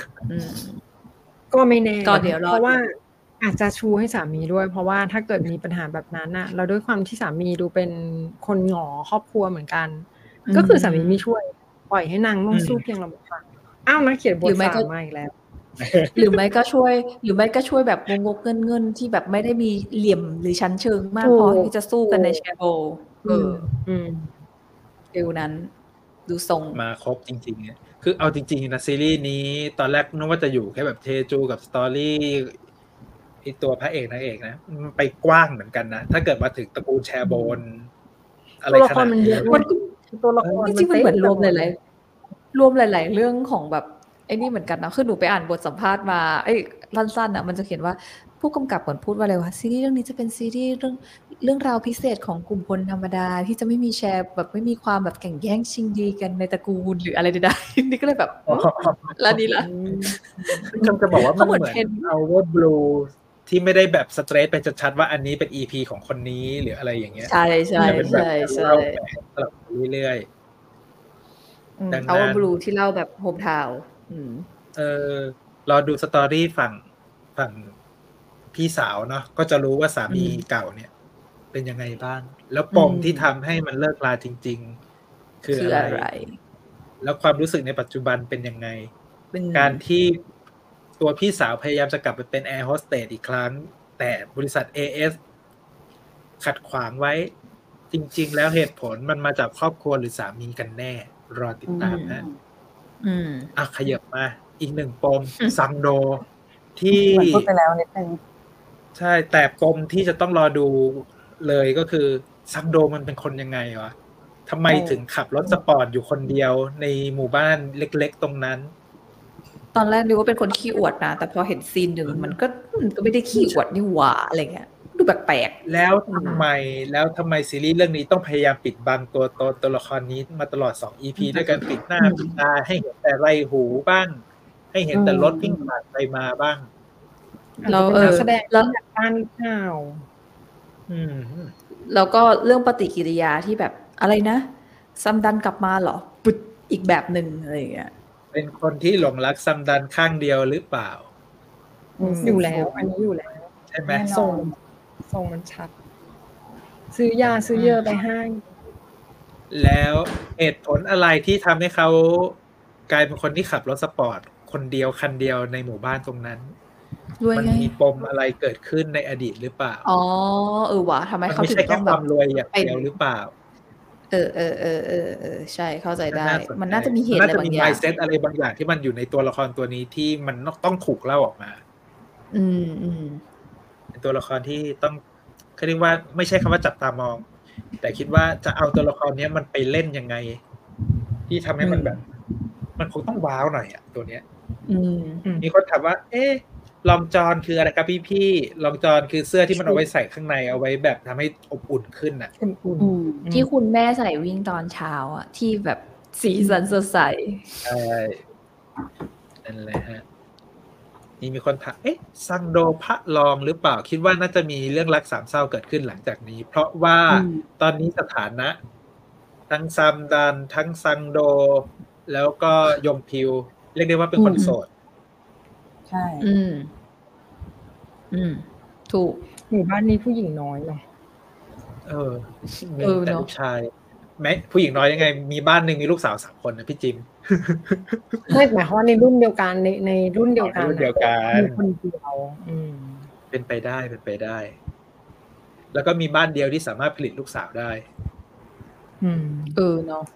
S4: ก็ไม่แน่ก็เดี๋ยวเพราะว่าอาจจะชูให้สามีด้วยเพราะว่าถ้าเกิดมีปัญหาแบบนั้นน่ะเราด้วยความที่สามีดูเป็นคนหงอครอบครัวเหมือนกันก็คือสามีไม่ช่วยปล่อยให้นางต้องสู้เพียงลำพังอ้าวนักเขียนบทสามมาอีกแล้ว
S3: หรือไม่ก็ช่วยหรือไม่ก็ช่วยแบบงกๆเงินๆที่แบบไม่ได้มีเหลี่ยมหรือชั้นเชิงมากพอที่จะสู้กันในแชโบเอออืมฟิลนั้นดูทรง
S1: มาครบจริงๆเนี่ยคือเอาจริงๆนะซีรีส์นี้ตอนแรกนึกว่าจะอยู่แค่แบบเทจูกับสตอรี่ไอตัวพระเอกนางเอกนะมันไปกว้างเหมือนกันนะถ้าเกิดมาถึงตระกูลแชโบน
S4: อะไรขนาดนั้นมันตัวละคร
S3: จริงๆมันเหมือนรวมหลายๆรวมหลายๆเรื่องของแบบไอ้นี่เหมือนกันนะคือหนูไปอ่านบทสัมภาษณ์มาไอ้สั้นๆอ่ะมันจะเขียนว่าผู้กำกับเหมือนพูดว่าอะไรวะซีรีส์เรื่องนี้จะเป็นซีรีส์เรื่องเรื่องราวพิเศษของกลุ่มคนธรรมดาที่จะไม่มีแชร์แบบไม่มีความแบบแข่งแย่งชิงดีกันในตระกูลหรืออะไรใดๆนี่ก็เลยแบบแล้วนี่ล่ะ
S1: จะบอกว่ามันเหมือน Our Blue ที่ไม่ได้แบบสเตรทไปชัดๆว่าอันนี้เป็น อี พี ของคนนี้หรืออะไรอย่างเงี้ย
S3: ใช่ใช่ใช่ใช่
S1: เรื่อย
S3: ๆดังนั้น Our Blue ที่เล่าแบบโฮมทาวน์
S1: เออรอดูสตอรี่ฝั่งฝั่งพี่สาวเนาะก็จะรู้ว่าสามีเก่าเนี่ยเป็นยังไงบ้างแล้วปมที่ทำให้มันเลิกลาจริงๆคืออะไรแล้วความรู้สึกในปัจจุบันเป็นยังไงการที่ตัวพี่สาวพยายามจะกลับไปเป็นแอร์โฮสเตสอีกครั้งแต่บริษัท เอ เอส ขัดขวางไว้จริงๆแล้วเหตุผลมันมาจากครอบครัวหรือสามีกันแน่รอติดตามนะ
S3: อืม
S1: อ่ะขยับมาอีกหนึ่งปมซังโดที่
S2: พูดไปแล้วนิดนึง
S1: ใช่แต่ปมที่จะต้องรอดูเลยก็คือซังโดมันเป็นคนยังไงวะทำไมถึงขับรถสปอร์ตอยู่คนเดียวในหมู่บ้านเล็กๆตรงนั้น
S3: ตอนแรกนึกว่าเป็นคนขี้อวดนะแต่พอเห็นซีนหนึ่งมันก็มันก็ไม่ได้ขี้อวดนี่หว่าอะไรเงี้ยดูแปลก
S1: ๆแล้วทำไมแล้วทำไมซีรีส์เรื่องนี้ต้องพยายามปิดบังตัวตนตัวละครนี้มาตลอดสอง อี พี ด้วยการปิดหน้าปิดตาให้เห็นแต่ไรหูบ้างให้เห็นแต่รถวิ่งผ่านไปมาบ้าง
S4: เราเออแสดงแล้วจากบ้านเปล่า
S1: อืม
S3: แล้วก็เรื่องปฏิกิริยาที่แบบอะไรนะซัมดันกลับมาเหรอปึ๊ดอีกแบบนึงอะไรอย่างเงี้ย
S1: เป็นคนที่หลงรักซัมดันข้างเดียวหรือเปล่า
S4: อยู่แล้วอันนี้อยู่แล้ว
S1: ใช่ไหม
S4: ทรงทรงมันชัดซื้อยาซื้อเยอะไปให้
S1: แล้วเหตุผลอะไรที่ทำให้เขากลายเป็นคนที่ขับรถสปอร์ตคนเดียวคันเดียวในหมู่บ้านตรงนั้นมันมีปมอะไรเกิดขึ้นในอดีตหรือเปล่า
S3: อ๋อเออวะทำไมเขาถึงต้อง
S1: แบบความรวยอย่างเดียวหรือเปล่า
S3: เออเออเออเออเออใช่เข้าใจได้มันน่าจะมีเหตุอะไรบางอย่าง
S1: น่าจะมี mindset อะไรบางอย่างที่มันอยู่ในตัวละครตัวนี้ที่มันต้องถูกเล่าออกมา
S3: อืมอืม
S1: เป็นตัวละครที่ต้องเขาเรียกว่าไม่ใช่คำว่าจับตามองแต่คิดว่าจะเอาตัวละครนี้มันไปเล่นยังไงที่ทำให้มันแบบมันคงต้องว้าวหน่อยอ่ะตัวเนี้ยมีคนถามว่าเอ๊ะลองจอนคืออะไรครับพี่พี่ลองจอนคือเสื้อที่มันเอาไว้ใส่ข้างในเอาไว้แบบทำให้อบอุ่นขึ้นอ่ะ
S3: ที่คุณแม่ใส่วิ่งตอนเช้าอ่ะที่แบบสีสันสดใส
S1: ใช่นั่นแหละฮะนี่มีคนถามเอ๊ะซังโดพระรองหรือเปล่าคิดว่าน่าจะมีเรื่องรักสามเศร้าเกิดขึ้นหลังจากนี้เพราะว่าตอนนี้สถานะทั้งซัมดันทั้งซังโดแล้วก็ยงพิวเรียกได้ว่าเป็นคนโสด
S2: ใช่
S3: อืมอืมถูก
S4: หมู่บ้านนี้ผู้หญิงน้อยเนาะ
S1: เออมีแต่ลูกชายแม้ผู้หญิงน้อยยังไงมีบ้านหนึ่งมีลูกสาวสามคนนะพี่จิม
S4: ไม่หมายความว่าในรุ่นเดียวกันในในรุ่นเดียวกัน
S1: รุ่นเดียวกัน
S4: มีคนเดียวอืม
S1: เป็นไปได้เป็นไปได้แล้วก็มีบ้านเดียวที่สามารถผลิตลูกสาวได้
S4: อืม
S3: เออเนาะ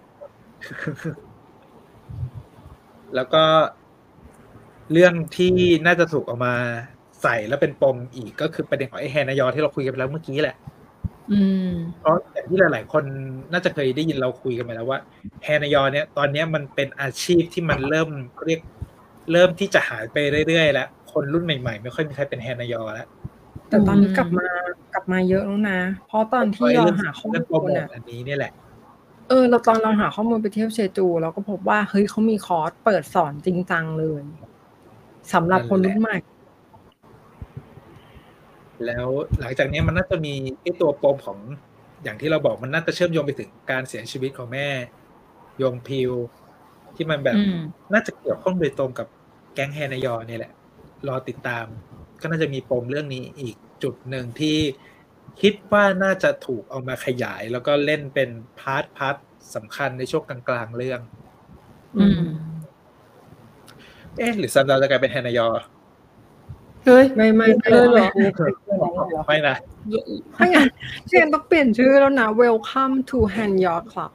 S1: แล้วก็เรื่องที่น่าจะถูกออกมาใส่แล้วเป็นปมอีกก็คือประเด็นของไอ้แฮนายอที่เราคุยกันไปแล้วเมื่อกี้แหละ
S3: อืม
S1: เพราะอย่างที่หลายๆคนน่าจะเคยได้ยินเราคุยกันมาแล้วว่าแฮนยอเนี่ยตอนนี้มันเป็นอาชีพที่มันเริ่มเรียกเริ่มที่จะหายไปเรื่อยๆแล้วคนรุ่นใหม่ๆไม่ค่อยมีใครเป็นแฮนยอแล้ว
S4: แต่ตอนนี้กลับมากลับมาเยอะแล้วนะเพราะตอนที่เราหาข้อมูลอ่ะ
S1: อันนี้นี่แหละ
S4: เออเราตอนเราหาข้อมูลไปเที่ยวเชจูเราก็พบว่าเฮ้ยเขามีคอร์สเปิดสอนจริงจังเลยสำหรับคนรุ่นใหม่
S1: แล้วหลังจากนี้มันน่าจะมีไอ้ตัวปมของอย่างที่เราบอกมันน่าจะเชื่อมโยงไปถึงการเสียชีวิตของแม่ยงพิวที่มันแบบน่าจะเกี่ยวข้องโดยตรงกับแก๊งแฮนยอเนี่ยแหละรอติดตามก็น่าจะมีปมเรื่องนี้อีกจุดหนึ่งที่คิดว่าน่าจะถูกเอามาขยายแล้วก็เล่นเป็นพาร์ทพาร์ทสำคัญในช่วงกลางๆเรื่อง
S3: อืม
S1: เอ๊ะหรือซันดาจะกลายเป็นแฮนยอ
S4: เฮ้ยไม่ไม่ไม่เลย
S1: ไม่นะ
S4: ถ้างั้นเชียนต้องเปลี่ยนชื่อแล้วนะ Welcome to Hanya Club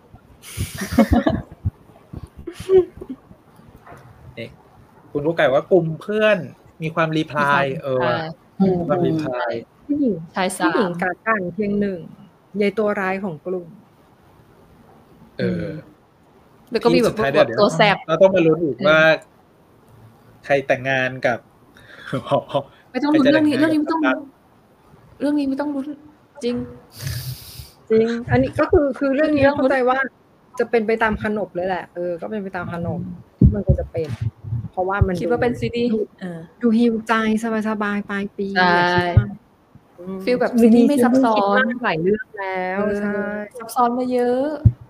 S1: นี่คุณผู้ไก่ว่ากลุ่มเพื่อนมีความรีพลายเออความรีพลาย
S4: ผู้หญิงชายสามผู้หญิงกากันเพียงหนึ่งยายตัวร้ายของกลุ่ม
S1: เออ
S3: แล้วก็มีแบบตัวแสบ
S1: เราต้องมาลุ้นอีกว่าใครแต่งงานกับ
S3: ไม่ต้องลุ้นเรื่องนี้เรื่องนี้ไม่ต้องเรื่องนี้ไม่ต้องลุ้นจริง
S4: จริงอันนี้ก็คือคือเรื่องนี้เข้าใจว่าจะเป็นไปตามขนบเลยแหละเออก็เป็นไปตามขนบที่มันควรจะเป็นเพราะว่ามัน
S3: คิดว่าเป็นซีดี
S4: ดูฮิวใจสบายๆปลายปี
S3: ใช่ฟีลแบบซีดีไม่ซับซ้อน
S4: หลายเรื่องแล้วใช่
S3: ซับซ้อนมาเยอะ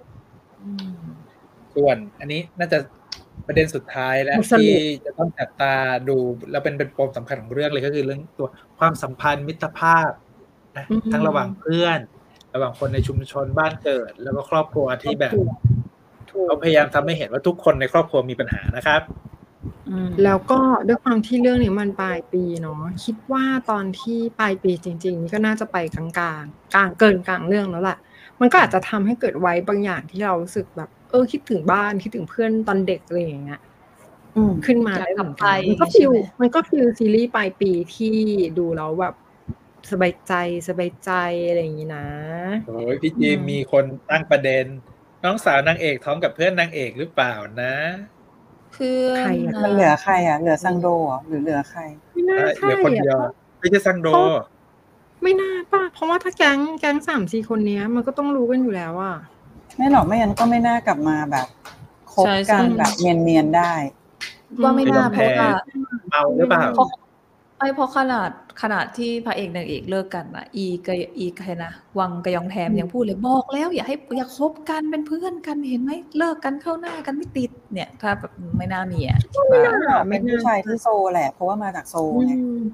S1: ส่วนอันนี้น่าจะประเด็นสุดท้ายแล้วที่จะต้องจับตาดูแล้วเป็นเป็นปมสำคัญของเรื่องเลยก็คือเรื่องตัวความสัมพันธ์มิตรภาพนะทั้งระหว่างเพื่อนระหว่างคนในชุมชนบ้านเกิดแล้วก็ครอบครัวที่แบบเขาพยายามทำให้เห็นว่าทุกคนในครอบครัวมีปัญหานะครับ
S4: แล้วก็ด้วยความที่เรื่องนี้มันปลายปีเนาะคิดว่าตอนที่ปลายปีจริงๆนี่ก็น่าจะไปกลางกลางกลางเกินกลางเรื่องแล้วแหละมันก็อาจจะทำให้เกิดไว้บางอย่างที่เรารู้สึกแบบเออคิดถึงบ้านคิดถึงเพื่อนตอนเด็กอะไรอย่างเงี้ยขึ้นมาได้เหมือนกันมันก็ฟิลมันก็ฟิลซีรีส์ปลายปีที่ดูแล้วแบบสบายใจสบายใจอะไรอย่างงี้นะ
S1: โอ้ยพี่จีมีคนตั้งประเด็นน้องสาวนางเอกท้องกับเพื่อนนางเอกหรือเปล่านะ
S3: คือ
S2: ใครอ่ะมันเหลือใครอ่ะเหลือซังโดอ่ะหรือเหลือใคร
S4: ไม่น่าใช่
S1: เหลือคนเดียวไม่ใช่ซังโด
S4: ไม่น่าป่ะเพราะว่าถ้าแก๊งแก๊งสามสี่คนนี้มันก็ต้องรู้กันอยู่แล้วอ่ะ
S2: ไม่หรอกไม่งั้นก็ไม่น่ากลับมาแบบคบกันแบบเนียนๆได้
S3: ว่าไม่น่าเพราะว่า
S1: เมาหรือเปล่า
S3: ไอ้เพราะขนาดขนาดที่พระเอกนางเอกเลิกกันนะอีกอีใครนะวังกะยองแทมยังพูดเลยบอกแล้วอย่าให้อย่าคบกันเป็นเพื่อนกันเห็นไหมเลิกกันเข้าหน้ากันไม่ติดเนี่ยถ้าแบบไม่น่ามีอ่ะ
S2: ไม่น่าเป็นผู้ชายที่โซแหละเพราะว่ามาจากโซไง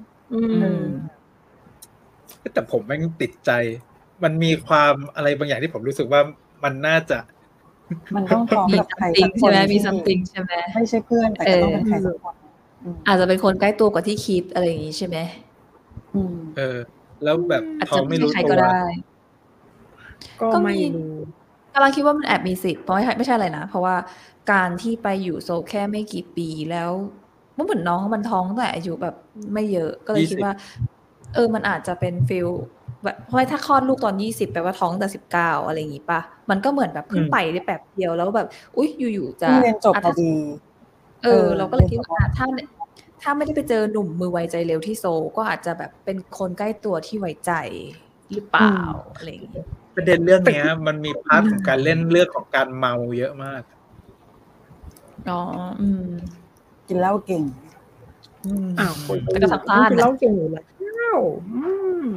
S1: แต่ผมแม่งติดใจมันมีความอะไรบางอย่างที่ผมรู้สึกว่ามันน่าจะ
S2: มันต้องพร้อมกับใครสัก
S3: คนใช่ไหมมีซัมติงใช่ไหม
S2: ไม่ใช่เพื่อนแต่ก็ต้องเป็นใครสักคน
S3: อาจจะเป็นคนใกล้ตัวกว่าที่คิดอะไรอย่างนี้ใช่ไหม
S1: เออแล้วแบบท้องไม่รู้ตัว
S4: ก็ไม่รู้
S3: กำลังคิดว่ามันแอบมีสิทธิ์เพราะไม่ใช่อะไรนะเพราะว่าการที่ไปอยู่โซแค่ไม่กี่ปีแล้วมันเหมือนน้องมันท้องแต่อายุแบบไม่เยอะก็เลยคิดว่าเออมันอาจจะเป็นฟิลแบบเพราะถ้าคลอดลูกตอนยี่สิบแปลว่าท้องแต่สิบเก้าอะไรอย่างงี้ป่ะมันก็เหมือนแบบเพิ่งไปได้แป๊บเดียวแล้วแบบอุ๊ยอยู่ๆจะ
S2: เรียนจบพอดี
S3: เออเราก็เลยคิดว่าถ้าถ้าไม่ได้ไปเจอหนุ่มมือไวใจเร็วที่โซก็อาจจะแบบเป็นคนใกล้ตัวที่ไว้ใจหรือเปล่าอะไรอย่างเงี้ย
S1: ประเด็นเรื่องนี้มันมีพาร์ทของการเล่นเรื่องของการเมาเยอะมาก
S3: อ๋ออืม
S2: กินเหล้าเก่ง
S4: อ้าว
S3: แต่ก็สัมภาษณ์
S4: กินเหล้าเก่งอยู่แล้วอืม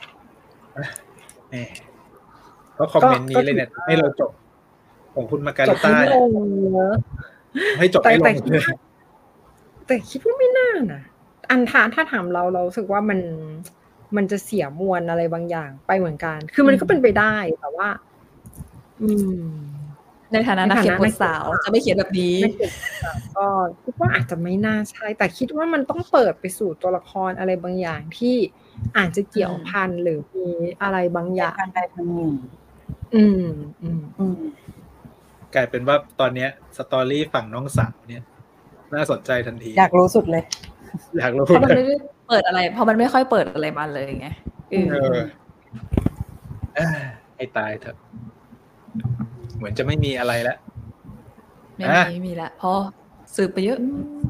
S1: นี่เพราะคอมเมนต์นี้เลยเนี่ยให้เราจบของคุณมาการิต้าให้จบให้ลงเลย
S4: แต่คิดว่าไม่น่านะอันทานถ้าถามเราเรารู้สึกว่ามันมันจะเสียมวลอะไรบางอย่างไปเหมือนกันคือมันก็เป็นไปได้แต่ว่าอืม
S3: ในฐานะนักเขียนบทสาวจะไม่เขียนแบบนี้
S4: ก็คิดว่าอาจจะไม่น่าใช่แต่คิดว่ามันต้องเปิดไปสู่ตัวละครอะไรบางอย่างที่อาจจะเกี่ยวพันหรือมีอะไรบางอย่าง
S2: ทางใดทางหนึ่ง
S4: อืมอืม
S2: อืม
S1: กลายเป็นว่าตอนเนี้ยสตอรี่ฝั่งน้องสาวเนี่ยน่าสนใจทันที
S2: อยากรู้สุดเลย
S1: อยากรู้
S3: เพราะมันไม่ได้เปิดอะไรเพราะมันไม่ค่อยเปิดอะไรมาเลยไง
S1: เออเอให้ตายเถอะเหมือนจะไม่มีอะไรแล้ว
S3: ไม่มีไม่มีละพอสืบไปเยอะ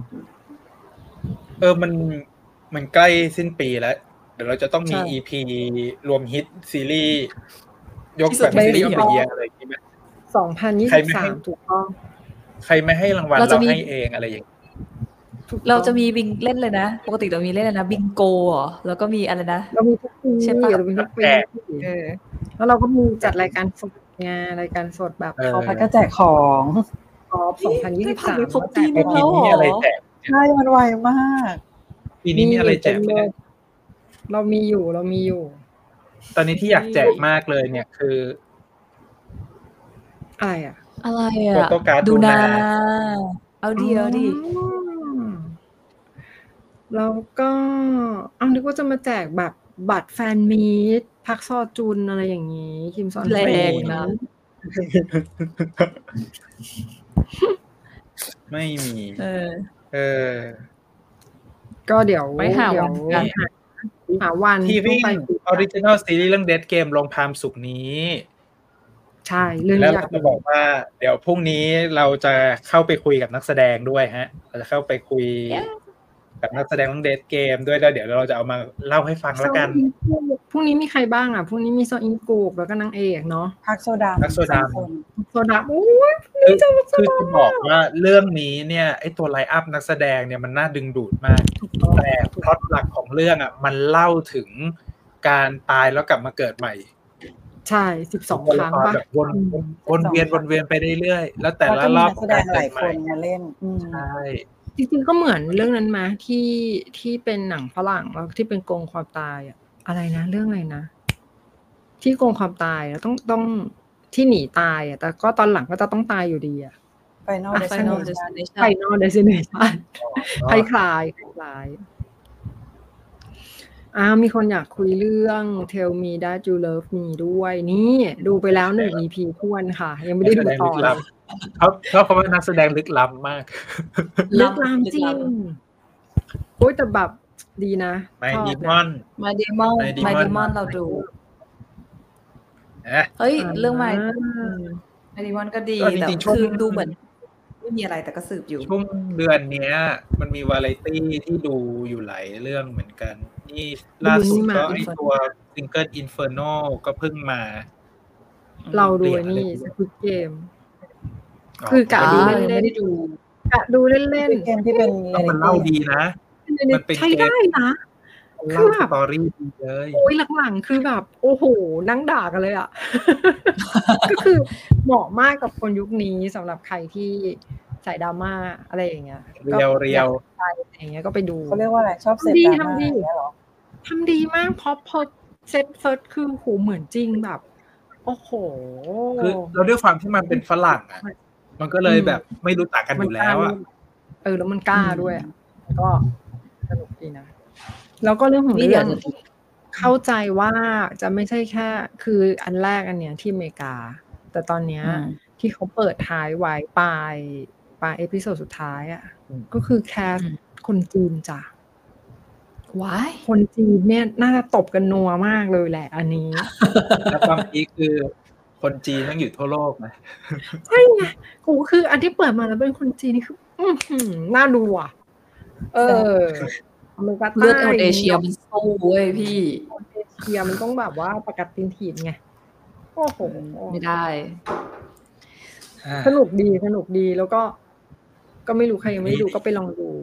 S1: เออมันมันใกล้สิ้นปีแล้วเดี๋ยวเราจะต้องมี อี พี รวมฮิตซีรีส์ยกแบบซีรีส์ออฟเดอะเยียร์อะไรอย่างงี้มั้ย
S4: สองพันยี่สิบสามถูกต้อง
S1: ใครไม่ให้รางวัลเราให้เองอะไรอย่าง
S3: เราจะมีบิงเล่นเลยนะปกติเรามีเล่นเลยนะบิงโกเหรอแล้วก็มีอะไรนะ
S4: เรามีทุกปีใช่ป่ะเรามีทุกปีเออแล้วเราก็มีจัดรายการสดงานรายการสดแบบ
S2: เขาก็แจกของ
S4: ออฟสองพันยี่สิบสาม
S3: ครบปีนึงแล้ว
S1: มีอะไรแจก
S2: ใช่มันไวมาก
S1: ปีนี้มีอะไรแจกมั้ย
S4: เรามีอยู่เรามีอยู่
S1: ตอนนี้ที่อยากแจกมากเลยเนี่ยคือ
S4: อะไรอ่ะ
S3: อะไรอ่ะดูนาเอาดีเอาดี
S4: แล้วก็เอานึกว่าจะมาแจกแบบบัตรแฟนมีตพักซอจุนอะไรอย่างนี้คิมซอน
S3: แรงนะ
S1: ไม่มี
S3: เออ
S1: เออ
S4: ก็เดี๋ยว
S3: ไปหาวันกัน
S4: หาวัน
S1: ที่วิ่งออริจินอลซีรีส์เรื่อง Dead Game ลงพามศุกร์นี้
S4: ใช่เรื่อง
S1: นี้อยากจะบอกว่าเดี๋ยวพรุ่งนี้เราจะเข้าไปคุยกับนักแสดงด้วยฮะเราจะเข้าไปคุยกับนักแสดงเรื่อง Dead Game ด้วยแล้วเดี๋ยวเราจะเอามาเล่าให้ฟังแล้วกัน
S4: พรุ่งนี้มีใครบ้างอ่ะพรุ่งนี้มีโซอิงกูบแล้วก็นางเอกเนาะ
S2: พักโซดา
S1: พักโซดา
S4: โซดาโอ้ย
S1: คือคือจะบอกว่าเรื่องนี้เนี่ยไอ้ตัวไลน์อัพนักแสดงเนี่ยมันน่าดึงดูดมากแต่พล็อตหลักของเรื่องอ่ะมันเล่าถึงการตายแล้วกลับมาเกิดใหม่
S4: ใช่สิบสองครั้งป่ะ
S1: แบบวนวนเวียนวนเวียนไปเรื่อยๆแล้วแต่ละรอบ
S2: แสดงหลายคนมาเล่น
S1: ใช่
S4: จริงๆก็เหมือนเรื่องนั้นมั้ยที่ที่เป็นหนังฝรั่งแล้วที่เป็นโกงความตายอ่ะอะไรนะเรื่องอะไรนะที่โกงความตายแล้วต้องต้องที่หนีตายอ่ะแต่ก็ตอนหลังก็จะต้องตายอยู่ดีอ่ะ
S2: Final Destination
S4: Final Destination คล้ายๆคล้ายๆอ่ามีคนอยากคุยเรื่อง Tell Me That You Love Me ด้วยนี่ดูไปแล้วหนึ่ง อี พี ท้วนค่ะยังไม่ได้ดูต่อเลย
S1: เขาเขาเขาว่านักแสดงลึกล้ำมาก
S4: ลึกล้ำจริงโอ้ยแต่แบบดีนะ
S1: ไมดีมอน
S3: ไมดีมอนไมดีมอนเราดูเฮ้ยเรื่องใหม่ไมดีมอนก็ดีแต่คือดูเหมือนไม่มีอะไรแต่ก็สืบอยู่
S1: ช่วงเดือนนี้มันมีวาไรตี้ที่ดูอยู่หลายเรื่องเหมือนกันนี่ล่าสุดก็ไอตัว Single Inferno ก็เพิ่งมา
S4: เราดูนี่ Squid Game คือกะดูเล่นๆไม่ได้ดูกะดูเล่นๆ
S2: เกมที่เป็น
S1: มันเล่าดีนะ
S4: มันเป็นใช้ได้นะ
S1: คือแบบสตอรี่ดีเลย
S4: โอ้ยหลังๆคือแบบโอ้โหนั่งด่ากันเลยอ่ะก็คือเหมาะมากกับคนยุคนี้สำหรับใครที่ใส่ดราม่าอะไรอย่างเงี้ย
S1: เรียวเรียว
S4: อะไรอย่างเงี้ยก็ไปดู
S2: เขาเรียกว่าอะไรชอบเซตดราม่าเนี่ยหรอ
S4: ทำดีมากเพราะพอเซตเฟิร์สคือโหเหมือนจริงแบบโอ้โห
S1: คือเราด้วยความที่มันเป็นฝรั่งอ่ะมันก็เลยแบบไม่รู้จักกันอยู่แล้วอ่ะ
S4: เออแล้วมันกล้าด้วยก็สนุกดีนะแล้วก็เรื่องของเรื่องเข้าใจว่าจะไม่ใช่แค่คืออันแรกอันเนี้ยที่อเมริกาแต่ตอนเนี้ยที่เขาเปิดท้ายไว้ปลายปลายเอพิโซดสุดท้ายอ่ะก็คือแคสคนจีนจ้ะ
S3: ว้าย
S4: คนจีนเนี่ยน่าจะตบกันนัวมากเลยแหละอันนี้
S1: แล้วความพีคคือคนจีนต้องอยู่ทั่วโลกนะ
S4: ใช่ไงกูคืออันที่เปิดมาแล้วเป็นคนจีนนี่คือน่าดูอ่ะเออ
S3: เลือดเอเชียมันสู้เว้ยพี่
S4: เอเชียมันต้องแบบว่าประกัดตีนถีบไงโอ้โห
S3: ไม่ได้
S4: สนุกดีสนุกดีแล้วก็ก็ไม่รู้ใครยังไม่ดูก็ไปลองดู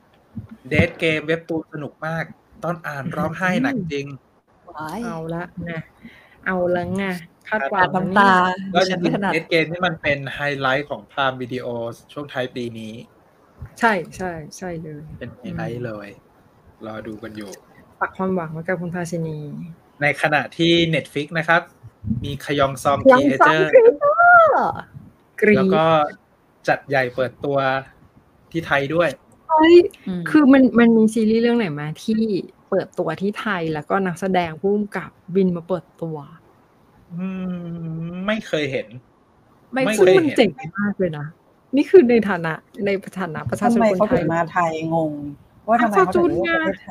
S1: Dead Game เว็บตูนสนุกมากตอนอ่านร้องไห้หนักจริง
S4: เอาละไงเอาละไงคาดหวัง
S3: น้ำตา
S1: ก็จริง Dead Game นี่มันเป็นไฮไลท์ของ Prime Video ช่วงท้ายปีนี้
S4: ใช่ใช่ใช่เลย
S1: เป็นไฮไลท์เลยรอดูกันอยู่
S4: ปักความหวังไว้กับคุณภาสินี
S1: ในขณะที่ Netflix นะครับมีคยองซองครีเอเตอร์แล้วก็จัดใหญ่เปิดตัวที่ไทยด้วย
S4: เฮ้ยคือมันมันมีซีรีส์เรื่องไหนมาที่เปิดตัวที่ไทยแล้วก็นักแสดงผู้กำกับบินมาเปิดตัว
S1: อืมไม่เคยเห็น
S4: ไม่เคยเห็นมันเจ๋งมากเลยนะนี่คือในฐานะในฐานะประชาชนคนไทย
S2: มาไทยงงว่าทำไมเขาถึงว่าประเทศไทย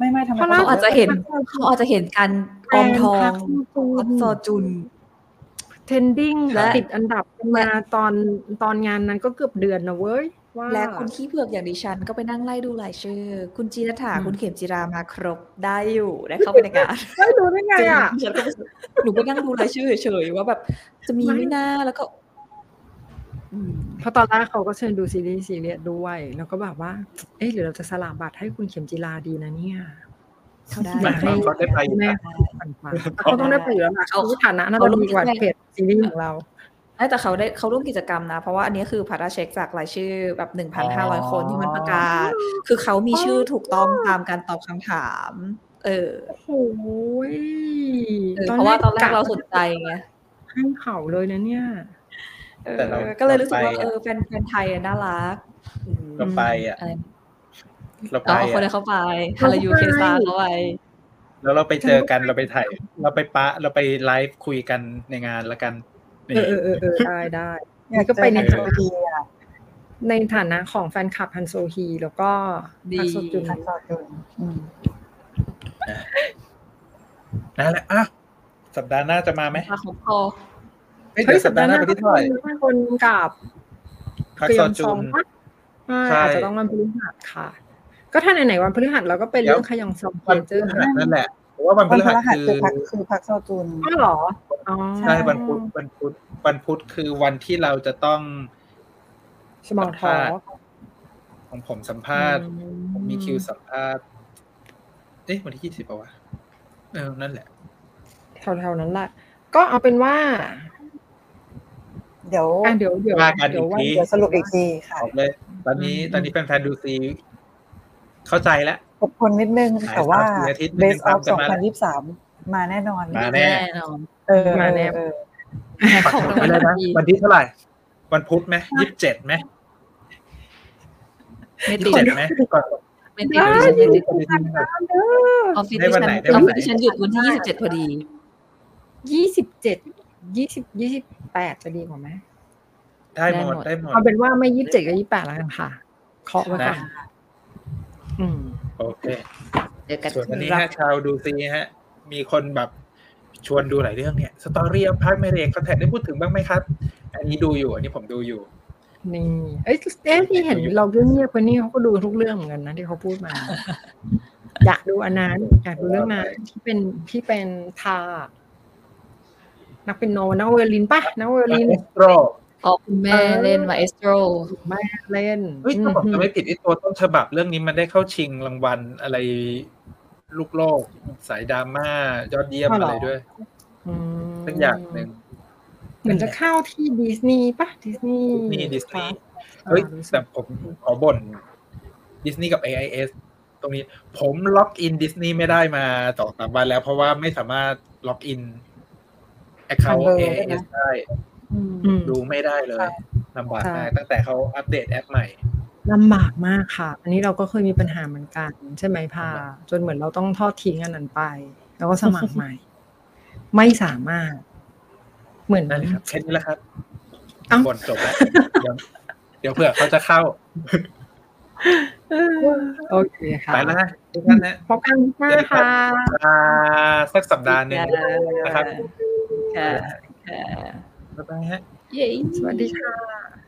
S2: ไม่ไม่ทำไม
S3: เขาอาจจะเห็นเขาอาจจะเห็นการกองทองพักซอจุน
S4: เทรนดิ้งติดอันดับมาตอนตอนงานนั้นก็เกือบเดือนนะเว้ยว่า
S3: และคุณขี้เผือกอย่างดิฉันก็ไปนั่งไล่ดูรายชื่อคุณจีนัฐาคุณเข็มจิรามาครบได้อยู่ได้เข้าไปในงาน
S4: ไม่รู้ได้ไงอ่ะ
S3: หนูไปนั่งดูรายชื่อเฉยๆว่าแบบจะมีไม่น่าแล้วก็
S4: เพราะตอนแรกเขาก็เชิญดูซีรีส์ซีเรียสด้วยแล้วก็แบบว่าเอ๊ะหรือเราจะสละบัตรให้คุณเข็มจิราดีนะเนี่ย
S3: เขาได้
S1: ให้เขาได้ไป
S4: แม่เขาต้องได้ไปอยู่แล้วนะเขาฐานะน่าจะดีกว่าเพจซีรีส์ของเรา
S3: แต่เขาได้เขาร่วมกิจกรรมนะเพราะว่าอันนี้คือพาราเช็คจากรายชื่อแบบ หนึ่งพันห้าร้อย คนที่มันประกาศคือเขามีชื่อถูกต้องตามการตอบคำถามเออ
S4: โอ้ย
S3: เพราะว่าตอนแรกเราสนใจไง
S4: ให้เขาเลยนะเนี่ย
S3: แต่เราก็เลยรู้สึกว่าเออแฟนแฟนไทยน่ารัก
S1: เราไปอ่ะ
S3: เราไปเอาคนเข้าไปฮารายูเคซ่าเข้าไป
S1: แล้วเราไปเจอกันเราไปถ่ายเราไปปะเราไปไลฟ์คุยกันในงานละกัน
S4: เออเออเออได้ได้นี่ก็ไปในฐานะในฐานะของแฟนคลับฮันโซฮีแล้วก็
S3: ดี
S2: ฮันโซจุนฮันโซจุน
S1: นั่นแหละอ่ะสัปดาห์หน้าจะมาไหม
S3: ของพอ
S1: เฮ้ยสัปดาห์หน้าไปที่เท่าไหร่
S4: คนกับ
S1: ฮักซอจุน
S4: ใช่อาจจะต้องวันพฤหัสค่ะก็ถ้าไหนๆวันพฤหัสเราก็เป็นเรื่องขยองซองเพเจอร์
S1: นั่นแหละเพราะว่าวันพฤหัส
S2: คือคือพักซอจุน
S4: อ๋อเหรออ๋อ
S1: ใช่วันพุธวันพุธวันพุธคือวันที่เราจะต้อง
S4: สัมภาษณ์
S1: ของผมสัมภาษณ์ผมมีคิวสัมภาษณ์เอ๊ะวันที่ยี่สิบป่ะวะเออนั่นแหละ
S4: เท่าๆนั้นแหละก็เอาเป็นว่า
S2: เดี๋ยว
S4: เดี๋ยวเดี๋ยว
S1: เดี๋ยว
S2: เดี๋ยวสรุปอีกทีค่ะ
S1: เลยตอนนี้ตอนนี้แฟนๆดูซีเข้าใจแล้ว
S2: อดทนนิดนึงแต่ว่า Best of สองพันยี่สิบสามมาแน่นอน
S1: มาแน่
S2: เออ
S4: มาแน่
S1: ของไปเลยนะวันที่เท่าไหร่วันพุธไหมยี่สิบเจ็ดไหม
S3: ไม่ติด
S1: ไหม
S3: ไม่ติดไม่ติดออฟฟิศดิฉันออฟฟิศดิฉันหยุดวันที่ยี่สิบเจ็ดพอดี
S4: ยี่สิบเจ็ดยี่สิบยี่สิบแปดจะดีกว่าไหม
S1: ได้หมดได้หมด
S4: เอาเป็นว่าไม่ยี่สิบเจ็ดก็ยี่สิบแปดแล้วกันค่ะเคาะไว้ก่อน
S1: อืมโอเคส่วนวันนี้ฮะชาวดูซีฮะมีคนแบบชวนดูหลายเรื่องเนี่ยสตอรี่อัพพาร์ตเมเรกคอนแทคได้พูดถึงบ้างไหมครับอันนี้ดูอยู่อันนี้ผมดูอยู่
S4: นี่เอ้ยเอ๊ะที่เห็นเราเงียบๆไปนี่เขาก็ดูทุกเรื่องเหมือนกันนะที่เขาพูดมาอยากดูอันนั้นอยากดูเรื่องนั้นที่เป็นที่เป็นทานักเป็นโนนักเวลินป่ะนักเวลิน
S1: เอสโตร
S3: อ๋อคุณแม่เล่นมาเอสโตร
S4: แม่เล่น
S1: เฮ้ยถ้าผมจะไม่ผิดไอ้ตัวต้นฉบับเรื่องนี้มันได้เข้าชิงรางวัลอะไรลูกโลกสายดราม่ายอดเยี่ยมอะไรด้วยสักอย่างนึง
S4: เหมือนจะเข้าที่ดิสนีย์ป่ะดิสนีย์
S1: นี่ดิสนีย์เฮ้ยแต่ผมขอบ่นดิสนีย์กับ เอ ไอ เอส ตรงนี้ผมล็อกอินดิสนีย์ไม่ได้มาสองสามวันแล้วเพราะว่าไม่สามารถล็อกอินaccount เอ ไอ เอส ได้ดูไม่ได้เลยลำบากมากตั้งแต่เขาอัปเดตแอปใหม่
S4: ลำบากมากค่ะอันนี้เราก็เคยมีปัญหาเหมือนกันใช่ไหมพาจนเหมือนเราต้องทอดทิ้งอันนั้นไปแล้วก็สมัครใหม่ไม่สามารถเหมือน
S1: นั่นแหละครับแค่นี้แหละครับบนจบแล้วเดี๋ยวเดี๋ยวเผื่อเขาจะเข้า
S4: โอเคค่ะ
S1: ไปแล้วนะทุกท่านนะ
S4: พบกันหน้าค่ะ
S1: สักสัปดาห์นึงนะครับ
S3: ค่ะค่ะ
S1: บ๊ายบายฮะ
S3: เย้
S4: สวัสดีค่ะ